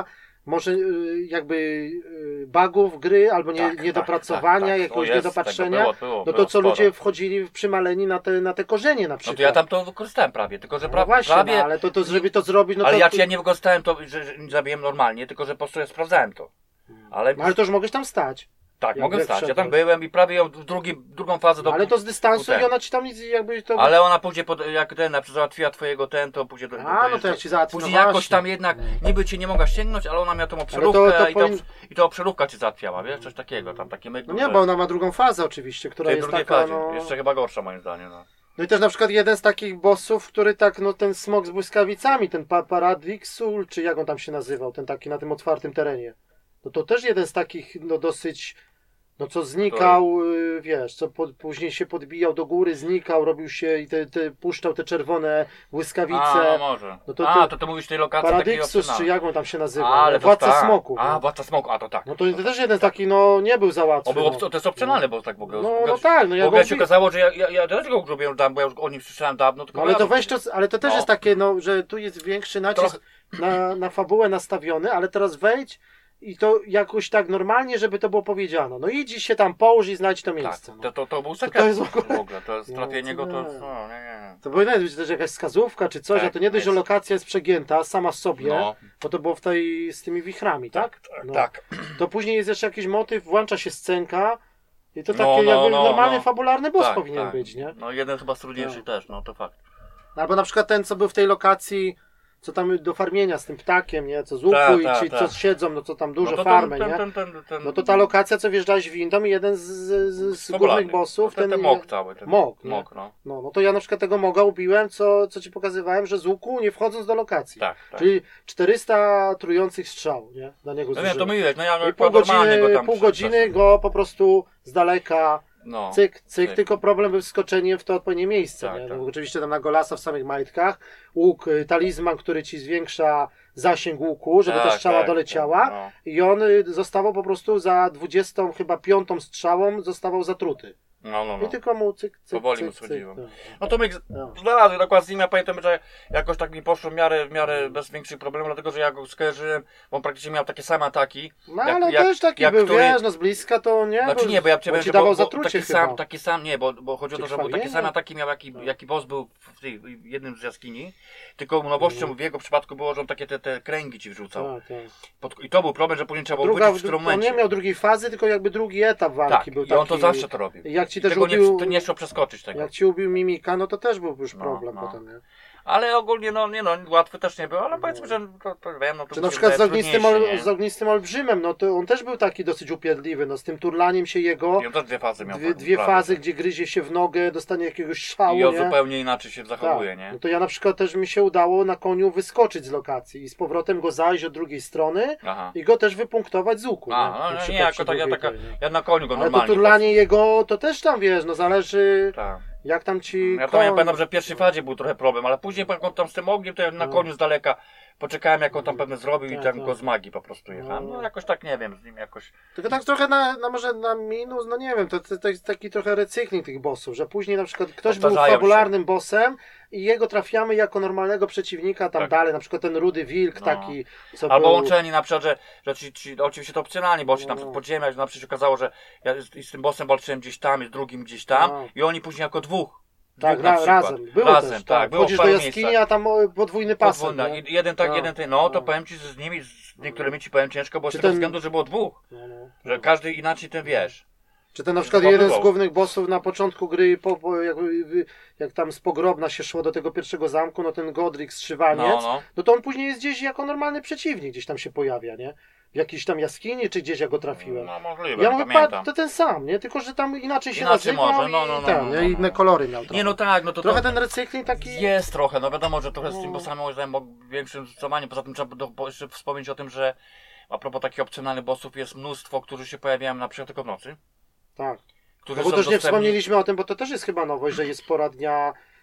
może y, jakby y, bugów gry, albo nie, Tak, niedopracowania, tak, tak, tak. jakiegoś O, jest, niedopatrzenia, tego było, było, no to było co sporo. ludzie wchodzili przymaleni na te, na te korzenie na No przykład. to ja tam to wykorzystałem prawie, tylko że No pra, właśnie, prawie... no, ale to, to żeby to zrobić, no ale to... ja, ja nie wykorzystałem to, że, że zabiłem normalnie, tylko że po prostu ja sprawdzałem to. Ale, No, ale to już mogłeś tam stać. tak, jak mogę grę stać. Ja wszedłeś. tam byłem i prawie ją w drugi, drugą fazę do... No, ale to z dystansu ten. i ona ci tam nic jakby to... Ale ona później, pod, jak ten, na przykład załatwiła twojego ten, to później... Do, A, no to jak ci załatwi, Później no jakoś właśnie. tam jednak, niby cię nie mogła ściągnąć, ale ona miała tą to- obszarówkę to i, powin- to, i to obszarówka cię załatwiała, wiesz, coś takiego, tam takie myk. No nie, bo ona ma drugą fazę oczywiście, która tej jest drugiej taka, fazie, no... jeszcze chyba gorsza moim zdaniem, no. No i też na przykład jeden z takich bossów, który tak, no ten smok z błyskawicami, ten pa Paradixul, czy jak on tam się nazywał, ten taki na tym otwartym terenie. No to też jeden z takich, no dosyć, no co znikał, y, wiesz, co po, później się podbijał do góry, znikał, robił się i te, te, puszczał te czerwone błyskawice. A, no może. No to- A, to- to ty mówisz tej lokacji takiej Paradixus, czy opcjonalnej. jak on tam się nazywał, Ale no, to Władca tak. Smoków. A, No. Władca Smoku, a to tak. no to też jeden taki, no nie był za łatwy. O, było, no. to jest opcjonalne, bo tak w ogóle. No, w ogóle, no tak, no ja w ogóle go się wi- okazało, że ja, ja, ja dlaczego go zrobiłem tam, bo ja już o nim słyszałem dawno, tylko No, ale ja to weź to, ale to też No. jest takie, no, że tu jest większy nacisk na, na fabułę nastawiony, ale teraz wejdź i to jakoś tak normalnie, żeby to było powiedziane. No idź i się tam połóż i znajdź to Tak, miejsce. No. to, to, to był To sekret jest w ogóle- w ogóle, to jest No, trafienie to go, to nie. no, nie, nie. To powinna być też jakaś wskazówka czy coś, Tak, a to nie dość, że jest. lokacja jest przegięta sama w sobie, No. bo to było w tej, z tymi wichrami, tak? Tak, No. tak. To później jest jeszcze jakiś motyw, włącza się scenka i to No, takie no, jakby no, normalny, no. fabularny boss Tak, powinien tak. być, nie? No jeden chyba z trudniejszych No. też, no to fakt. Albo na przykład ten, co był w tej lokacji, co tam do farmienia z tym ptakiem, nie? Co z łuku Tak, i tak, ci, tak. co siedzą, no co tam dużo no to farmy, ten, nie? ten, ten, ten, ten, No to ta lokacja, co wjeżdżałeś windą i jeden z, z, z, z fabularny. głównych bossów, No, ten, ten mok cały. Ten, Mok, nie? mok, no. No, no to ja na przykład tego moga ubiłem, co, co ci pokazywałem, że z łuku nie wchodząc do lokacji. Tak, tak. Czyli czterysta trujących strzał, nie? Dla niego No nie, to zużyłem. mówiłeś, no ja I no, pół normalnie godziny, go tam pół przy- godziny go po prostu z daleka No. cyk, cyk, cyk. tylko problem był z skoczeniem w to odpowiednie miejsce. Tak, nie? tak. No, bo oczywiście tam na golasa w samych majtkach, łuk, y, talizman, który ci zwiększa zasięg łuku, żeby ta Tak, strzała tak, doleciała no. i on y, zostawał po prostu za dwudziestą chyba piątą strzałą zostawał zatruty. No, no, no. I tylko mu cyk, cyk, Powoli mu cyk, cyk, schodziło. no. No to my No. znalazłem akurat z nim, ja pamiętam, że jakoś tak mi poszło w miarę, w miarę bez większych problemów, dlatego że ja go skojarzyłem, bo on praktycznie miał takie same ataki. No jak- ale jak- też taki jak był, który- wiesz, no z bliska to nie, Znaczy bo, nie, bo ja bo ciebie, ci że dawał bo, bo zatrucie taki chyba. sam, taki sam, nie, bo, bo chodzi o Czy to, że był taki krwawienie? sam ataki miał, jaki, jaki boss był w, tej, w jednym z jaskini, tylko nowością Mhm. w jego przypadku było, że on takie te, te kręgi ci wrzucał. Tak, tak. Pod, I to był problem, że później trzeba było Druga, wrócić w którym on momencie. nie miał drugiej fazy, tylko jakby drugi etap walki Tak, był i taki. on to zawsze to robił. Jak ci I też tego ubił, nie, to nie szło przeskoczyć tego. jak ci ubił mimika, no to też był już No, problem no. potem, nie? Ale ogólnie, no nie no, łatwy też nie był, ale powiedzmy, że to, to wiem, no to Czy mi na się przykład z wydaje ognistym, ol, trudniejszy, nie? z ognistym olbrzymem, no to on też był taki dosyć upierdliwy, no z tym turlaniem się jego, I on też dwie fazy miał. dwie, tak, dwie prawie. fazy, gdzie gryzie się w nogę, dostanie jakiegoś szału, I on nie? zupełnie inaczej się zachowuje, Tak. nie? No to ja na przykład też mi się udało na koniu wyskoczyć z lokacji i z powrotem go zajść od drugiej strony Aha. i go też wypunktować z łuku. A, nie? no, Na nie, przykład nie, przy jako tak, ja, drugiej taka, tej, nie? ja na koniu go Ale to normalnie. turlanie jego, to też tam wiesz, no zależy Tak. jak tam ci Ja koń... tam ja pamiętam, że w pierwszej fazie był trochę problem, ale później jak on tam z tym ogniem, to ja na No. koniu z daleka poczekałem, jak on tam pewnie zrobił i Tak, tam tak. go z magii po prostu jechałem. No. No jakoś tak, nie wiem, z nim jakoś... Tylko tak trochę na, na może na minus, no nie wiem, to, to, to jest taki trochę recykling tych bossów, że później na przykład ktoś był Powtarzają się. fabularnym bossem i jego trafiamy jako normalnego przeciwnika tam Tak. dalej, na przykład ten rudy wilk No. taki, co Albo był... łączeni na przykład, że, że ci, ci, oczywiście to opcjonalnie, bo się tam No. w podziemiach, na przykład się okazało, że ja z, z tym bossem walczyłem gdzieś tam, i z drugim gdzieś tam No. i oni później jako dwóch. Tak, dwóch na ra, przykład. razem, było razem, też, tak, tak. było w Wchodzisz do paru jaskini, miejscach. a tam o, podwójny pasek, Podwójna. nie? I jeden tak, No. jeden ten, no to No. powiem ci, że z nimi, z niektórymi ci powiem ciężko, bo z Czy tego ten- względu, że było dwóch. No, no. Że każdy inaczej ten wiesz. Czy ten na przykład Złapywał. jeden z głównych bossów na początku gry, po, po, jak, jak tam z pogrobna się szło do tego pierwszego zamku, no ten Godric Strzywaniec, No, no, no. to on później jest gdzieś jako normalny przeciwnik, gdzieś tam się pojawia, nie? W jakiejś tam jaskini, czy gdzieś ja go trafiłem. No możliwe, Ja nie mówię, pa, pamiętam. to ten sam, nie? Tylko, że tam inaczej się Inaczej nazywał może, no, i no, no, ten, no, nie? no, I no. inne kolory miał trochę. Nie no tak, no to Trochę to ten recykling taki... jest trochę, no wiadomo, że trochę z tym No. bossami moim zdaniem mógł większym zdecydowanie, poza tym trzeba do, bo jeszcze wspomnieć o tym, że a propos takich opcjonalnych bossów jest mnóstwo, którzy się pojawiają na przykład tylko w nocy. Tak. Którzy No bo są też nie dostępni- wspomnieliśmy o tym, bo to też jest chyba nowość, że jest pora dnia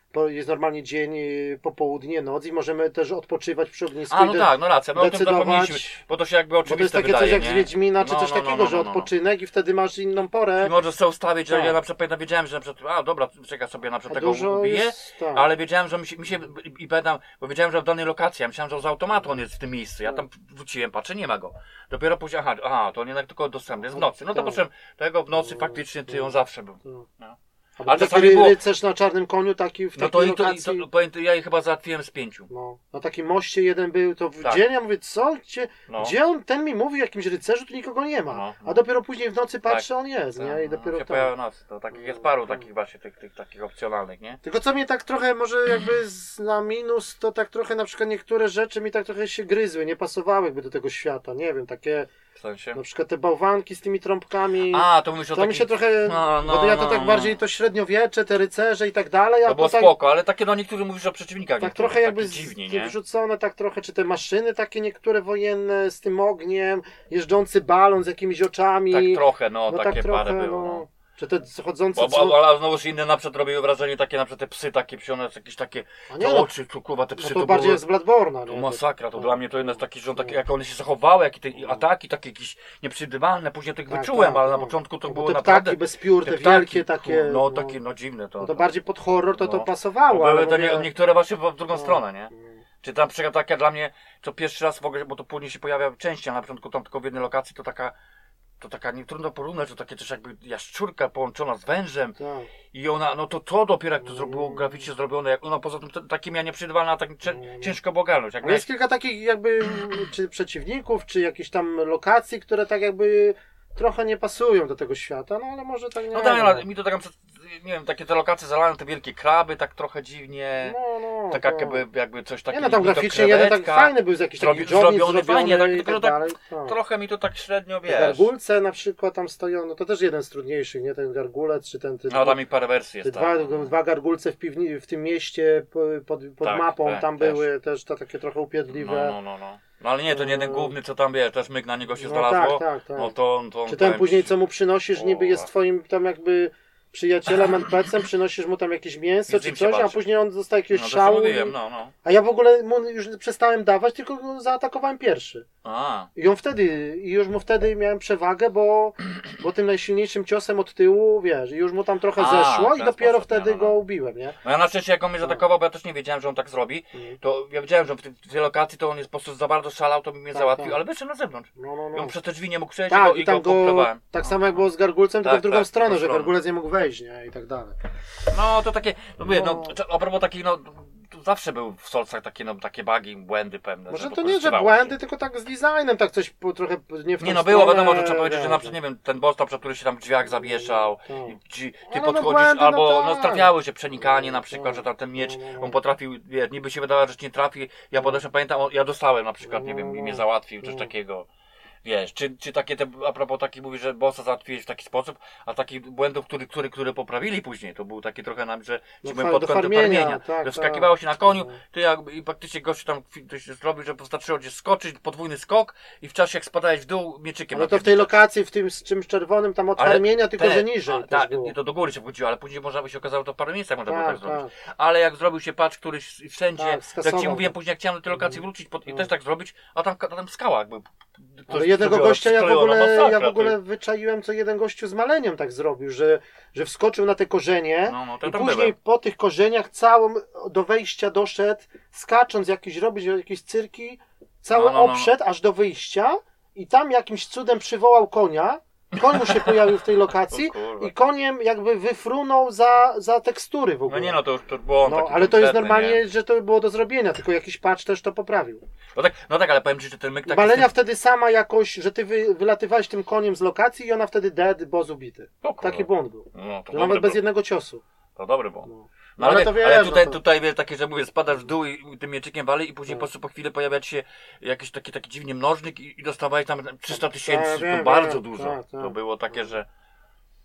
bo jest normalnie dzień, y, popołudnie, noc i możemy też odpoczywać przy ognisku A, i no de- tak, no racja, no o tym decydować, zapomnieliśmy, bo to się jakby bo to jest oczywiste takie wydaje, coś jak nie? z Wiedźmina, czy No, coś no, no, takiego, no, że no, no. odpoczynek i wtedy masz inną porę. I możesz sobie ustawić, że Tak. ja na przykład pamiętam, wiedziałem, że na przykład, a dobra, czeka sobie na przykład A tego dużo ubiję, jest, tak. ale wiedziałem, że mi się, mi się i pamiętam, bo wiedziałem, że w danej lokacji, ja myślałem, że z automatu on jest w tym miejscu, ja tam wróciłem, patrzę, nie ma go. Dopiero później, aha, aha to on jednak tylko dostępny jest w nocy, no to Tak. poszedłem tego w nocy, faktycznie ty on zawsze był. No. A Ale taki czasami było- rycerz na czarnym koniu taki w No takiej to i to, i lokacji. to pamiętam, ja je chyba załatwiłem z pięciu. No, na takim moście jeden był, to w Tak. dzień ja mówię, co? Gdzie, No. gdzie on, ten mi mówi o jakimś rycerzu, tu nikogo nie ma. No. A dopiero później w nocy patrzę, on jest, nie? I No, dopiero się tam. pojawia noc, to takich jest paru takich właśnie, tych, tych takich opcjonalnych, nie? Tylko co mnie tak trochę, może jakby z, na minus, to tak trochę na przykład niektóre rzeczy mi tak trochę się gryzły, nie pasowały jakby do tego świata, nie wiem, takie W sensie? na przykład te bałwanki z tymi trąbkami. A, to mówisz o To mi takich... się trochę, No, no, bo to ja to no, tak no. bardziej to średniowiecze, te rycerze i tak dalej, a To było tak, spoko, ale takie no niektórzy mówisz o przeciwnikach. tak niektórych, trochę jakby takie z- dziwnie, nie? wrzucone, tak trochę, czy te maszyny takie niektóre wojenne z tym ogniem, jeżdżący balon z jakimiś oczami. Tak trochę, no, no takie tak trochę, parę było. no. No. Czy te chodzące... Bo, bo, ale znowuż inne na przykład robiły wrażenie takie, na przykład te psy takie psione, jakieś takie A nie, te no, oczy, tu kurwa te no psy to to bardziej były... jest z Bloodborne'a, To nie? masakra, to no. dla mnie to jeden z takich, że on takie, No. jak one się zachowały, jakie te ataki, takie jakieś nieprzewidywalne, później tych Tak, wyczułem, tak, ale na no. początku to Bo było te naprawdę... ptaki bez piór, te, te ptaki, wielkie takie... kur- No, takie, no dziwne to. No to bardziej pod horror to to No. pasowało, Bo ale były w te ogóle- nie, niektóre właśnie w drugą No. stronę, nie? Mm. Czy tam przykład taka dla mnie, co pierwszy raz w ogóle, bo to później się pojawia częściej, a na początku tam tylko w jednej lokacji, to taka, to taka nie trudno porównać, to takie też jakby jaszczurka połączona z wężem Tak. i ona, no to to dopiero jak to zrobiło Mm. graficznie zrobione, jak ona poza tym t- takim ja nieprzewidywalna, tak cie- Mm. ciężko było ogarnąć. Jak Ale jest kilka takich jakby, czy przeciwników, czy jakichś tam lokacji, które tak jakby trochę nie pasują do tego świata, no ale może tak nie. no tak, wiem. ale mi to tak, na przykład, nie wiem, takie te lokacje zalane, te wielkie kraby, tak trochę dziwnie, No, no, tak to- jakby, jakby coś Nie takiego. no, tam i to graficznie jeden tak krewetka. fajny był z jakichś Zrobi- takich dżownic zrobiony zrobiony fajnie, tak, i tylko tak tak dalej. No. Trochę mi to tak średnio, Te wiesz. gargulce na przykład tam stoją, no to też jeden z trudniejszych, nie? Ten gargulec, czy ten... ten No tam i parę wersji te jest. dwa, tak. dwa gargulce w, piwni, w tym mieście po- pod, pod Tak, mapą tak, tam też. były też to takie trochę No, upierdliwe. no, no, no. No ale nie, to nie ten No. główny, co tam wie, też myk na niego się No znalazło. tak, tak, tak. No to, to Czy ten powiem później ci- co mu przynosisz, niby jest O. twoim tam jakby przyjacielem, en pe ce em, przynosisz mu tam jakieś mięso I z czy nim się coś, a walczy. później on dostaje jakiegoś No to co szału. mówiłem, i... no, no. A ja w ogóle mu już przestałem dawać, tylko go zaatakowałem pierwszy. A, I on wtedy, i już mu wtedy miałem przewagę, bo, bo tym najsilniejszym ciosem od tyłu, wiesz, i już mu tam trochę A, zeszło w i ten dopiero sposób, wtedy no, no. go ubiłem, nie? no ja na szczęście jak on mnie zaatakował, bo ja też nie wiedziałem, że on tak zrobi, Mhm. to ja wiedziałem, że w tej, w tej lokacji to on jest po prostu za bardzo szalał, to by mnie Tak, załatwił, tak. ale wyszedł na zewnątrz. No, no, I no. on przez te drzwi nie mógł przejść Tak, go, i i tam go go, pompowałem. tak No. samo jak było z gargulcem, tylko Tak, w drugą tak, stronę, drugą że stronę. gargulec nie mógł wejść, nie? I tak dalej. No to takie, no mówię, no, No. cza- a propos takich, no, tu zawsze były w Solcach takie, no, takie bugi, błędy pewne. Może że to nie, że wykorzystywało błędy, się. tylko tak z designem, tak coś po, trochę nie w tą Nie no, było, stronę, wiadomo, że trzeba powiedzieć, że wiesz, na przykład, nie wiem, ten boss, na przykład, który się tam w drzwiach zawieszał, Tak. i ci, ty Ale no podchodzisz, błędy, no albo, no, tak. trafiały się przenikanie na No, przykład, tak. że tam ten miecz, No, no, no. on potrafił, wiesz, niby się wydawało, że ci nie trafi, ja podeszłem, pamiętam, on- ja dostałem na przykład, nie No, wiem, i no, mnie no. załatwił, coś No. takiego. Wiesz, czy, czy takie te, a propos takich mówisz, że bossa załatwiłeś w taki sposób, a takich błędów, który, który, które poprawili później, to był taki trochę nam, że No ci fa- byłem pod do kątem farmienia, farmienia, tak, że wskakiwało się na koniu, tak. ty jakby, i faktycznie gościu tam fi- to się zrobił, że wystarczyło gdzieś skoczyć, podwójny skok i w czasie jak spadałeś w dół, mieczykiem Ale to w tej napierdalać. lokacji, w tym z czymś czerwonym, tam od Ale farmienia, tylko te- że niżej a, też tak, było. i to do góry się wchodziło, ale później można by się okazało, to w paru miejscach można było tak Tak, zrobić. tak. Ale jak zrobił się patch któryś wszędzie, Tak, jak skasował ci to. mówiłem, później jak chciałem do tej lokacji wrócić pod, i No. też tak zrobić, a tam, tam skała jakby. Ale ktoś jednego zrobiła gościa ja w sklejona ogóle, ja masakra, w ogóle ty. wyczaiłem, co jeden gościu z maleniem tak zrobił, że, że wskoczył na te korzenie No, no, to i tam później byłem. po tych korzeniach całą do wejścia doszedł, skacząc jakieś, robić jakieś cyrki, cały No, no, no, no. obszedł aż do wyjścia i tam jakimś cudem przywołał konia. Koń mu się pojawił w tej lokacji O kurwa. i koniem jakby wyfrunął za, za tekstury w No ogóle. nie no, to już to było No, taki ale to jest kompletny, normalnie, nie? że to było do zrobienia, tylko jakiś patch też to poprawił. No tak, no tak, ale powiem ci, że ten myk taki... Malenia z tym- wtedy sama jakoś, że ty wy, wylatywałeś tym koniem z lokacji i ona wtedy dead, boss ubity. O kurwa. Taki błąd był. No, to Że dobry nawet bez był. jednego ciosu. To dobry był. No. No ale, ale to ale, wiesz, tutaj, no to- tutaj wie, takie, że mówię, spadasz w dół i, i tym mieczykiem wali i później No. po prostu po chwili pojawia ci się jakiś taki, taki dziwnie mnożnik i, i dostawałeś tam trzysta Tak, tysięcy, wiem, to bardzo wiem, dużo. tak, tak. To było takie, że...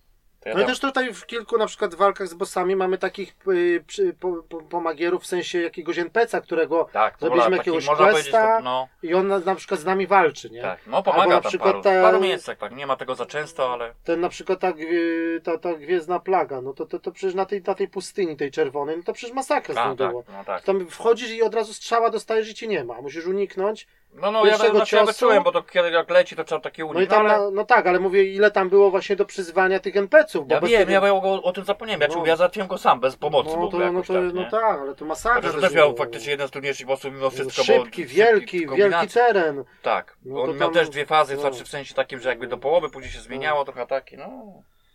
To ja No i tam... też tutaj w kilku na przykład walkach z bossami mamy takich y, przy, po, po, pomagierów w sensie jakiegoś en pe ce a, którego Tak, zrobiliśmy taki, jakiegoś można powiedzieć, questa to, no, i on na, na przykład z nami walczy, nie? tak, no Albo pomaga na tam przykład paru, te- paru miejscach, tak, nie ma tego za często, ale... Ten na przykład ta, gwie- ta, ta gwiezdna plaga, no to, to, to przecież na tej, na tej pustyni, tej czerwonej, no to przecież masakra z A, nim tak, było. no tak. Tam wchodzisz i od razu strzała dostajesz i cię nie ma. Musisz uniknąć. No, no, ja, pierwszego znaczy, ja ciosu- wyczułem, bo to kiedy jak leci, to trzeba takie No i uniknąć, tam, ale... na, no tak, ale mówię, ile tam było właśnie do przyzwania tych en pe ce ów. Bo Ja bez wiem, tego- ja o, o tym zapomniałem, ja, No. no. ja załatwiłem go sam, bez pomocy no w to, ogóle no, jakoś to, tak, no nie? tak, ale to masakra. Chociaż to też też miał było. faktycznie jeden z trudniejszych bossów mimo wszystko, Szybki, bo... wielki, szybki, wielki teren. Tak, No on to miał tam- też dwie fazy, no. znaczy w sensie takim, że jakby do połowy, później się zmieniało trochę ataki, no...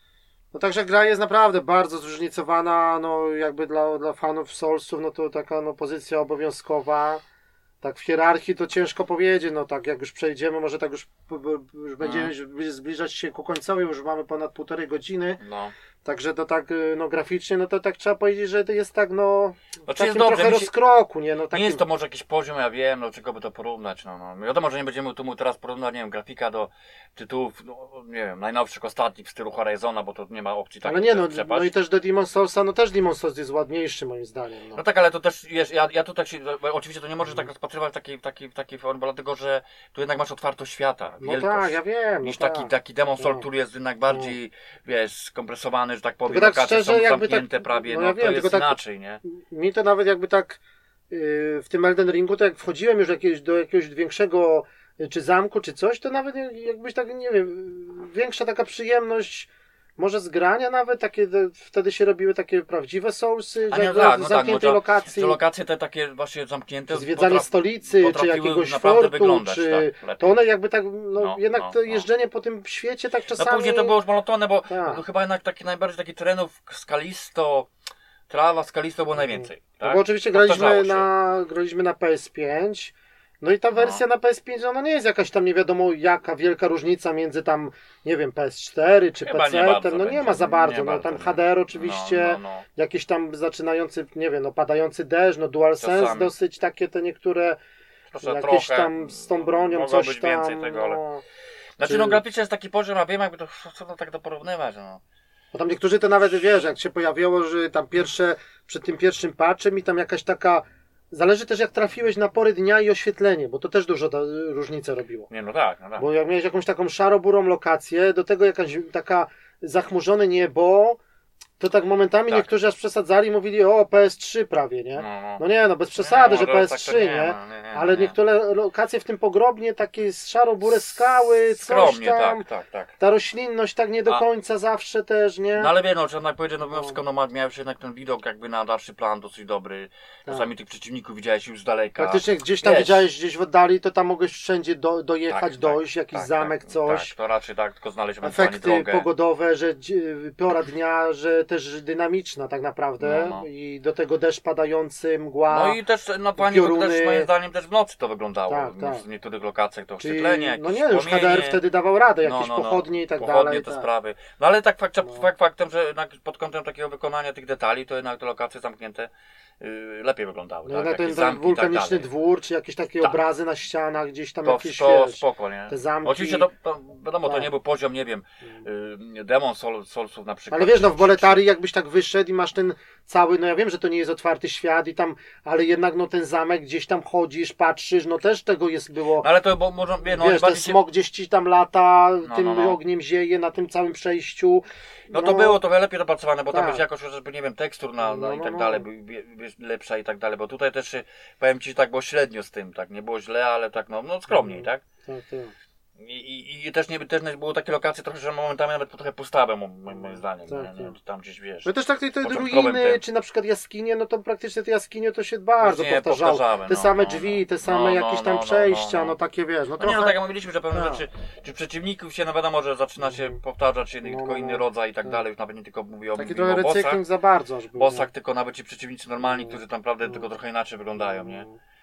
No także gra jest naprawdę bardzo zróżnicowana, no jakby dla, dla fanów Soulsów, no to taka no pozycja obowiązkowa. Tak w hierarchii to ciężko powiedzieć, no tak jak już przejdziemy, może tak już, już będziemy zbliżać się ku końcowi, już mamy ponad półtorej godziny. No. Także to tak, no graficznie, no to tak trzeba powiedzieć, że to jest tak, no, Znaczy takim jest dobrze, trochę mi się- rozkroku, nie? No, takim... Nie jest to może jakiś poziom, ja wiem, no czego by to porównać, no, no. Wiadomo, że nie będziemy tu mu teraz porównać, nie wiem, grafika do tytułów, no, nie wiem, najnowszych, ostatnich w stylu Horizona, bo to nie ma opcji tak Ale nie, no, przepaść. no i też do Demon Soulsa, no też Demon Souls jest ładniejszy moim zdaniem. No. No tak, ale to też, wiesz, ja, ja tu tak się, oczywiście to nie możesz tak rozpatrywać takiej, takiej, takiej formy, dlatego, że tu jednak masz otwartość świata, No wielkość, tak, ja wiem. niż no taki, tak. taki Demon Soul, No. który jest jednak bardziej, wiesz, skompresowany, że tak powiem, Tylko tak lokacje szczerze, są jakby zamknięte tak- prawie, no no, ja to wiem, jest tylko tak- inaczej, nie? Mi to nawet jakby tak yy, w tym Elden Ringu, to jak wchodziłem już jakiegoś, do jakiegoś większego y, czy zamku, czy coś, to nawet jak- jakbyś tak, nie wiem, większa taka przyjemność może z grania nawet, takie de- wtedy się robiły takie prawdziwe Soulsy, A że nie, jak tak, była w no tak, zamkniętej no to- lokacji, Te lokacje te takie właśnie zamknięte, zwiedzanie potraf- stolicy, czy potrafiły jakiegoś naprawdę fortu, wyglądać, czy tak, lepiej. to one jakby tak, no, No, jednak no, to no. jeżdżenie po tym świecie tak No czasami... później to było już monotone, bo Tak. no, chyba jednak taki najbardziej takich terenów skalisto, trawa skalisto było najwięcej. No Tak? bo oczywiście Powtarzało graliśmy się. na, graliśmy na P S pięć, no i ta wersja na P S pięć, ona nie jest jakaś tam nie wiadomo jaka wielka różnica między tam, nie wiem, P S cztery czy Chyba nie P C, bardzo no nie będzie, ma za nie bardzo, no bardzo, tam nie. H D R oczywiście, No, no, no. jakieś tam zaczynający, nie wiem, no padający deszcz, no DualSense Czasami. dosyć takie te niektóre, Proszę, jakieś trochę, tam z tą bronią mogło coś być tam, więcej tego, ale... no. Znaczy czy- no graficznie jest taki poziom, a wiem jakby to, co to tak to porównywać, no. Bo tam niektórzy to nawet, wiesz, jak się pojawiało, że tam pierwsze, przed tym pierwszym patchem i tam jakaś taka, zależy też jak trafiłeś na pory dnia i oświetlenie, bo to też dużo da, różnicę robiło. Nie, no tak, no tak. Bo jak miałeś jakąś taką szaro-burą lokację, do tego jakaś taka zachmurzone niebo, to tak momentami Tak. niektórzy aż przesadzali i mówili o P S trzy prawie, nie? No, no. No nie, no bez przesady, Nie, że no, P S tak trzy, to nie? nie ma, nie, nie, Ale nie. niektóre lokacje w tym pogrobnie, takie szaro-burę skały, coś Skromnie, tam, tak, tak, tak. ta roślinność tak nie do A- końca zawsze też, nie? No ale wie, no, trzeba jednak powiedzieć, no mimo No. wszystko, no ma- miałeś jednak ten widok jakby na dalszy plan dosyć dobry. Tak. Czasami tych przeciwników widziałeś już z daleka. Praktycznie gdzieś tam Wiesz. widziałeś, gdzieś w oddali, to tam mogłeś wszędzie do, dojechać, Tak, dojść, tak, jakiś tak, zamek, tak, coś. Tak, to raczej tak, tylko znaleźć ewentualnie Efekty drogę. pogodowe, że dzi- pora dnia, że też dynamiczna tak naprawdę No, no. i do tego deszcz padający, mgła. No i też no fajnie to pioruny. też moim zdaniem też w nocy to wyglądało. Tak, W tak. niektórych lokacjach to Czyli, oświetlenie, no jakieś nie, już H D R płomienie. wtedy dawał radę, No, jakieś no, no. pochodnie i tak Pochodnie, dalej. te tak. sprawy. No ale tak fakt, No. fakt faktem, że jednak pod kątem takiego wykonania tych detali, to jednak te lokacje zamknięte yy, lepiej wyglądały. No tak? na ten, Jakieś ten zamki i wulkaniczny tak dalej. dwór, czy jakieś takie Tak. obrazy na ścianach, gdzieś tam To, jakieś, to wiesz, spoko, nie? te zamki. Oczywiście to, to wiadomo, to Tak. nie był poziom, nie wiem, yy, demon Soul, Soulsów na przykład. Ale wiesz, no w czy- Boletarii jakbyś tak wyszedł i masz ten cały, no ja wiem, że to nie jest otwarty świat i tam, ale jednak no ten zamek, gdzieś tam chodzisz, patrzysz, no też tego jest było, No ale to bo, może, wie, no, wiesz, ten bardziej się- smok gdzieś ci tam lata, No, tym no, no. ogniem zieje na tym całym przejściu. No to było trochę lepiej dopracowane, bo tam Tak. wiesz, jakoś chociażby, nie wiem, tekstur na, No, na i no, tak no. dalej, by- by- wiesz, lepsza i tak dalej, bo tutaj też, y, powiem Ci, tak było średnio z tym, tak, nie było źle, ale tak, no, no skromniej, Mhm. tak? Tak, tak. I, i, i też nie też nie było takie lokacje trochę, że momentami nawet trochę pustawe, mo- moim, moim zdaniem, Tak, nie, nie, tak. tam gdzieś, wiesz. No też tak te, te początkowym ruiny, tym. czy na przykład jaskinie, no to praktycznie te jaskinie to się bardzo Później powtarzało. powtarzały, Te no, same no, drzwi, no. te same No, no, jakieś tam no, no, przejścia, no, no, no. takie wiesz, no No nie, no trochę... tak jak mówiliśmy, że pewne Tak. rzeczy, czy przeciwników się, no wiadomo, że zaczyna się Mhm. powtarzać się No, tylko no, inny no. rodzaj i tak Tak. dalej, już nawet nie tylko mówię o, Taki mówimy trochę o bossach, recykling za bardzo aż był. bossach, tylko nawet ci przeciwnicy normalni, No. którzy tam naprawdę No. tylko trochę inaczej wyglądają, nie?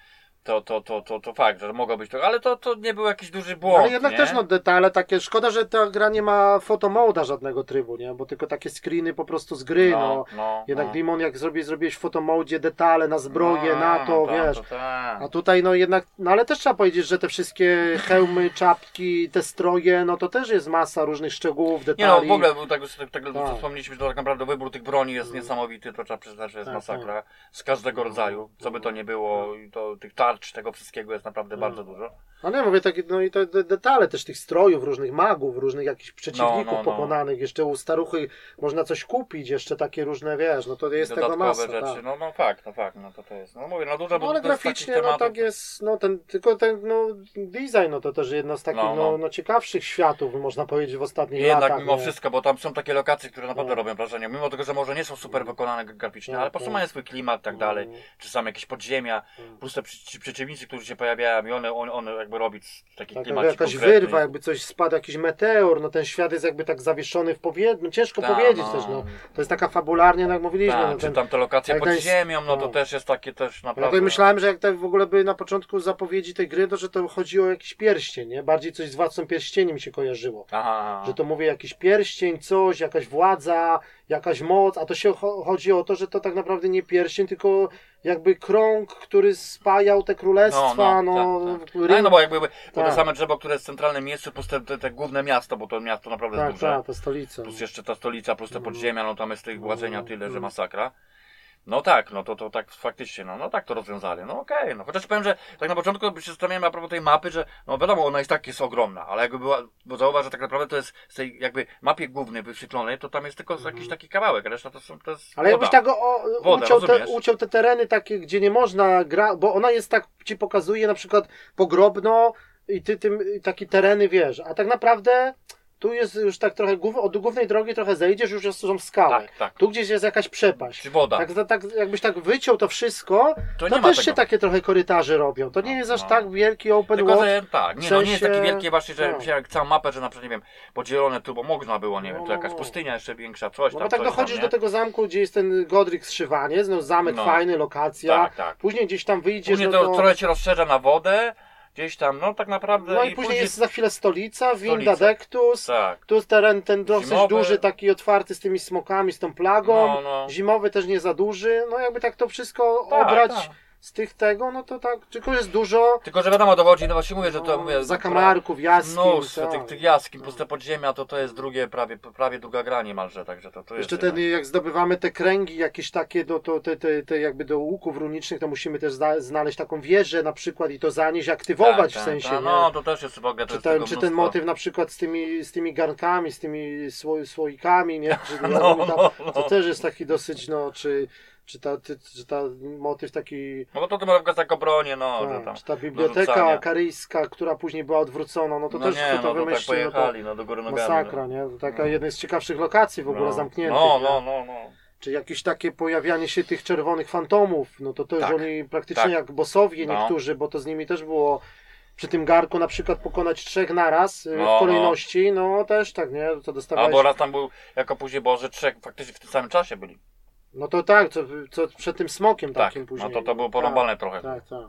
to, to, to, to, to fakt, że mogło być to, ale to, to nie był jakiś duży błąd, Ale jednak nie? też no detale takie, szkoda, że ta gra nie ma fotomoda żadnego trybu, nie? Bo tylko takie screeny po prostu z gry, no. No, no, Jednak no. Demon jak zrobi, zrobiłeś w fotomodzie detale na zbroję, No, na to, to, wiesz. to tak. A tutaj no jednak, no ale też trzeba powiedzieć, że te wszystkie hełmy, czapki, te stroje, no to też jest masa różnych szczegółów, Nie no, detali. w ogóle był tak, tak, tak, Tak. wspomnieliśmy, że to tak naprawdę wybór tych broni jest niesamowity, to trzeba przyznać, że jest Tak, masakra. Z każdego rodzaju, co by to nie było, i to tych tarcz, tego wszystkiego jest naprawdę bardzo dużo. No nie, mówię takie, no i te de- detale też tych strojów, różnych magów, różnych jakichś przeciwników No, no, no. pokonanych, jeszcze u staruchy można coś kupić, jeszcze takie różne, wiesz, no to jest tego Dodatkowe masa, rzeczy, tak. no, no fakt, no fakt, no to to jest, no mówię, no dużo, No bo ale to jest takich graficznie, no tematów. tak jest, no ten, tylko ten, no design, no to też jedno z takich, No, no, no. no ciekawszych światów, można powiedzieć, w ostatnich Jednak latach. mimo nie? wszystko, bo tam są takie lokacje, które naprawdę No. robią wrażenie, mimo tego, że może nie są super wykonane graficznie, Tak, ale po prostu tak. mają swój klimat i tak dalej, No. czy są jakieś podziemia, Mm. plus te przy- ci przeciwnicy, którzy się pojawiają i one, one, one jakby robić taki Tak, klimat jakby jakaś wyrwa, jakby coś spadł, jakiś meteor, no ten świat jest jakby tak zawieszony w powietrzu, no ciężko Ta, powiedzieć no. też, no. To jest taka fabularnie, no jak mówiliśmy, Tak, no czy ten, tam te lokacje jak pod ten- ziemią, no to no. też jest takie też Ja naprawdę... tak myślałem, że jak tak w ogóle by na początku zapowiedzi tej gry, to że to chodzi o jakiś pierścień, nie? Bardziej coś z Władcą Pierścieni mi się kojarzyło. Aha, Że to mówię jakiś pierścień, coś, jakaś władza, jakaś moc, a to się cho- chodzi o to, że to tak naprawdę nie pierścień, tylko jakby krąg, który spajał te królestwa, no, tak, tak. ring- Tak, no bo jakby było to Tak. same drzewo, które jest w centralnym miejscu, plus te, te, te główne miasto, bo to miasto naprawdę tak, jest duże. tak, to stolica. Plus jeszcze ta stolica, plus te podziemia, no tam jest tych gładzenia Mm, tyle, że mm. masakra. No tak, no to, to tak faktycznie, no, no tak to rozwiązali. No okej, no chociaż powiem, że tak na początku się zastanawiałem a propos tej mapy, że no wiadomo, ona jest tak, jest ogromna, ale jakby była, bo zauważ, że tak naprawdę to jest z tej jakby mapie głównej wyświetlonej, to tam jest tylko jakiś taki kawałek, a reszta to są, to jest Mhm. Ale jakbyś woda. tak o, Woda, uciął, te, rozumiesz? uciął te tereny takie, gdzie nie można grać, bo ona jest tak, ci pokazuje na przykład pogrobno i ty tym i takie tereny wiesz, a tak naprawdę tu jest już tak trochę, głów- od głównej drogi trochę zejdziesz, już jest- są skały. Tak, tak. Tu gdzieś jest jakaś przepaść. Czy woda. Tak, tak, jakbyś tak wyciął to wszystko, To to, nie ma też tego. się takie trochę korytarze robią. To nie No, jest aż no. tak wielki open Tylko, world. że tak, nie, w no nie jest taki sensie- wielki właśnie, że no. się jak całą mapę, że na przykład, nie wiem, podzielone tu, bo można było, nie wiem, No, tu jakaś no. pustynia jeszcze większa, coś No tam, bo tak coś dochodzisz tam, do nie? tego zamku, gdzie jest ten Godric Strzywaniec, no zamek No. fajny, lokacja. Tak, tak. Później gdzieś tam wyjdziesz, Później no to to... trochę się rozszerza na wodę, gdzieś tam, no tak naprawdę. No i później jest za chwilę stolica, Vinda Stolica. Dectus. Tak. Tu teren ten dosyć Zimowy. duży, taki otwarty z tymi smokami, z tą plagą. No, no. Zimowy też nie za duży. No jakby tak to wszystko Tak, obrać tak. z tych tego, no to tak, tylko jest dużo Tylko, że wiadomo, dochodzi, no właśnie mówię, że to no, mówię, zakamarków, jaskiń. mnóstwo tak. tych, tych jaskiń, puste podziemia, to to jest drugie, prawie, prawie druga gra niemalże, także to, to jest. Jeszcze ten, jednak- jak zdobywamy te kręgi jakieś takie, do, to, te, te, te jakby do łuków runicznych, to musimy też zna, znaleźć taką wieżę na przykład i to zanieść, aktywować Tak, w sensie. tak, nie? no to też jest w ogóle, to Czy jest ten, tego czy ten mnóstwo. motyw na przykład z tymi, z tymi garnkami, z tymi sło, słoikami, nie? Czy, No, no, tam, no, no. To też jest taki dosyć, no, czy, czy, ta, ty, czy ta motyw taki, No bo to to ma tylko tak obronie, no, że tak, tam. czy ta do biblioteka rzucania. karyjska, która później była odwrócona, no to No też nie, kto no to to tak wymyślił, no to pojechali, no do góry nogami. masakra, no. nie? To taka No. jedna z ciekawszych lokacji w ogóle No. zamkniętych. No, nie? no, no, no. Czy jakieś takie pojawianie się tych czerwonych fantomów, no to to już Tak, oni praktycznie tak. jak bossowie No. niektórzy, bo to z nimi też było przy tym garku na przykład pokonać trzech naraz y, No, w kolejności, no też tak, nie? To dostawałeś... Albo raz tam był, jako później było, że trzech faktycznie w tym samym czasie byli. No to tak, co, co przed tym smokiem Tak, takim później. no to to było porąbane trochę. Tak, tak.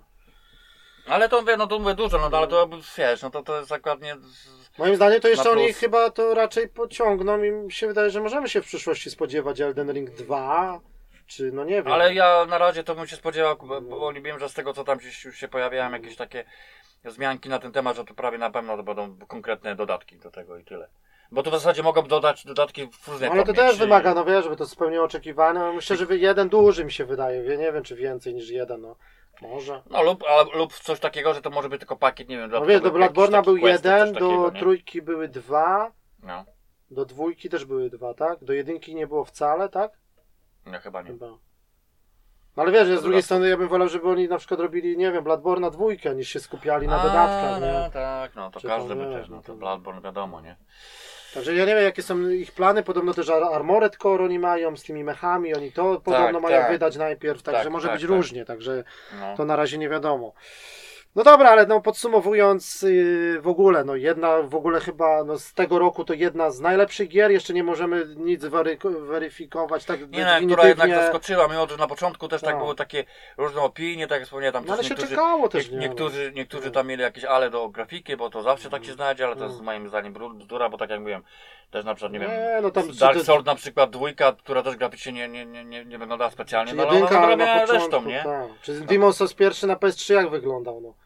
Ale to mówię, no to mówię dużo, no, no ale to wiesz, no to to jest dokładnie... Moim zdaniem to jeszcze Na oni plus. chyba to raczej pociągną i mi się wydaje, że możemy się w przyszłości spodziewać Elden Ring dwa, czy no nie wiem. Ale ja na razie to bym się spodziewał, bo, bo oni wiem, że z tego co tam gdzieś już się pojawiają jakieś takie wzmianki na ten temat, że to prawie na pewno to będą konkretne dodatki do tego i tyle. Bo tu w zasadzie mogą dodać dodatki w różnej No, ale to formie, też czy- wymaga, no wiesz, żeby to spełniło oczekiwania. No, myślę, że wy- jeden duży mi się wydaje. Ja nie wiem, czy więcej niż jeden, no. Może. No lub, a, lub coś takiego, że to może być tylko pakiet, nie wiem, No wiesz, do dodatkowy, jakiś Bloodborne'a taki był quest, jeden, coś do takiego, nie? trójki były dwa, No, do dwójki też były dwa, tak? Do jedynki nie było wcale, tak? no chyba nie. Chyba. No ale wiesz, że z To drugiej dodatki. strony ja bym wolał, żeby oni na przykład robili, nie wiem, Bloodborne'a dwójkę, niż się skupiali na A, dodatkach, no nie? tak, no to Czy każdy tam, by wiesz, też, no no to to- Bloodborne wiadomo, nie? Także ja nie wiem, jakie są ich plany, podobno też Ar- Armored Core oni mają z tymi mechami, oni to podobno mają tak. wydać najpierw, także Tak, może tak, być tak. różnie, także No. to na razie nie wiadomo. No dobra, ale no podsumowując yy, w ogóle, no jedna w ogóle chyba no z tego roku to jedna z najlepszych gier, jeszcze nie możemy nic wery- weryfikować tak Nie no, definitywnie. która jednak zaskoczyła, mimo że na początku też tak, Tak. były takie różne opinie, tak jak wspomniałem, tam No, ale też się niektórzy, czekało też, nie, nie? niektórzy, niektórzy No. tam mieli jakieś ale do grafiki, bo to zawsze tak się znajdzie, ale to jest No. moim zdaniem bzdura, bo tak jak mówiłem, też na przykład, nie wiem, Nie, no tam Dark to- Souls na przykład dwójka, która też graficznie nie, nie, nie, nie, nie wyglądała specjalnie, Czy no ale ona jedynka na zrobiła początku, resztą, nie? tak. Czy Demon's Souls pierwszy na P S trzy jak wyglądał, no?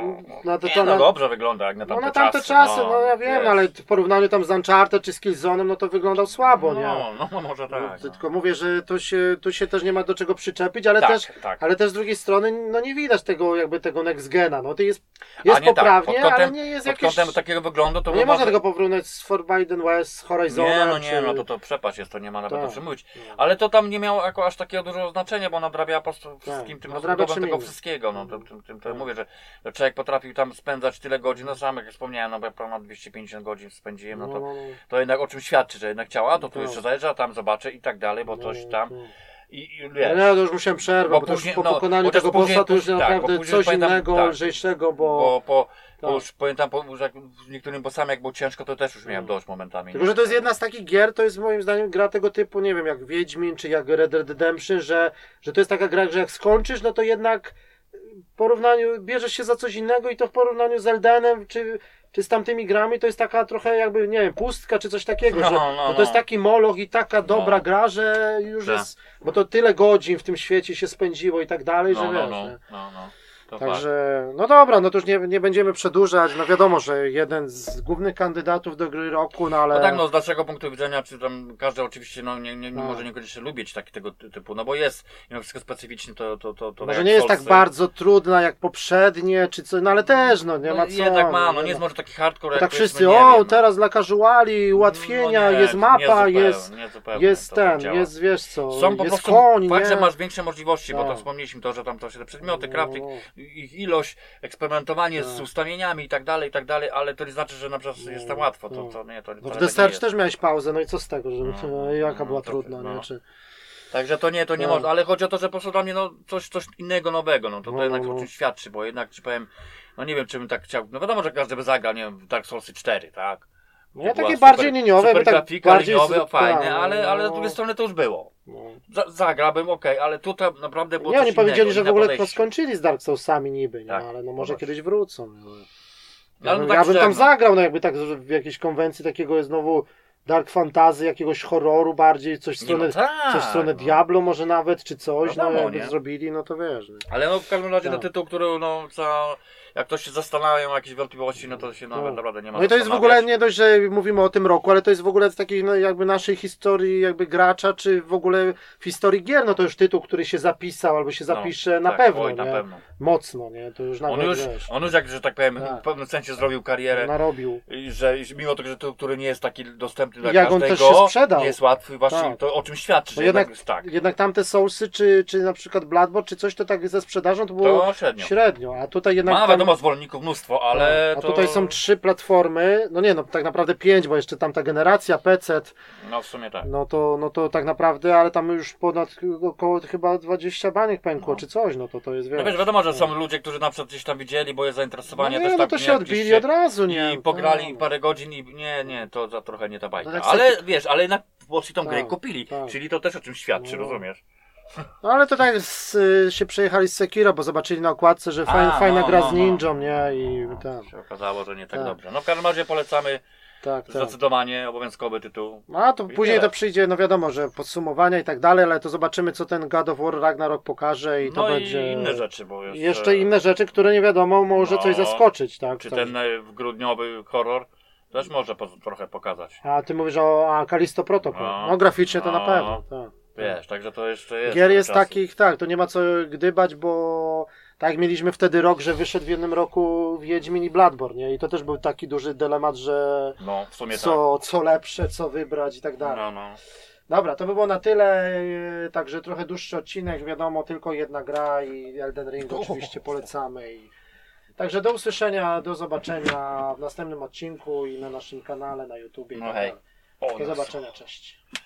Na te, Nie, to, no na, dobrze wygląda jak na no tamte na tamte czasy, czasy, no, ja wiem, wiesz. ale w porównaniu tam z Uncharted czy z Killzone'em, no to wyglądał słabo, nie? No, no, no może tak. No, No. tylko mówię, że tu się, tu się też nie ma do czego przyczepić, ale Tak, też, tak. ale też z drugiej strony, no nie widać tego jakby tego next gena, no to jest, jest A nie poprawnie, tak, pod kątem, ale nie jest pod jakieś... kątem takiego wyglądu to No nie może... można tego porównać z Forbidden West, z Horizonem, Nie, no nie, czy... no to to przepaść jest, to nie ma nawet Tak. o czym mówić. No. Ale to tam nie miało jako aż takiego dużego znaczenia, bo nadrabiała po prostu wszystkim tym nadrabia rozbudową czym tego innym. wszystkiego. No to, tym, tym, to Tak. mówię, że że człowiek potrafił tam spędzać tyle godzin, no sam jak wspomniałem, no bo ja ponad dwieście pięćdziesiąt godzin spędziłem, no to, no, no, to jednak o czym świadczy, że jednak ciała, to tu Tak. jeszcze zajrzę, a tam zobaczę i tak dalej, bo no, coś no, tam. no. I, i Ja wiesz, nie, to już musiałem przerwać, bo, Bo to już później- po no, pokonaniu chociaż tego później- bossa to już tak, bo naprawdę później coś pamiętam- innego, tak. lżejszego, bo... bo po, bo tak. już pamiętam, po, że jak z niektórymi bossami jak było ciężko, to też już miałem No. dość momentami. Tylko, nie? że to jest jedna z takich gier, to jest moim zdaniem gra tego typu, nie wiem, jak Wiedźmin, czy jak Red Dead Redemption, że, że to jest taka gra, że jak skończysz, no to jednak w porównaniu, bierzesz się za coś innego i to w porównaniu z Eldenem, czy, czy z tamtymi grami, to jest taka trochę jakby, nie wiem, pustka, czy coś takiego, No, że no, no to jest no. taki moloch i taka dobra No. gra, że już Tak. jest, bo to tyle godzin w tym świecie się spędziło i tak dalej, No, że no, wiesz, no, nie? no, no. To Także, no dobra, no to już nie, nie będziemy przedłużać. No wiadomo, że jeden z głównych kandydatów do gry roku, no ale. No tak, no z naszego punktu widzenia, czy tam każdy oczywiście no, nie, nie, nie No. może niekoniecznie lubić taki tego ty- typu, no bo jest mimo wszystko specyficzny, to, to, to, to Może jak nie jest tak Soulsy- bardzo trudna jak poprzednie, czy co, no ale też, no nie no, ma co. jednak ma, no nie nie jest ma. może taki hardcore Bo jak tak powiedzmy, wszyscy, nie o, wiem, teraz dla casuali, ułatwienia, no nie, jest nie mapa, zupełnie, jest, nie zupełnie jest to ten, tak działa. jest, wiesz co, Są po jest prostu koń, fakt, nie? że masz większe możliwości, bo to Tak. wspomnieliśmy to, że tam to się te przedmioty, No, crafting, no. ich ilość, eksperymentowanie z Tak. ustawieniami i tak dalej, i tak dalej, ale to nie znaczy, że na przykład jest tam No, łatwo, to, no. to nie, to No w wcale tak The nie Search jest. też miałeś pauzę, no i co z tego, że No, no, jaka no, była to- trudna, no. nie? Czy... Także to nie, to nie No. można, ale chodzi o to, że po prostu dla mnie no, coś, coś innego, nowego, no to, No, to jednak no, o no. czymś świadczy, bo jednak ci powiem, no nie wiem, czy bym tak chciał, no wiadomo, że każdy by zagrał, nie wiem, w Dark Soulsy cztery, tak? No ja Była takie super- bardziej liniowe, super by tak grafika, bardziej liniowe, z- fajne, tak, ale, ale z no. drugiej strony to już było. No. Za, zagrałbym, okej, ale tutaj naprawdę było Nie, coś oni powiedzieli, innego, że w inne ogóle podejście. skończyli z Dark Soulsami niby, nie? Tak, Ale no może zobacz. kiedyś wrócą. No. Ja, Ale bym, no tak ja bym szczerze, tam no. zagrał, no jakby tak w jakiejś konwencji takiego znowu dark fantasy, jakiegoś horroru bardziej, coś w Nie, stronę, no tak, coś w stronę no. Diablo może nawet, czy coś, no Wiadomo, jakby nie? zrobili, no to wiesz. Nie? Ale no w każdym razie Tak. do tytułu, który no co, jak ktoś się zastanawia, ma jakieś wątpliwości, no to się No. nawet naprawdę nie ma No i to jest w zastanawiać. ogóle nie dość, że mówimy o tym roku, ale to jest w ogóle w takiej no, jakby naszej historii jakby gracza, czy w ogóle w historii gier, no to już tytuł, który się zapisał albo się No, zapisze na tak, pewno, oj, nie? na pewno. Mocno, nie? To już nawet On już, wiesz, on już jak, że tak powiem, Tak. w pewnym sensie zrobił karierę, narobił. i że mimo tego, że to, który nie jest taki dostępny dla Jak on też każdego, się sprzedał. nie jest łatwy, właśnie Tak. to o czym świadczy, Bo że jednak, jednak jest tak. jednak tamte Soulsy, czy, czy na przykład Bloodborne, czy coś, to tak ze sprzedażą to było To średnio. średnio, a tutaj jednak Ma tam, wiadomo zwolenników mnóstwo, ale a to... tutaj są trzy platformy, no nie no, tak naprawdę pięć, bo jeszcze tamta generacja, P C, No w sumie tak. no to, no to tak naprawdę, ale tam już ponad około chyba dwadzieścia baniek pękło, No. czy coś, no to to jest, No wiesz. wiesz, wiadomo, że są ludzie, którzy na przykład gdzieś tam widzieli, bo jest no zainteresowanie nie, też no tak, to nie, się gdzieś odbili się- od razu, nie? I pograli No. parę godzin i nie, nie, to za trochę nie ta bajka. No tak ale sobie- wiesz, ale jednak poszli tą Tak, grę i kupili, tak. czyli to też o czym świadczy, No. rozumiesz? No ale to tak z, y, się przejechali z Sekiro, bo zobaczyli na okładce, że fajna, A, fajna no, gra no, z no. ninją, nie? I tak, się okazało, że nie tak, Tak. dobrze. No w każdym razie polecamy tak, tak. zdecydowanie obowiązkowy tytuł. A to I później tyle. to przyjdzie, no wiadomo, że podsumowania i tak dalej, ale to zobaczymy, co ten God of War Ragnarok pokaże i to No będzie... i inne rzeczy, bo I jeszcze, jeszcze inne rzeczy, które nie wiadomo, może No, coś zaskoczyć, tak? Czy tak. ten e, grudniowy horror też może po, trochę pokazać. A ty mówisz o a, Kalisto Protocol. No. No graficznie to na No. pewno, tak. Wiesz, także to jeszcze jest. Gier trochę jest czasu. takich, tak, to nie ma co gdybać, bo tak jak mieliśmy wtedy rok, że wyszedł w jednym roku Wiedźmin i Bloodborne, nie? I to też był taki duży dylemat, że No, w sumie co, co lepsze, co wybrać i tak tak. dalej. No, no. Dobra, to by było na tyle, yy, także trochę dłuższy odcinek, wiadomo, tylko jedna gra i Elden Ring oczywiście polecamy. I... Także do usłyszenia, do zobaczenia w następnym odcinku i na naszym kanale na YouTubie. i No tak hej. dalej. O, Do Jezu. zobaczenia, cześć.